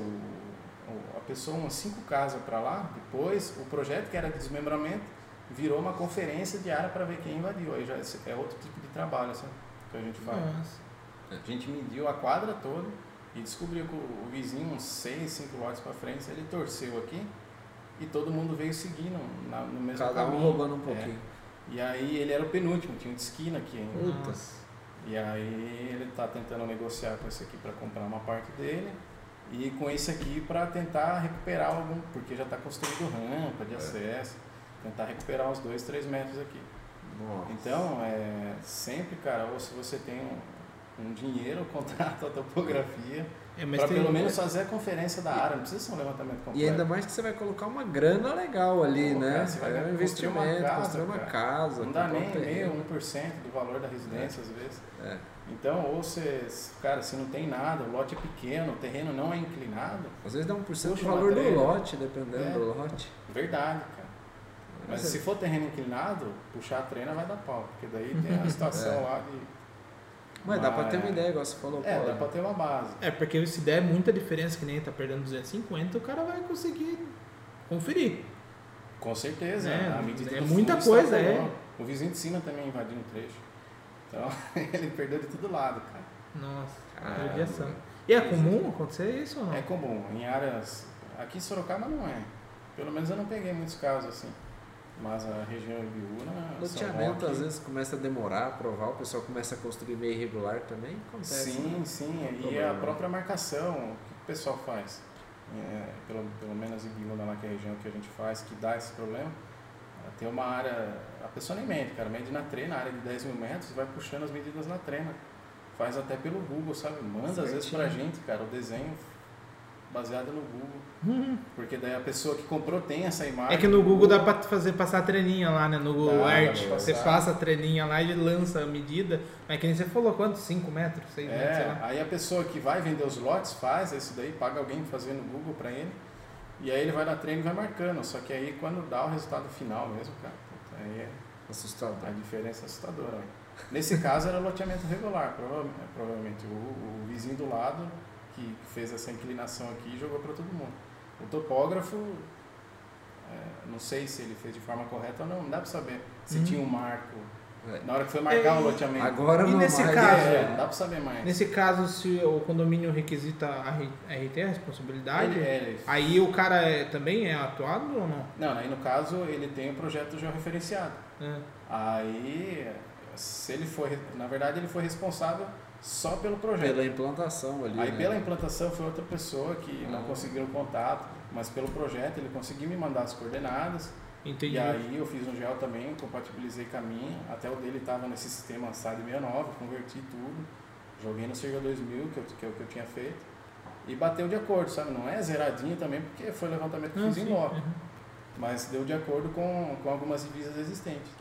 O, o, a pessoa, umas cinco casas pra lá, depois o projeto que era de desmembramento virou uma conferência de área pra ver quem invadiu. Aí já é outro tipo de trabalho, sabe? Que a gente faz. Nossa. A gente mediu a quadra toda e descobriu que o, o vizinho, uns seis, cinco lotes pra frente, ele torceu aqui. E todo mundo veio seguindo na, no mesmo Cada caminho. um roubando um pouquinho. É. E aí ele era o penúltimo, tinha um de esquina aqui ainda. Putas. E aí ele tá tentando negociar com esse aqui para comprar uma parte dele. E com esse aqui para tentar recuperar algum, porque já está construindo rampa de acesso. É. Tentar recuperar uns dois, três metros aqui. Nossa. Então, é, sempre, cara, ou se você tem um, um dinheiro, contrata a topografia. É, para tem... pelo menos fazer a conferência da área, não precisa ser um levantamento completo. E ainda mais que você vai colocar uma grana legal ali, Pô, né? Cara, você vai é um investimento, uma construir uma cara. casa. Não dá nem meio, um por cento do valor da residência, é. às vezes. É. Então, ou você, cara, se não tem nada, o lote é pequeno, o terreno não é inclinado. Às vezes dá um por cento do valor do lote, dependendo é. do lote. Verdade, cara. Mas, Mas se é. for terreno inclinado, puxar a trena vai dar pau, porque daí tem a situação é. lá de... Mas, Mas dá pra ter uma ideia, igual você falou. É, pô, dá pra ter uma base. É, porque se der muita diferença, que nem tá perdendo duzentos e cinquenta, o cara vai conseguir conferir. Com certeza. É, a medida é muita coisa, é. O vizinho de cima também invadiu um trecho. Então, ele perdeu de todo lado, cara. Nossa, judiação. E é comum acontecer isso ou não? É comum. Em áreas... Aqui em Sorocaba não é. Pelo menos eu não peguei muitos casos assim. Mas a região Ibiúna... Loteamento às vezes começa a demorar a aprovar, o pessoal começa a construir meio irregular também, acontece. Sim, né? sim, e problema. A própria marcação, o que o pessoal faz? É, pelo, pelo menos Ibiúna, lá que é a região que a gente faz, que dá esse problema, tem uma área, a pessoa nem mede, cara, mede na trena, área de dez mil metros, vai puxando as medidas na trena. Faz até pelo Google, sabe? Manda Certinho. Às vezes pra gente, cara, o desenho baseado no Google. Uhum. Porque daí a pessoa que comprou tem essa imagem. É que no Google dá pra fazer passar a trelinha lá, né? No Google dá, Art. Você passa a trelinha lá e lança a medida. Mas que nem você falou, quanto? cinco metros? seis é, metros, sei lá. Aí a pessoa que vai vender os lotes faz isso daí, paga alguém fazer no Google pra ele. E aí ele vai na treina e vai marcando. Só que aí quando dá o resultado final mesmo, cara, aí é assustador. A diferença é assustadora. Né? Nesse caso era loteamento regular, provavelmente. O, o vizinho do lado que fez essa inclinação aqui e jogou para todo mundo. O topógrafo, é, não sei se ele fez de forma correta ou não, não dá para saber se uhum. tinha um marco. É. Na hora que foi marcar e, o loteamento. Agora e não nesse mais. caso, é, não dá para saber mais. Nesse caso, se o condomínio requisita a R T, a responsabilidade, ele, ele, aí o cara é, também é atuado ou não? Não, aí no caso ele tem o um projeto georreferenciado. É. Aí, se ele for, na verdade ele foi responsável só pelo projeto. Pela implantação ali. Aí né? pela implantação foi outra pessoa que ah. não conseguiu o contato, mas pelo projeto ele conseguiu me mandar as coordenadas. Entendi. E aí eu fiz um gel também, compatibilizei com a minha, até o dele estava nesse sistema S A D sessenta e nove, converti tudo, joguei no Serga dois mil, que, eu, que é o que eu tinha feito, e bateu de acordo, sabe? Não é zeradinho também, porque foi o levantamento que eu ah, fiz sim. em loco, uhum. mas deu de acordo com, com algumas divisas existentes.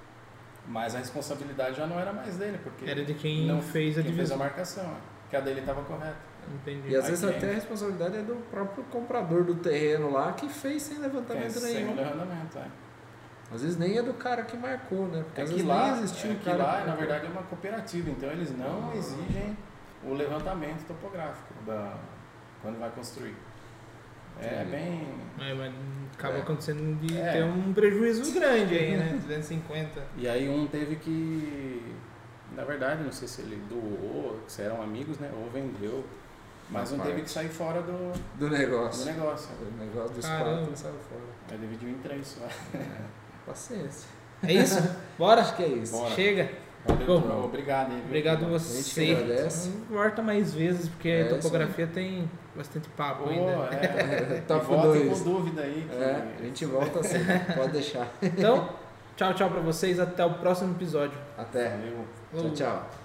Mas a responsabilidade já não era mais dele, porque era de quem não fez a quem divisão. fez a marcação, que a dele estava correta. Entendi. E às Aí vezes tem- até a responsabilidade é do próprio comprador do terreno lá que fez sem levantamento Tem sem nenhum. levantamento, é. Às vezes nem é do cara que marcou, né? Porque É às que vezes lá, nem existiu é o que cara. lá que na marcou. verdade, é uma cooperativa, então eles não exigem o levantamento topográfico da, quando vai construir. É Entendi. bem... É, mas acaba É. acontecendo de É. ter um prejuízo grande aí, né? duzentos e cinquenta. E aí um teve que, na verdade, não sei se ele doou, se eram amigos, né? Ou vendeu, mas Uma um teve parte. que sair fora do, Do do negócio. negócio. O negócio dos Caramba. quatro saiu fora. Aí dividiu em três só. Paciência. É isso? Bora? Acho que é isso. Bora. Chega. Valeu, Bom, Tro. Obrigado, hein, viu? Obrigado a A gente você. que agradece. Volta mais vezes, porque É, a topografia tem bastante papo Pô, ainda. é. Top E voltem dois. com dúvida aí. Que... É, a gente volta assim, pode deixar. Então, tchau, tchau pra vocês. Até o próximo episódio. Até. Valeu. Tchau, tchau.